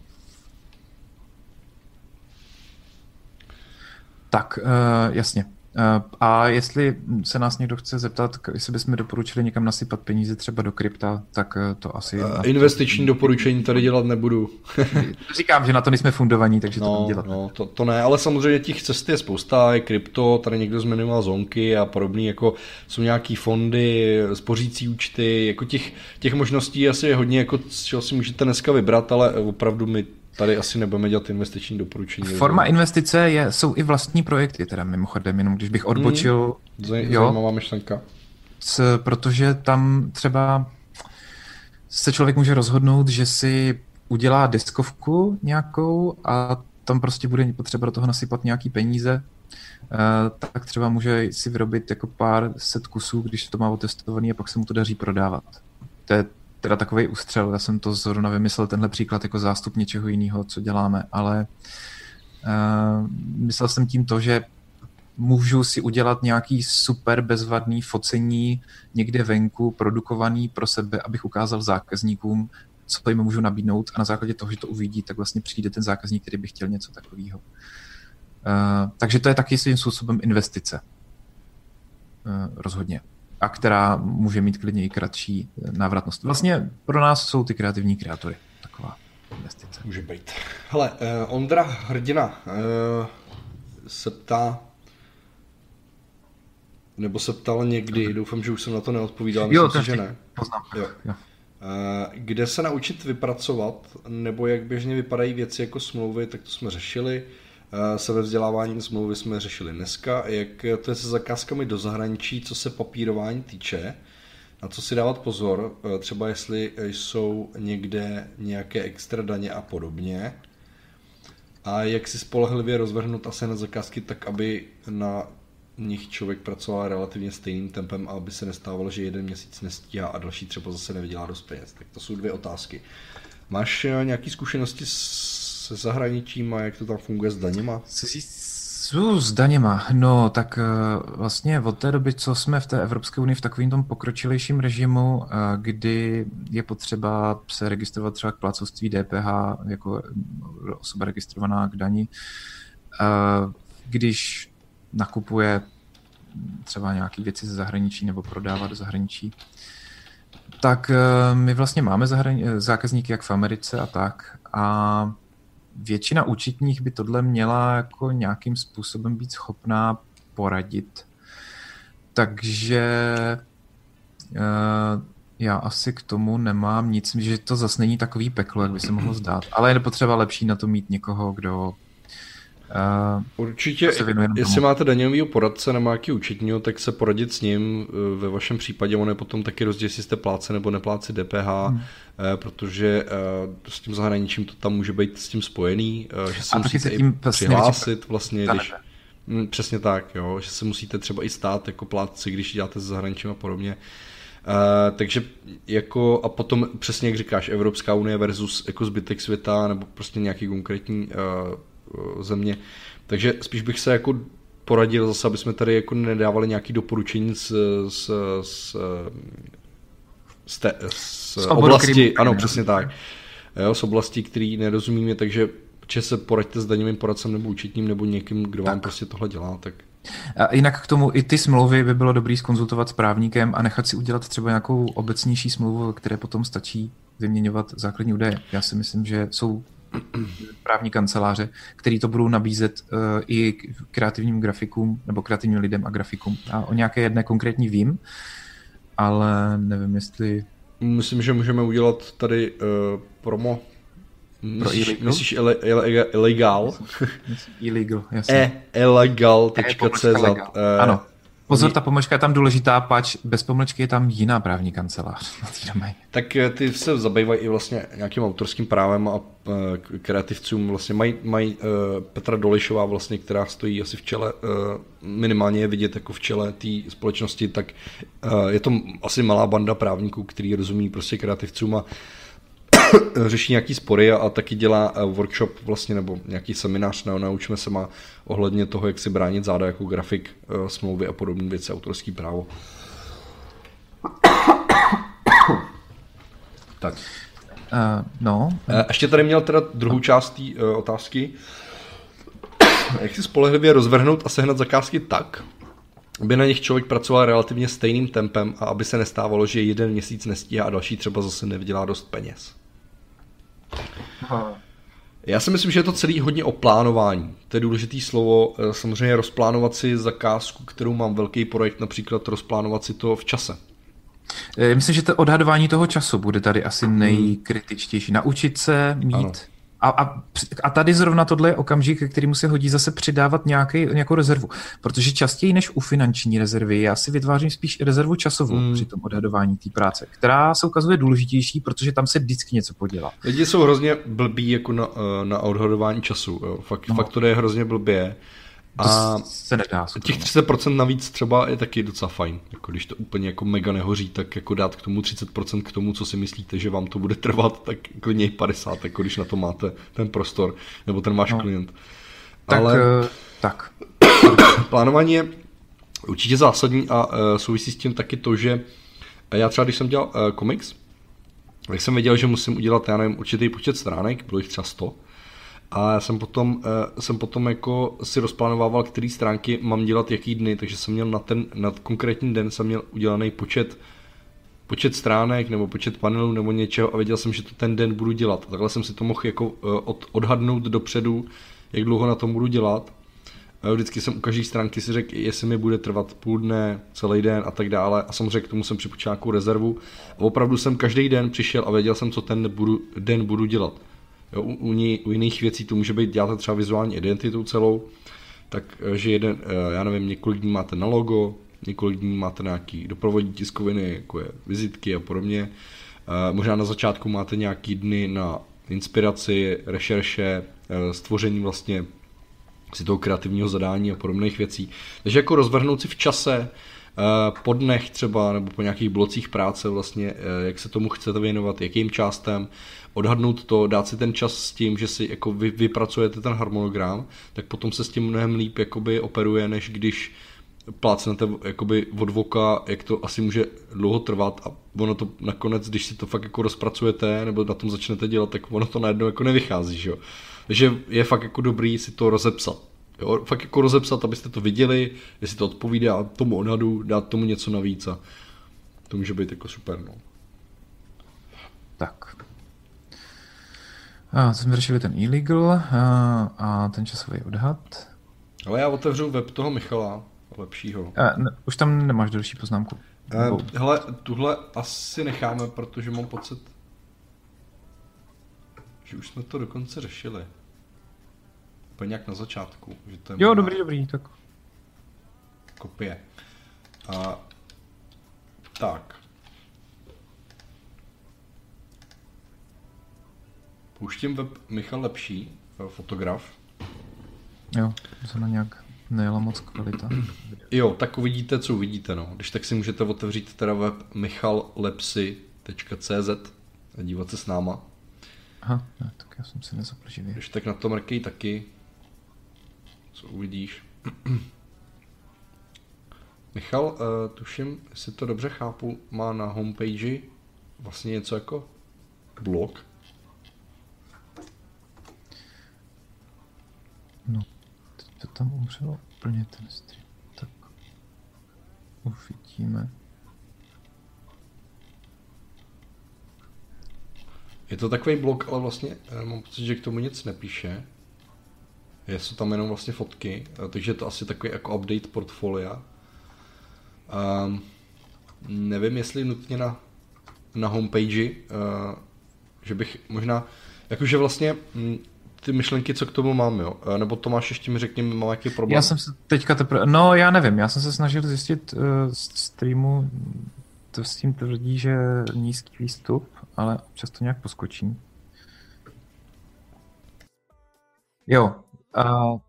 Tak, uh, jasně. Uh, a jestli se nás někdo chce zeptat, jestli bychom doporučili někam nasypat peníze třeba do krypta, tak uh, to asi... Uh, investiční to... doporučení tady dělat nebudu. Říkám, že na to nejsme fundovaní, takže no, to budu dělat. No, to, to ne, ale samozřejmě těch cest je spousta, je krypto, tady někdo zmiňoval zonky a podobný, jako jsou nějaký fondy, spořící účty, jako těch, těch možností asi je hodně, jako z čeho si můžete dneska vybrat, ale opravdu my tady asi nebudeme dělat investiční doporučení. Forma investice je, jsou i vlastní projekty, teda mimochodem, jenom když bych odbočil. Hmm. Zaj, jo, zajímavá myšlenka. C, protože tam třeba se člověk může rozhodnout, že si udělá deskovku nějakou a tam prostě bude potřeba do toho nasypat nějaký peníze, tak třeba může si vyrobit jako pár set kusů, když to má otestovaný a pak se mu to daří prodávat. To je teda takovej ústřel, já jsem to zrovna vymyslel tenhle příklad jako zástup něčeho jiného, co děláme, ale uh, myslel jsem tím to, že můžu si udělat nějaký super bezvadný focení někde venku, produkovaný pro sebe, abych ukázal zákazníkům, co jim můžu nabídnout a na základě toho, že to uvidí, tak vlastně přijde ten zákazník, který by chtěl něco takového. Uh, takže to je taky svým způsobem investice. Uh, rozhodně. A která může mít klidně i kratší návratnost. Vlastně pro nás jsou ty kreativní kreatory taková investice. Může být. Hele, uh, Ondra Hrdina uh, se ptá, nebo se ptal někdy, doufám, že už jsem na to neodpovídal, myslím jo, si, že ne. Poznám. Jo. Jo. Uh, kde se naučit vypracovat, nebo jak běžně vypadají věci jako smlouvy, tak to jsme řešili. Sebevzdělávání smlouvy jsme řešili dneska, jak to je se zakázkami do zahraničí, co se papírování týče, na co si dávat pozor, třeba jestli jsou někde nějaké extra daně a podobně, a jak si spolehlivě rozvrhnout asi na zakázky tak, aby na nich člověk pracoval relativně stejným tempem a aby se nestávalo, že jeden měsíc nestíhá a další třeba zase nevydělá dost peněz. Tak to jsou dvě otázky. Máš nějaké zkušenosti s se zahraničím a jak to tam funguje s daněma? S daněma, no tak vlastně od té doby, co jsme v té Evropské unii v takovým tom pokročilejším režimu, kdy je potřeba se registrovat třeba k plátcovství D P H jako osoba registrovaná k dani, když nakupuje třeba nějaké věci ze zahraničí nebo prodává do zahraničí, tak my vlastně máme zahrani- zákazníky jak v Americe a tak a většina účetních by tohle měla jako nějakým způsobem být schopná poradit. Takže uh, já asi k tomu nemám nic, že to zase není takový peklo, jak by se mohlo zdát. Ale je potřeba lepší na to mít někoho, kdo Uh, Určitě, jestli máte daňovýho poradce nebo nějaký účetního, tak se poradit s ním. Ve vašem případě on je potom taky rozdíl, jestli jste plátce nebo nepláci D P H, hmm. protože s tím zahraničím to tam může být s tím spojený, že se a musíte se tím přihlásit vlastně, když, přesně tak, jo, že se musíte třeba i stát jako plátci, když děláte se zahraničím a podobně. Uh, takže jako a potom přesně jak říkáš, Evropská unie versus jako zbytek světa nebo prostě nějaký konkrétní uh, země. Takže spíš bych se jako poradil zase, aby jsme tady jako nedávali nějaké doporučení z, z, z, z, te, z, z oblasti, krym, ano, přesně tak, jo, z oblasti, který nerozumíme, takže či se poraďte s daňovým poradcem nebo účetním nebo někým, kdo vám tak prostě tohle dělá, tak. A jinak k tomu i ty smlouvy by bylo dobrý zkonzultovat s právníkem a nechat si udělat třeba nějakou obecnější smlouvu, které potom stačí vyměňovat základní údaje. Já si myslím, že jsou právní kanceláře, který to budou nabízet uh, i kreativním grafikům nebo kreativním lidem a grafikům. A o nějaké jedné konkrétní vím, ale nevím, jestli... Myslím, že můžeme udělat tady uh, promo. Myslíš, myslíš ele, ele, illegal? Illegal, jasně. E, illegal tečka cé zet. E, ano. Pozor, ta pomlčka je tam důležitá, pač bez pomlčky je tam jiná právní kancelář. Tak ty se zabývají i vlastně nějakým autorským právem a kreativcům. Vlastně mají, mají uh, Petra Dolišová, vlastně, která stojí asi v čele, uh, minimálně je vidět jako v čele té společnosti, tak uh, je to asi malá banda právníků, který rozumí prostě kreativcům a řeší nějaký spory a, a taky dělá workshop vlastně, nebo nějaký seminář, no, naučíme se má ohledně toho, jak si bránit záda jako grafik, uh, smlouvy a podobné věci, autorský právo. Tak. Uh, no. Uh, ještě tady měl teda druhou část té uh, otázky. Jak si spolehlivě rozvrhnout a sehnat zakázky tak, aby na nich člověk pracoval relativně stejným tempem a aby se nestávalo, že jeden měsíc nestíhá a další třeba zase nevydělá dost peněz. Já si myslím, že je to celý hodně o plánování. To je důležitý slovo. Samozřejmě rozplánovat si zakázku, kterou mám velký projekt, například rozplánovat si to v čase. Myslím, že to odhadování toho času bude tady asi nejkritičtější. Naučit se mít ano. A, a, a tady zrovna tohle je okamžik, kterému se hodí zase přidávat nějaký, nějakou rezervu. Protože častěji než u finanční rezervy, já si vytvářím spíš rezervu časovou hmm. při tom odhadování té práce, která se ukazuje důležitější, protože tam se vždycky něco podělá. Lidi jsou hrozně blbí jako na, na odhadování času. Jo. Fakt, no. fakt to je hrozně blbě. A se nedá, těch třicet procent navíc třeba je taky docela fajn. Jako když to úplně jako mega nehoří, tak jako dát k tomu třicet procent k tomu, co si myslíte, že vám to bude trvat, tak klidně i padesát, jako když na to máte ten prostor, nebo ten váš no. klient. Tak, Ale uh, tak. plánování je určitě zásadní a uh, souvisí s tím taky to, že já třeba, když jsem dělal uh, komiks, tak jsem věděl, že musím udělat, já nevím, určitý počet stránek, bylo jich třeba sto. A já jsem potom, uh, jsem potom jako si rozplánovával, který stránky mám dělat jaký dny, takže jsem měl na ten na konkrétní den jsem měl udělaný počet, počet stránek nebo počet panelů nebo něčeho a věděl jsem, že to ten den budu dělat. A takhle jsem si to mohl jako uh, od, odhadnout dopředu, jak dlouho na tom budu dělat. Uh, vždycky jsem u každé stránky si řekl, jestli mi bude trvat půl dne, celý den a tak dále. A samozřejmě k tomu jsem připočítal nějakou rezervu. A opravdu jsem každý den přišel a věděl jsem, co ten budu, den budu dělat. Jo, u, u, ní, u jiných věcí to může být, děláte třeba vizuální identitu celou, takže jeden, já nevím, několik dní máte na logo, několik dní máte nějaký doprovodní tiskoviny, jako je vizitky a podobně. Možná na začátku máte nějaký dny na inspiraci, rešerše, stvoření vlastně si toho kreativního zadání a podobných věcí. Takže jako rozvrhnout si v čase, po dnech třeba, nebo po nějakých blocích práce vlastně, jak se tomu chcete věnovat, jakým částem, odhadnout to, dát si ten čas s tím, že si jako vy, vypracujete ten harmonogram, tak potom se s tím mnohem líp jakoby operuje, než když plácnete jakoby od voka, jak to asi může dlouho trvat a ono to nakonec, když si to fakt jako rozpracujete nebo na tom začnete dělat, tak ono to najednou jako nevychází, že jo. Takže je fakt jako dobrý si to rozepsat. Jo, fakt jako rozepsat, abyste to viděli, jestli to odpovídá tomu odhadu, dát tomu něco navíc a to může být jako super, no. Tak. A jsme řešili ten illegal a, a ten časový odhad. Ale já otevřu web toho Michala, lepšího. A, ne, už tam nemáš další poznámku. Uh, hele, tuhle asi necháme, protože mám pocit, že už jsme to dokonce řešili. Úplně nějak na začátku. Že to je jo, dobrý, dobrý, tak. Kopie. A, tak. Pouštím web Michal Lepší, fotograf. Jo, to se na nějak nejela moc kvalita. Jo, tak uvidíte, co uvidíte, no. Když tak si můžete otevřít teda web michal lepsi tečka cé zet a dívat se s náma. Aha, ne, tak já jsem si nezapl živě. Když tak na to mrkej taky, co uvidíš. Michal, uh, tuším, jestli to dobře chápu, má na homepage vlastně něco jako blog. No, teď to tam umřelo úplně ten stream. Tak uvidíme. Je to takový blog, ale vlastně mám pocit, že k tomu nic nepíše. Jsou tam jenom vlastně fotky, takže je to asi takový jako update portfolia. Um, nevím, jestli nutně na, na homepage, uh, že bych možná, jakože vlastně m, ty myšlenky, co k tomu mám, jo? Nebo Tomáš ještě mi řekni, mám jaký problém? Já jsem se teďka teprve, no já nevím, já jsem se snažil zjistit uh, z streamu, to s tím tvrdí, že nízký výstup, ale občas to nějak poskočím. Jo. Uh...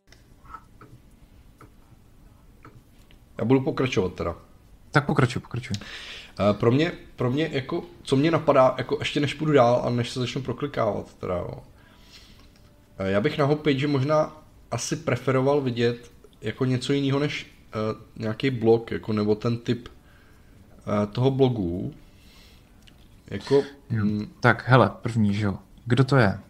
Já budu pokračovat teda. Tak pokračuj, pokračuj. Uh, pro mě, pro mě jako, co mě napadá, jako ještě než půjdu dál a než se začnu proklikávat, teda jo. Uh, já bych na homepage možná asi preferoval vidět jako něco jiného než uh, nějaký blog, jako nebo ten typ uh, toho blogu. Jako... Mm, tak, hele, první, že jo. Kdo to je?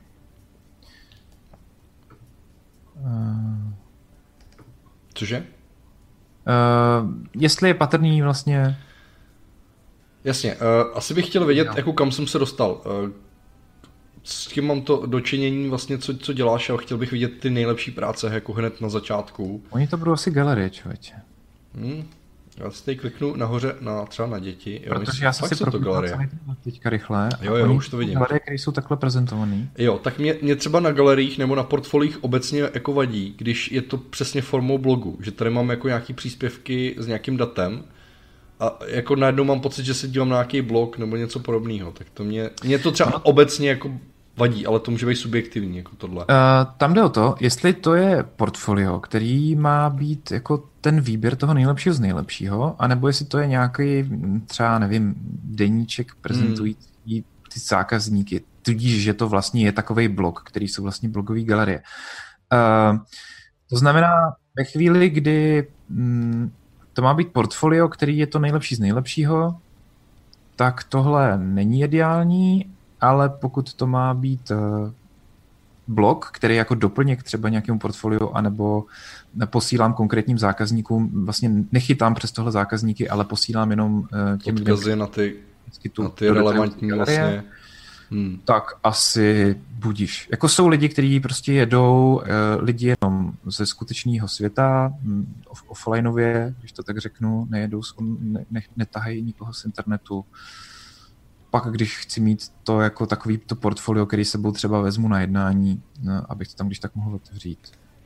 Uh... Cože? Uh, jestli je patrný vlastně... Jasně, uh, asi bych chtěl vědět, jako kam jsem se dostal. Uh, s kým mám to dočinění vlastně, co, co děláš, a chtěl bych vidět ty nejlepší práce jako hned na začátku. Oni to budou asi galerie, člověče. Hmm. Já si tady kliknu nahoře na, třeba na děti. Jo, protože já jsem si propíval teďka rychle. Jo, jo, už to vidím. Galerie, které jsou takhle prezentované. Jo, tak mě, mě třeba na galeriích nebo na portfoliích obecně jako vadí, když je to přesně formou blogu, že tady mám jako nějaký příspěvky s nějakým datem a jako najednou mám pocit, že se dívám na nějaký blog nebo něco podobného, tak to mě, mě to třeba obecně jako vadí, ale to může být subjektivní, jako tohle. Uh, tam jde o to, jestli to je portfolio, který má být jako ten výběr toho nejlepšího z nejlepšího, anebo jestli to je nějaký třeba, nevím, deníček prezentující hmm. ty zákazníky, tudíž, že to vlastně je takovej blog, který jsou vlastně blogové galerie. Uh, to znamená, ve chvíli, kdy mm, to má být portfolio, který je to nejlepší z nejlepšího, tak tohle není ideální, ale pokud to má být blog, který jako doplněk třeba nějakému portfoliu, anebo posílám konkrétním zákazníkům, vlastně nechytám přes tohle zákazníky, ale posílám jenom těm odkazy na ty, na ty relevantní vlastně. Hmm. Tak asi budíš. Jako jsou lidi, kteří prostě jedou lidi jenom ze skutečného světa, off- offlineově, když to tak řeknu, nejedou, ne, ne, netahají nikoho z internetu. Pak, když chci mít to jako takový to portfolio, který sebou třeba vezmu na jednání, no, abych to tam když tak mohl otevřít.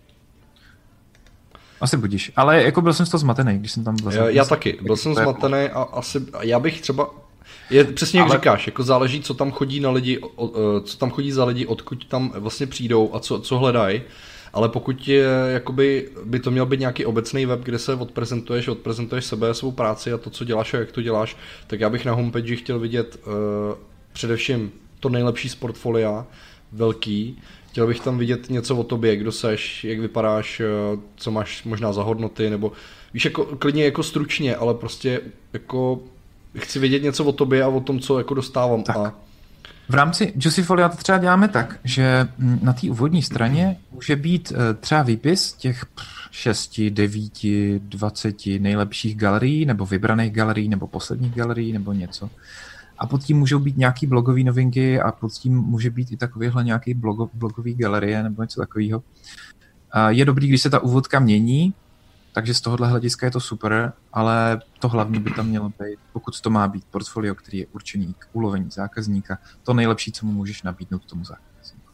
Asi budíš. Ale jako byl jsem z toho zmatený, když jsem tam byl. Já, já taky. Byl jsem zmatený a asi, já bych třeba, je přesně jak ale... říkáš, jako záleží, co tam chodí na lidi, co tam chodí za lidi, odkud tam vlastně přijdou a co, co hledají. Ale pokud je, jakoby, by to měl být nějaký obecný web, kde se odprezentuješ, odprezentuješ sebe, svou práci a to, co děláš a jak to děláš, tak já bych na homepage chtěl vidět uh, především to nejlepší z portfolia, velký. Chtěl bych tam vidět něco o tobě, kdo seš, jak vypadáš, uh, co máš možná za hodnoty, nebo víš, jako, klidně jako stručně, ale prostě jako chci vědět něco o tobě a o tom, co jako dostávám. Tak. A v rámci Juicyfolia to třeba děláme tak, že na té úvodní straně může být třeba výpis těch šesti, devíti, dvaceti nejlepších galerií, nebo vybraných galerií, nebo posledních galerií, nebo něco. A pod tím můžou být nějaký blogové novinky a pod tím může být i takovýhle nějaký blogo, blogový galerie, nebo něco takového. Je dobrý, když se ta úvodka mění, takže z tohohle hlediska je to super, ale to hlavní by tam mělo být, pokud to má být portfolio, který je určený k ulovení zákazníka, to nejlepší, co mu můžeš nabídnout tomu zákazníku.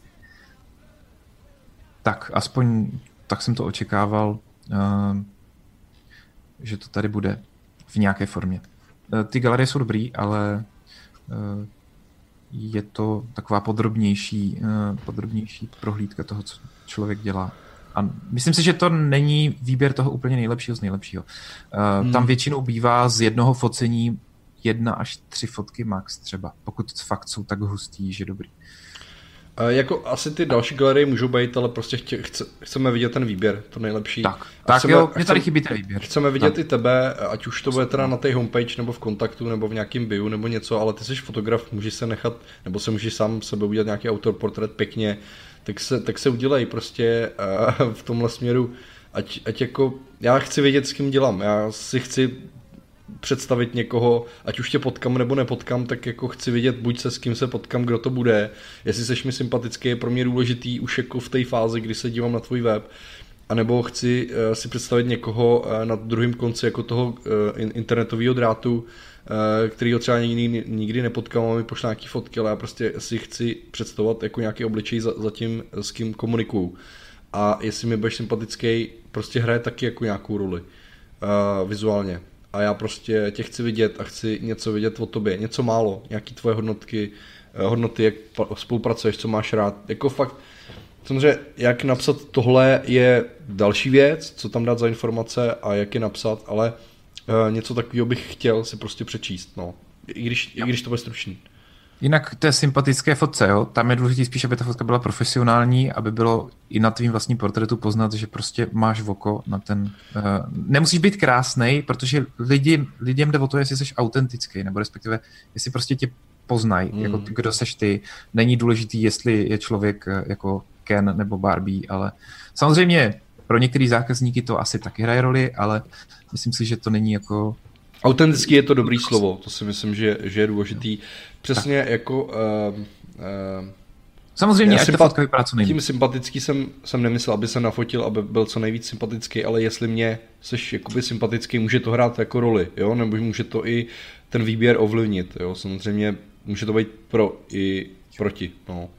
Tak, aspoň tak jsem to očekával, že to tady bude v nějaké formě. Ty galerie jsou dobrý, ale je to taková podrobnější, podrobnější prohlídka toho, co člověk dělá. A myslím si, že to není výběr toho úplně nejlepšího z nejlepšího. Uh, hmm. Tam většinou bývá z jednoho focení jedna až tři fotky max třeba, pokud fakt jsou tak hustý, že dobrý. Uh, jako asi ty další galerie můžou být, ale prostě chtě, chce, chceme vidět ten výběr, to nejlepší. Tak, tak chceme, jo, mě tady chybí ten výběr. Chceme vidět tak. I tebe, ať už to bude teda na té homepage, nebo v kontaktu, nebo v nějakém bio, nebo něco, ale ty jsi fotograf, můžeš se nechat, nebo se můžeš sám sebe udělat nějaký autoportrét pěkně, tak se, tak se udělej prostě uh, v tomhle směru, ať, ať jako, já chci vědět, s kým dělám, já si chci představit někoho, ať už tě potkám nebo nepotkám, tak jako chci vědět, buď se s kým se potkám, kdo to bude, jestli seš mi sympatický, je pro mě důležitý už jako v té fázi, kdy se dívám na tvůj web, anebo chci uh, si představit někoho uh, na druhém konci jako toho uh, internetového drátu, kterýho třeba nikdy, nikdy nepotkám a mi pošle nějaký fotky, ale já prostě si chci představovat jako nějaký obličej za, za tím, s kým komunikuju. A jestli mi budeš sympatický, prostě hraje taky jako nějakou roli uh, vizuálně. A já prostě tě chci vidět a chci něco vidět o tobě, něco málo, nějaký tvoje hodnotky, uh, hodnoty, jak spolupracuješ, co máš rád. Jako fakt, samozřejmě, jak napsat tohle je další věc, co tam dát za informace a jak je napsat, ale Uh, něco takového bych chtěl si prostě přečíst, no. I když, i když to bude stručný. Jinak té sympatické fotce, jo, tam je důležitý spíš, aby ta fotka byla profesionální, aby bylo i na tvým vlastním portrétu poznat, že prostě máš oko na ten... Uh, nemusíš být krásnej, protože lidi, lidem jde o to, jestli jsi autentický, nebo respektive, jestli prostě tě poznají, hmm. jako kdo seš ty. Není důležitý, jestli je člověk jako Ken nebo Barbie, ale samozřejmě pro některý zákazníky to asi taky hraje roli, ale myslím si, že to není jako... Autentický je to dobrý slovo, to si myslím, že, že je důležitý. Přesně tak. Jako... Uh, uh, Samozřejmě, Já ať sympa- ta fotka vypadá co nejvíc. Tím sympatický jsem, jsem nemyslel, aby se nafotil, aby byl co nejvíc sympatický, ale jestli mě seš jakoby sympatický, může to hrát jako roli, jo? Nebo může to i ten výběr ovlivnit, jo? Samozřejmě může to být pro i proti, no.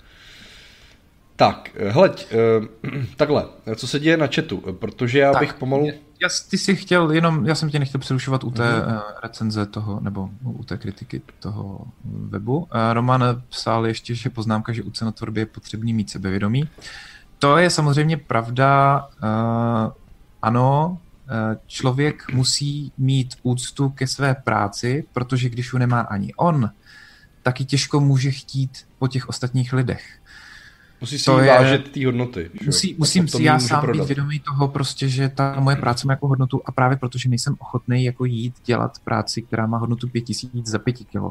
Tak, hleď, takhle, co se děje na chatu, protože já tak, bych pomalu... Já, ty jsi chtěl jenom, já jsem tě nechtěl přerušovat u té mm-hmm. recenze toho, nebo u té kritiky toho webu. Roman psal ještě, že poznámka, že u cenotvorby je potřebný mít sebevědomí. To je samozřejmě pravda, uh, ano, člověk musí mít úctu ke své práci, protože když ju nemá ani on, taky těžko může chtít po těch ostatních lidech. Musí si vážit té hodnoty. Musí, musím si já sám prodat. Být vědomý toho prostě, že ta moje práce má jako hodnotu a právě protože nejsem ochotný jako jít dělat práci, která má hodnotu pět tisíc za pět kilo.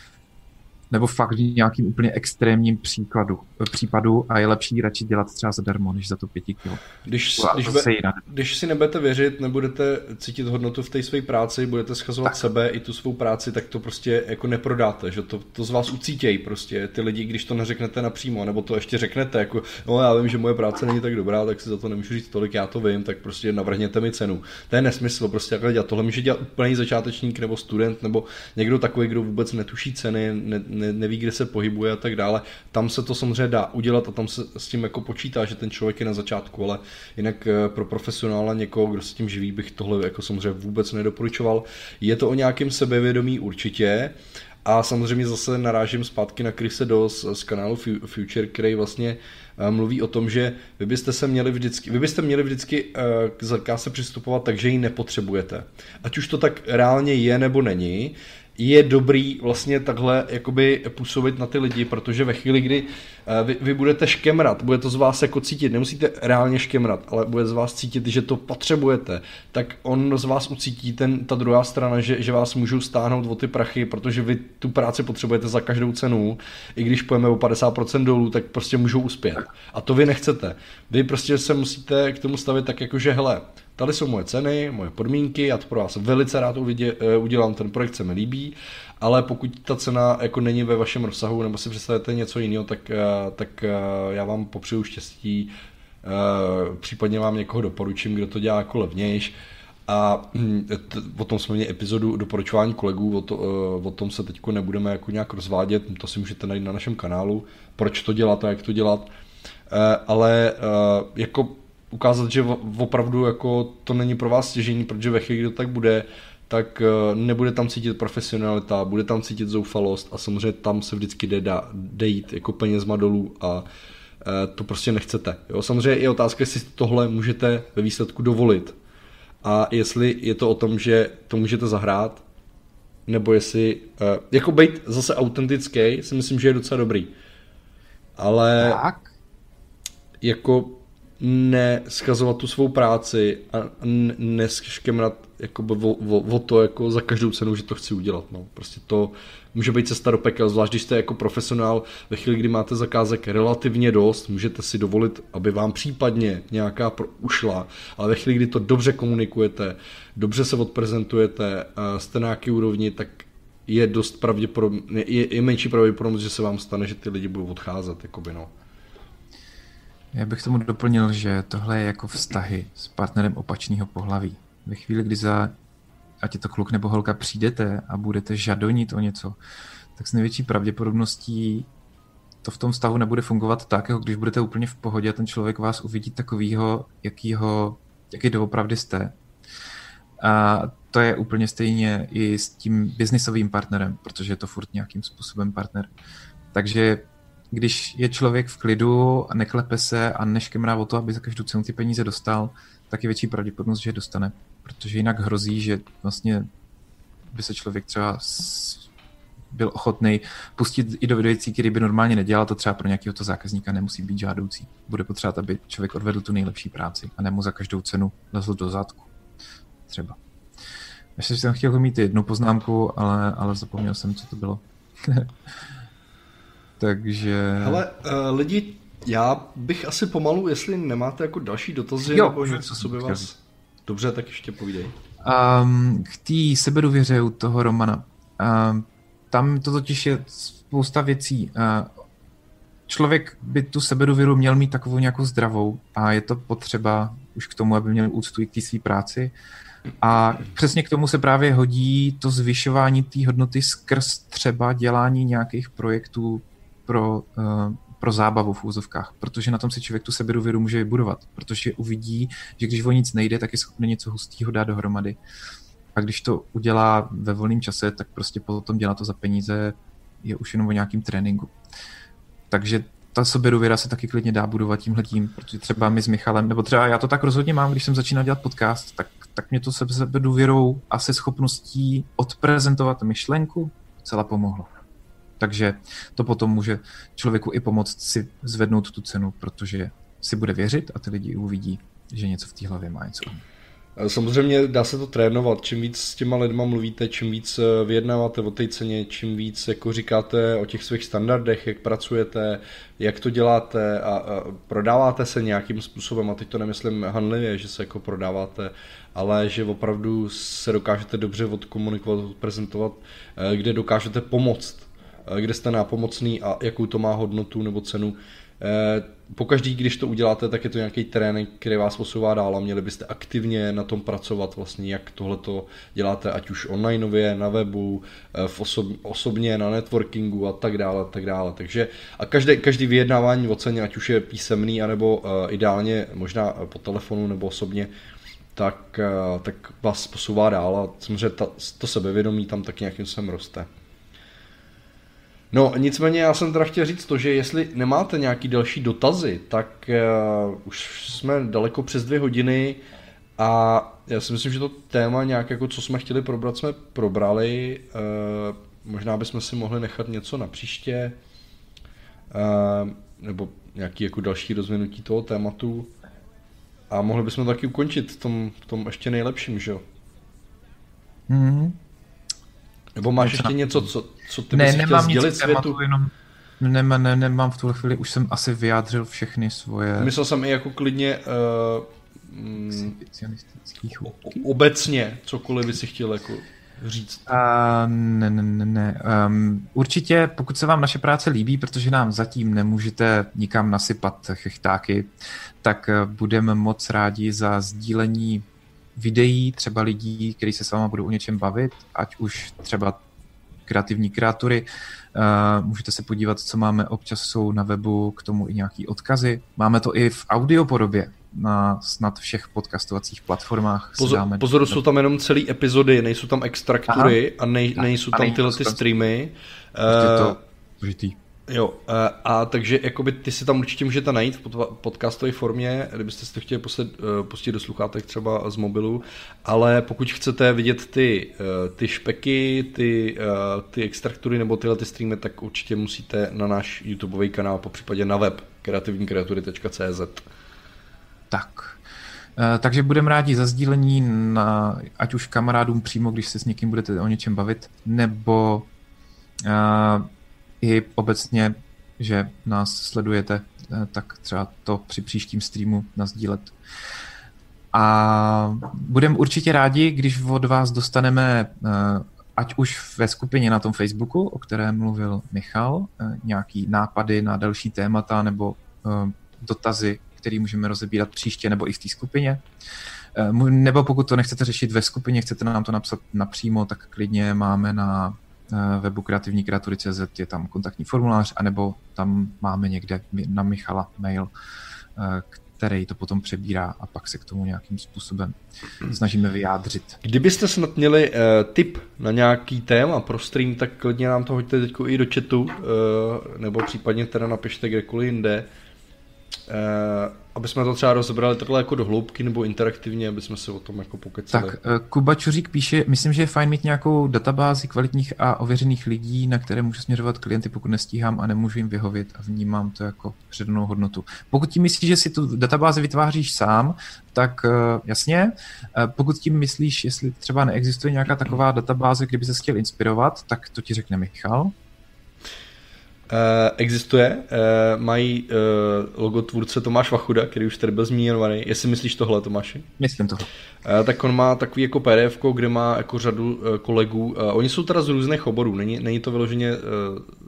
Nebo fakt v nějakým úplně extrémním příkladu, případu a je lepší radši dělat třeba zadarmo, než za to pět kilo. Když, když, be, když si nebudete věřit, nebudete cítit hodnotu v té své práci, budete schazovat tak. sebe i tu svou práci, tak to prostě jako neprodáte, že to, to z vás ucítějí prostě ty lidi, když to neřeknete napřímo, nebo to ještě řeknete, jako no já vím, že moje práce není tak dobrá, tak si za to nemůžu říct tolik, já to vím, tak prostě navrhněte mi cenu. To je nesmysl, prostě takhle dělat. Tohle může dělat úplný začátečník nebo student, nebo někdo takový, kdo vůbec netuší ceny, ne, ne, neví, kde se pohybuje a tak dále. Tam se to samozřejmě dá udělat a tam se s tím jako počítá, že ten člověk je na začátku, ale jinak pro profesionála někoho, kdo se tím živí, bych tohle jako samozřejmě vůbec nedoporučoval. Je to o nějakém sebevědomí určitě a samozřejmě zase narážím zpátky na Chrise Doss z kanálu Future, který vlastně mluví o tom, že vy byste se měli vždycky, vy byste měli vždycky k zakázce přistupovat tak, že ji nepotřebujete. Ať už to tak reálně je nebo není, je dobrý vlastně takhle jakoby působit na ty lidi, protože ve chvíli, kdy vy, vy budete škemrat, bude to z vás jako cítit, nemusíte reálně škemrat, ale bude z vás cítit, že to potřebujete, tak on z vás ucítí ten, ta druhá strana, že, že vás můžou stáhnout o ty prachy, protože vy tu práci potřebujete za každou cenu, i když pojeme o padesát procent dolů, tak prostě můžou uspět. A to vy nechcete. Vy prostě se musíte k tomu stavit tak jako, že hele, tady jsou moje ceny, moje podmínky, já to pro vás velice rád uvidě, udělám, ten projekt se mi líbí, ale pokud ta cena jako není ve vašem rozsahu nebo si představíte něco jiného, tak, tak já vám popřeju štěstí, případně vám někoho doporučím, kdo to dělá jako levnějš. A o tom jsme měli epizodu doporučování kolegů, o, to, o tom se teď nebudeme jako nějak rozvádět, to si můžete najít na našem kanálu, proč to dělat a jak to dělat, ale jako ukázat, že opravdu jako to není pro vás stěžení, protože ve chvíli, kdy to tak bude, tak nebude tam cítit profesionalita, bude tam cítit zoufalost a samozřejmě tam se vždycky jde, dá, jde jít jako penězma dolů a to prostě nechcete. Jo? Samozřejmě je otázka, jestli tohle můžete ve výsledku dovolit a jestli je to o tom, že to můžete zahrát, nebo jestli, jako být zase autentický, si myslím, že je docela dobrý. Ale tak. Jako neskazovat tu svou práci a neskemrat jakoby o, o, o to jako za každou cenu, že to chci udělat. No. Prostě to může být cesta do pekel, zvlášť když jste jako profesionál, ve chvíli, kdy máte zakázek relativně dost, můžete si dovolit, aby vám případně nějaká pro, ušla, ale ve chvíli, kdy to dobře komunikujete, dobře se odprezentujete, jste na nějaký úrovni, tak je dost pravděpodobně, je, je menší pravděpodobnost, že se vám stane, že ty lidi budou odcházet. Jakoby, no. Já bych tomu doplnil, že tohle je jako vztahy s partnerem opačného pohlaví. Ve chvíli, kdy za, ať je to kluk nebo holka, přijdete a budete žadonit o něco, tak s největší pravděpodobností to v tom vztahu nebude fungovat tak, jako když budete úplně v pohodě a ten člověk vás uvidí takovýho, jakýho, jaký doopravdy jste. A to je úplně stejně i s tím biznisovým partnerem, protože je to furt nějakým způsobem partner. Takže když je člověk v klidu a neklepe se a neškemrá o to, aby za každou cenu ty peníze dostal, tak je větší pravděpodobnost, že je dostane. Protože jinak hrozí, že vlastně by se člověk třeba byl ochotný pustit i do věcí, které by normálně nedělal, to třeba pro nějakého to zákazníka nemusí být žádoucí. Bude potřebovat, aby člověk odvedl tu nejlepší práci a nemu za každou cenu lezl do zadku. Třeba. Ještě jsem chtěl mít jednu poznámku, ale, ale zapomněl jsem, co to bylo. Takže... Hele, uh, lidi, já bych asi pomalu, jestli nemáte jako další dotazy, jo, nebo něco, co by vás... Dobře, tak ještě povídej. Um, k té sebedůvěře u toho Romana. Um, tam to totiž je spousta věcí. Uh, člověk by tu sebedůvěru měl mít takovou nějakou zdravou a je to potřeba už k tomu, aby měl úctu i k té své práci. A přesně k tomu se právě hodí to zvyšování té hodnoty skrz třeba dělání nějakých projektů pro, uh, pro zábavu v úzovkách, protože na tom si člověk tu sebedůvěru může vybudovat, protože uvidí, že když o nic nejde, tak je schopný něco hustého dát dohromady. A když to udělá ve volném čase, tak prostě potom dělá to za peníze, je už jenom o nějakým tréninku. Takže ta sebedůvěra se taky klidně dá budovat tímhletím, protože třeba my s Michalem, nebo třeba já to tak rozhodně mám, když jsem začínal dělat podcast, tak, tak mě to sebedůvěrou a se schopností odprezentovat myšlenku celá pomohlo. Takže to potom může člověku i pomoct si zvednout tu cenu, protože si bude věřit a ty lidi uvidí, že něco v té hlavě má něco. Samozřejmě dá se to trénovat, čím víc s těma lidma mluvíte, čím víc vyjednáváte o té ceně, čím víc jako říkáte o těch svých standardech, jak pracujete, jak to děláte a, a prodáváte se nějakým způsobem, a teď to nemyslím hanlivě, že se jako prodáváte, ale že opravdu se dokážete dobře odkomunikovat, odprezentovat, kde dokážete pomoct, kde jste nápomocný a jakou to má hodnotu nebo cenu. Pokaždý, když to uděláte, tak je to nějaký trénink, který vás posouvá dál a měli byste aktivně na tom pracovat, vlastně jak tohleto děláte, ať už onlineově, na webu, v osob, osobně, na networkingu a tak dále, a tak dále. Takže a každé, každý vyjednávání o ceně, ať už je písemný, anebo uh, ideálně možná po telefonu nebo osobně, tak, uh, tak vás posouvá dál a samozřejmě ta, to sebevědomí tam tak nějakým způsobem roste. No, nicméně já jsem teda chtěl říct to, že jestli nemáte nějaký další dotazy, tak uh, už jsme daleko přes dvě hodiny a já si myslím, že to téma nějak jako co jsme chtěli probrat, jsme probrali. Uh, možná bychom si mohli nechat něco na příště, uh, nebo nějaký jako další rozvinutí toho tématu a mohli bychom to taky ukončit v tom, v tom ještě nejlepším, že jo? Mm-hmm. Nebo máš ještě něco, co, co ty bys chtěl sdělit světu? Tématu, jenom ne, ne, nemám v tuhle chvíli, už jsem asi vyjádřil všechny svoje... Myslel jsem i jako klidně uh, obecně, cokoliv by si chtěl jako říct. Uh, ne, ne, ne, ne. Um, určitě, pokud se vám naše práce líbí, protože nám zatím nemůžete nikam nasypat chechtáky, tak budeme moc rádi za sdílení videí, třeba lidí, kteří se s váma budou o něčem bavit, ať už třeba kreativní kreatury. Uh, můžete se podívat, co máme, občas jsou na webu, k tomu i nějaký odkazy. Máme to i v audio podobě na snad všech podcastovacích platformách. Pozor, pozor jsou tam jenom celé epizody, nejsou tam extraktury a nej, nejsou tam tyhle ty streamy. Je to užitý. Jo, a takže jakoby ty si tam určitě můžete najít v podcastové formě, kdybyste si to chtěli pustit, pustit do sluchátek třeba z mobilu, ale pokud chcete vidět ty, ty špeky, ty, ty extraktury nebo tyhle ty streamy, tak určitě musíte na náš YouTubeový kanál, popřípadě na web kreativní kreatury tečka cé zet. Tak. Takže budeme rádi za sdílení, na, ať už kamarádům přímo, když se s někým budete o něčem bavit, nebo uh, i obecně, že nás sledujete, tak třeba to při příštím streamu nasdílet. A budeme určitě rádi, když od vás dostaneme, ať už ve skupině na tom Facebooku, o kterém mluvil Michal, nějaký nápady na další témata nebo dotazy, které můžeme rozebírat příště nebo i v té skupině. Nebo pokud to nechcete řešit ve skupině, chcete nám to napsat napřímo, tak klidně máme na webu kreativní kreatury tečka cé zet, je tam kontaktní formulář, anebo tam máme někde na Michala mail, který to potom přebírá a pak se k tomu nějakým způsobem snažíme vyjádřit. Kdybyste snad měli uh, tip na nějaký téma pro stream, tak klidně nám to hoďte teď i do chatu, uh, nebo případně teda napište kdekoliv jinde, uh, aby jsme to třeba rozebrali takhle jako do hloubky nebo interaktivně, aby jsme se o tom jako pokecali. Tak Kuba Čuřík píše, myslím, že je fajn mít nějakou databázi kvalitních a ověřených lidí, na které můžu směřovat klienty, pokud nestíhám a nemůžu jim vyhovět a vnímám to jako přidanou hodnotu. Pokud tím myslíš, že si tu databázi vytváříš sám, tak jasně. Pokud tím myslíš, jestli třeba neexistuje nějaká taková databáze, kdyby se chtěl inspirovat, tak to ti řekne Michal. Uh, existuje, uh, mají uh, logo tvůrce Tomáš Vachuda, který už tady byl zmíněnovaný. Jestli myslíš tohle, Tomáši? Myslím tohle. Uh, tak on má takový jako P D F, kde má jako řadu uh, kolegů. Uh, oni jsou teda z různých oborů, není, není to vyloženě uh,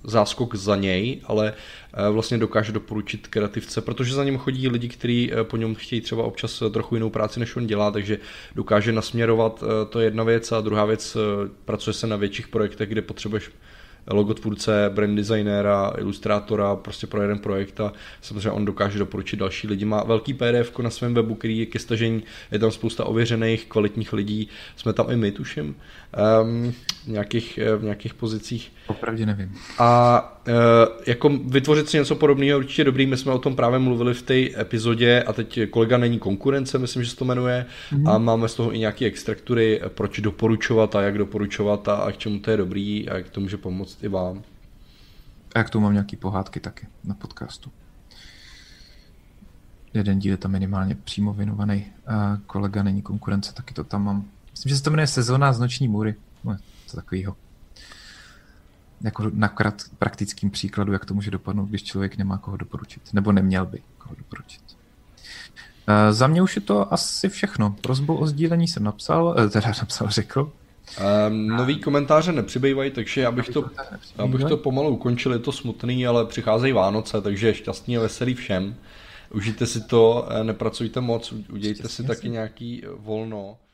záskok za něj, ale vlastně dokáže doporučit kreativce, protože za ním chodí lidi, kteří po něm chtějí třeba občas trochu jinou práci, než on dělá, takže dokáže nasměrovat, to je jedna věc, a druhá věc, pracuje se na větších projektech, kde potřebuješ logotvůrce, brand designéra, ilustrátora, prostě pro jeden projekt, a samozřejmě on dokáže doporučit další lidi. Má velký P D F na svém webu, který je ke stažení, je tam spousta ověřených, kvalitních lidí, jsme tam i my, tuším, um, v, nějakých, v nějakých pozicích. Opravdu nevím. A uh, jako vytvořit si něco podobného určitě dobrý, my jsme o tom právě mluvili v té epizodě a teď kolega není konkurence, myslím, že se to jmenuje, mm. a máme z toho i nějaké extraktury, proč doporučovat a jak doporučovat a, a k čemu to je dobrý a jak to může pomoct i vám. A jak tu mám nějaký pohádky taky na podcastu. Jeden díl je tam minimálně přímo věnovaný. A kolega není konkurence, taky to tam mám. Myslím, že se to jmenuje Sezóna z noční můry. No, to takovýho. Jako na praktickým příkladu, jak to může dopadnout, když člověk nemá koho doporučit. Nebo neměl by koho doporučit. E, za mě už je to asi všechno. Prosbu o sdílení jsem napsal, teda napsal, řekl. Um, nový komentáře nepřibývají, takže já bych, to, já bych to pomalu ukončil, je to smutný, ale přicházejí Vánoce, takže šťastný a veselý všem. Užijte si to, nepracujte moc, udějte si taky nějaký volno.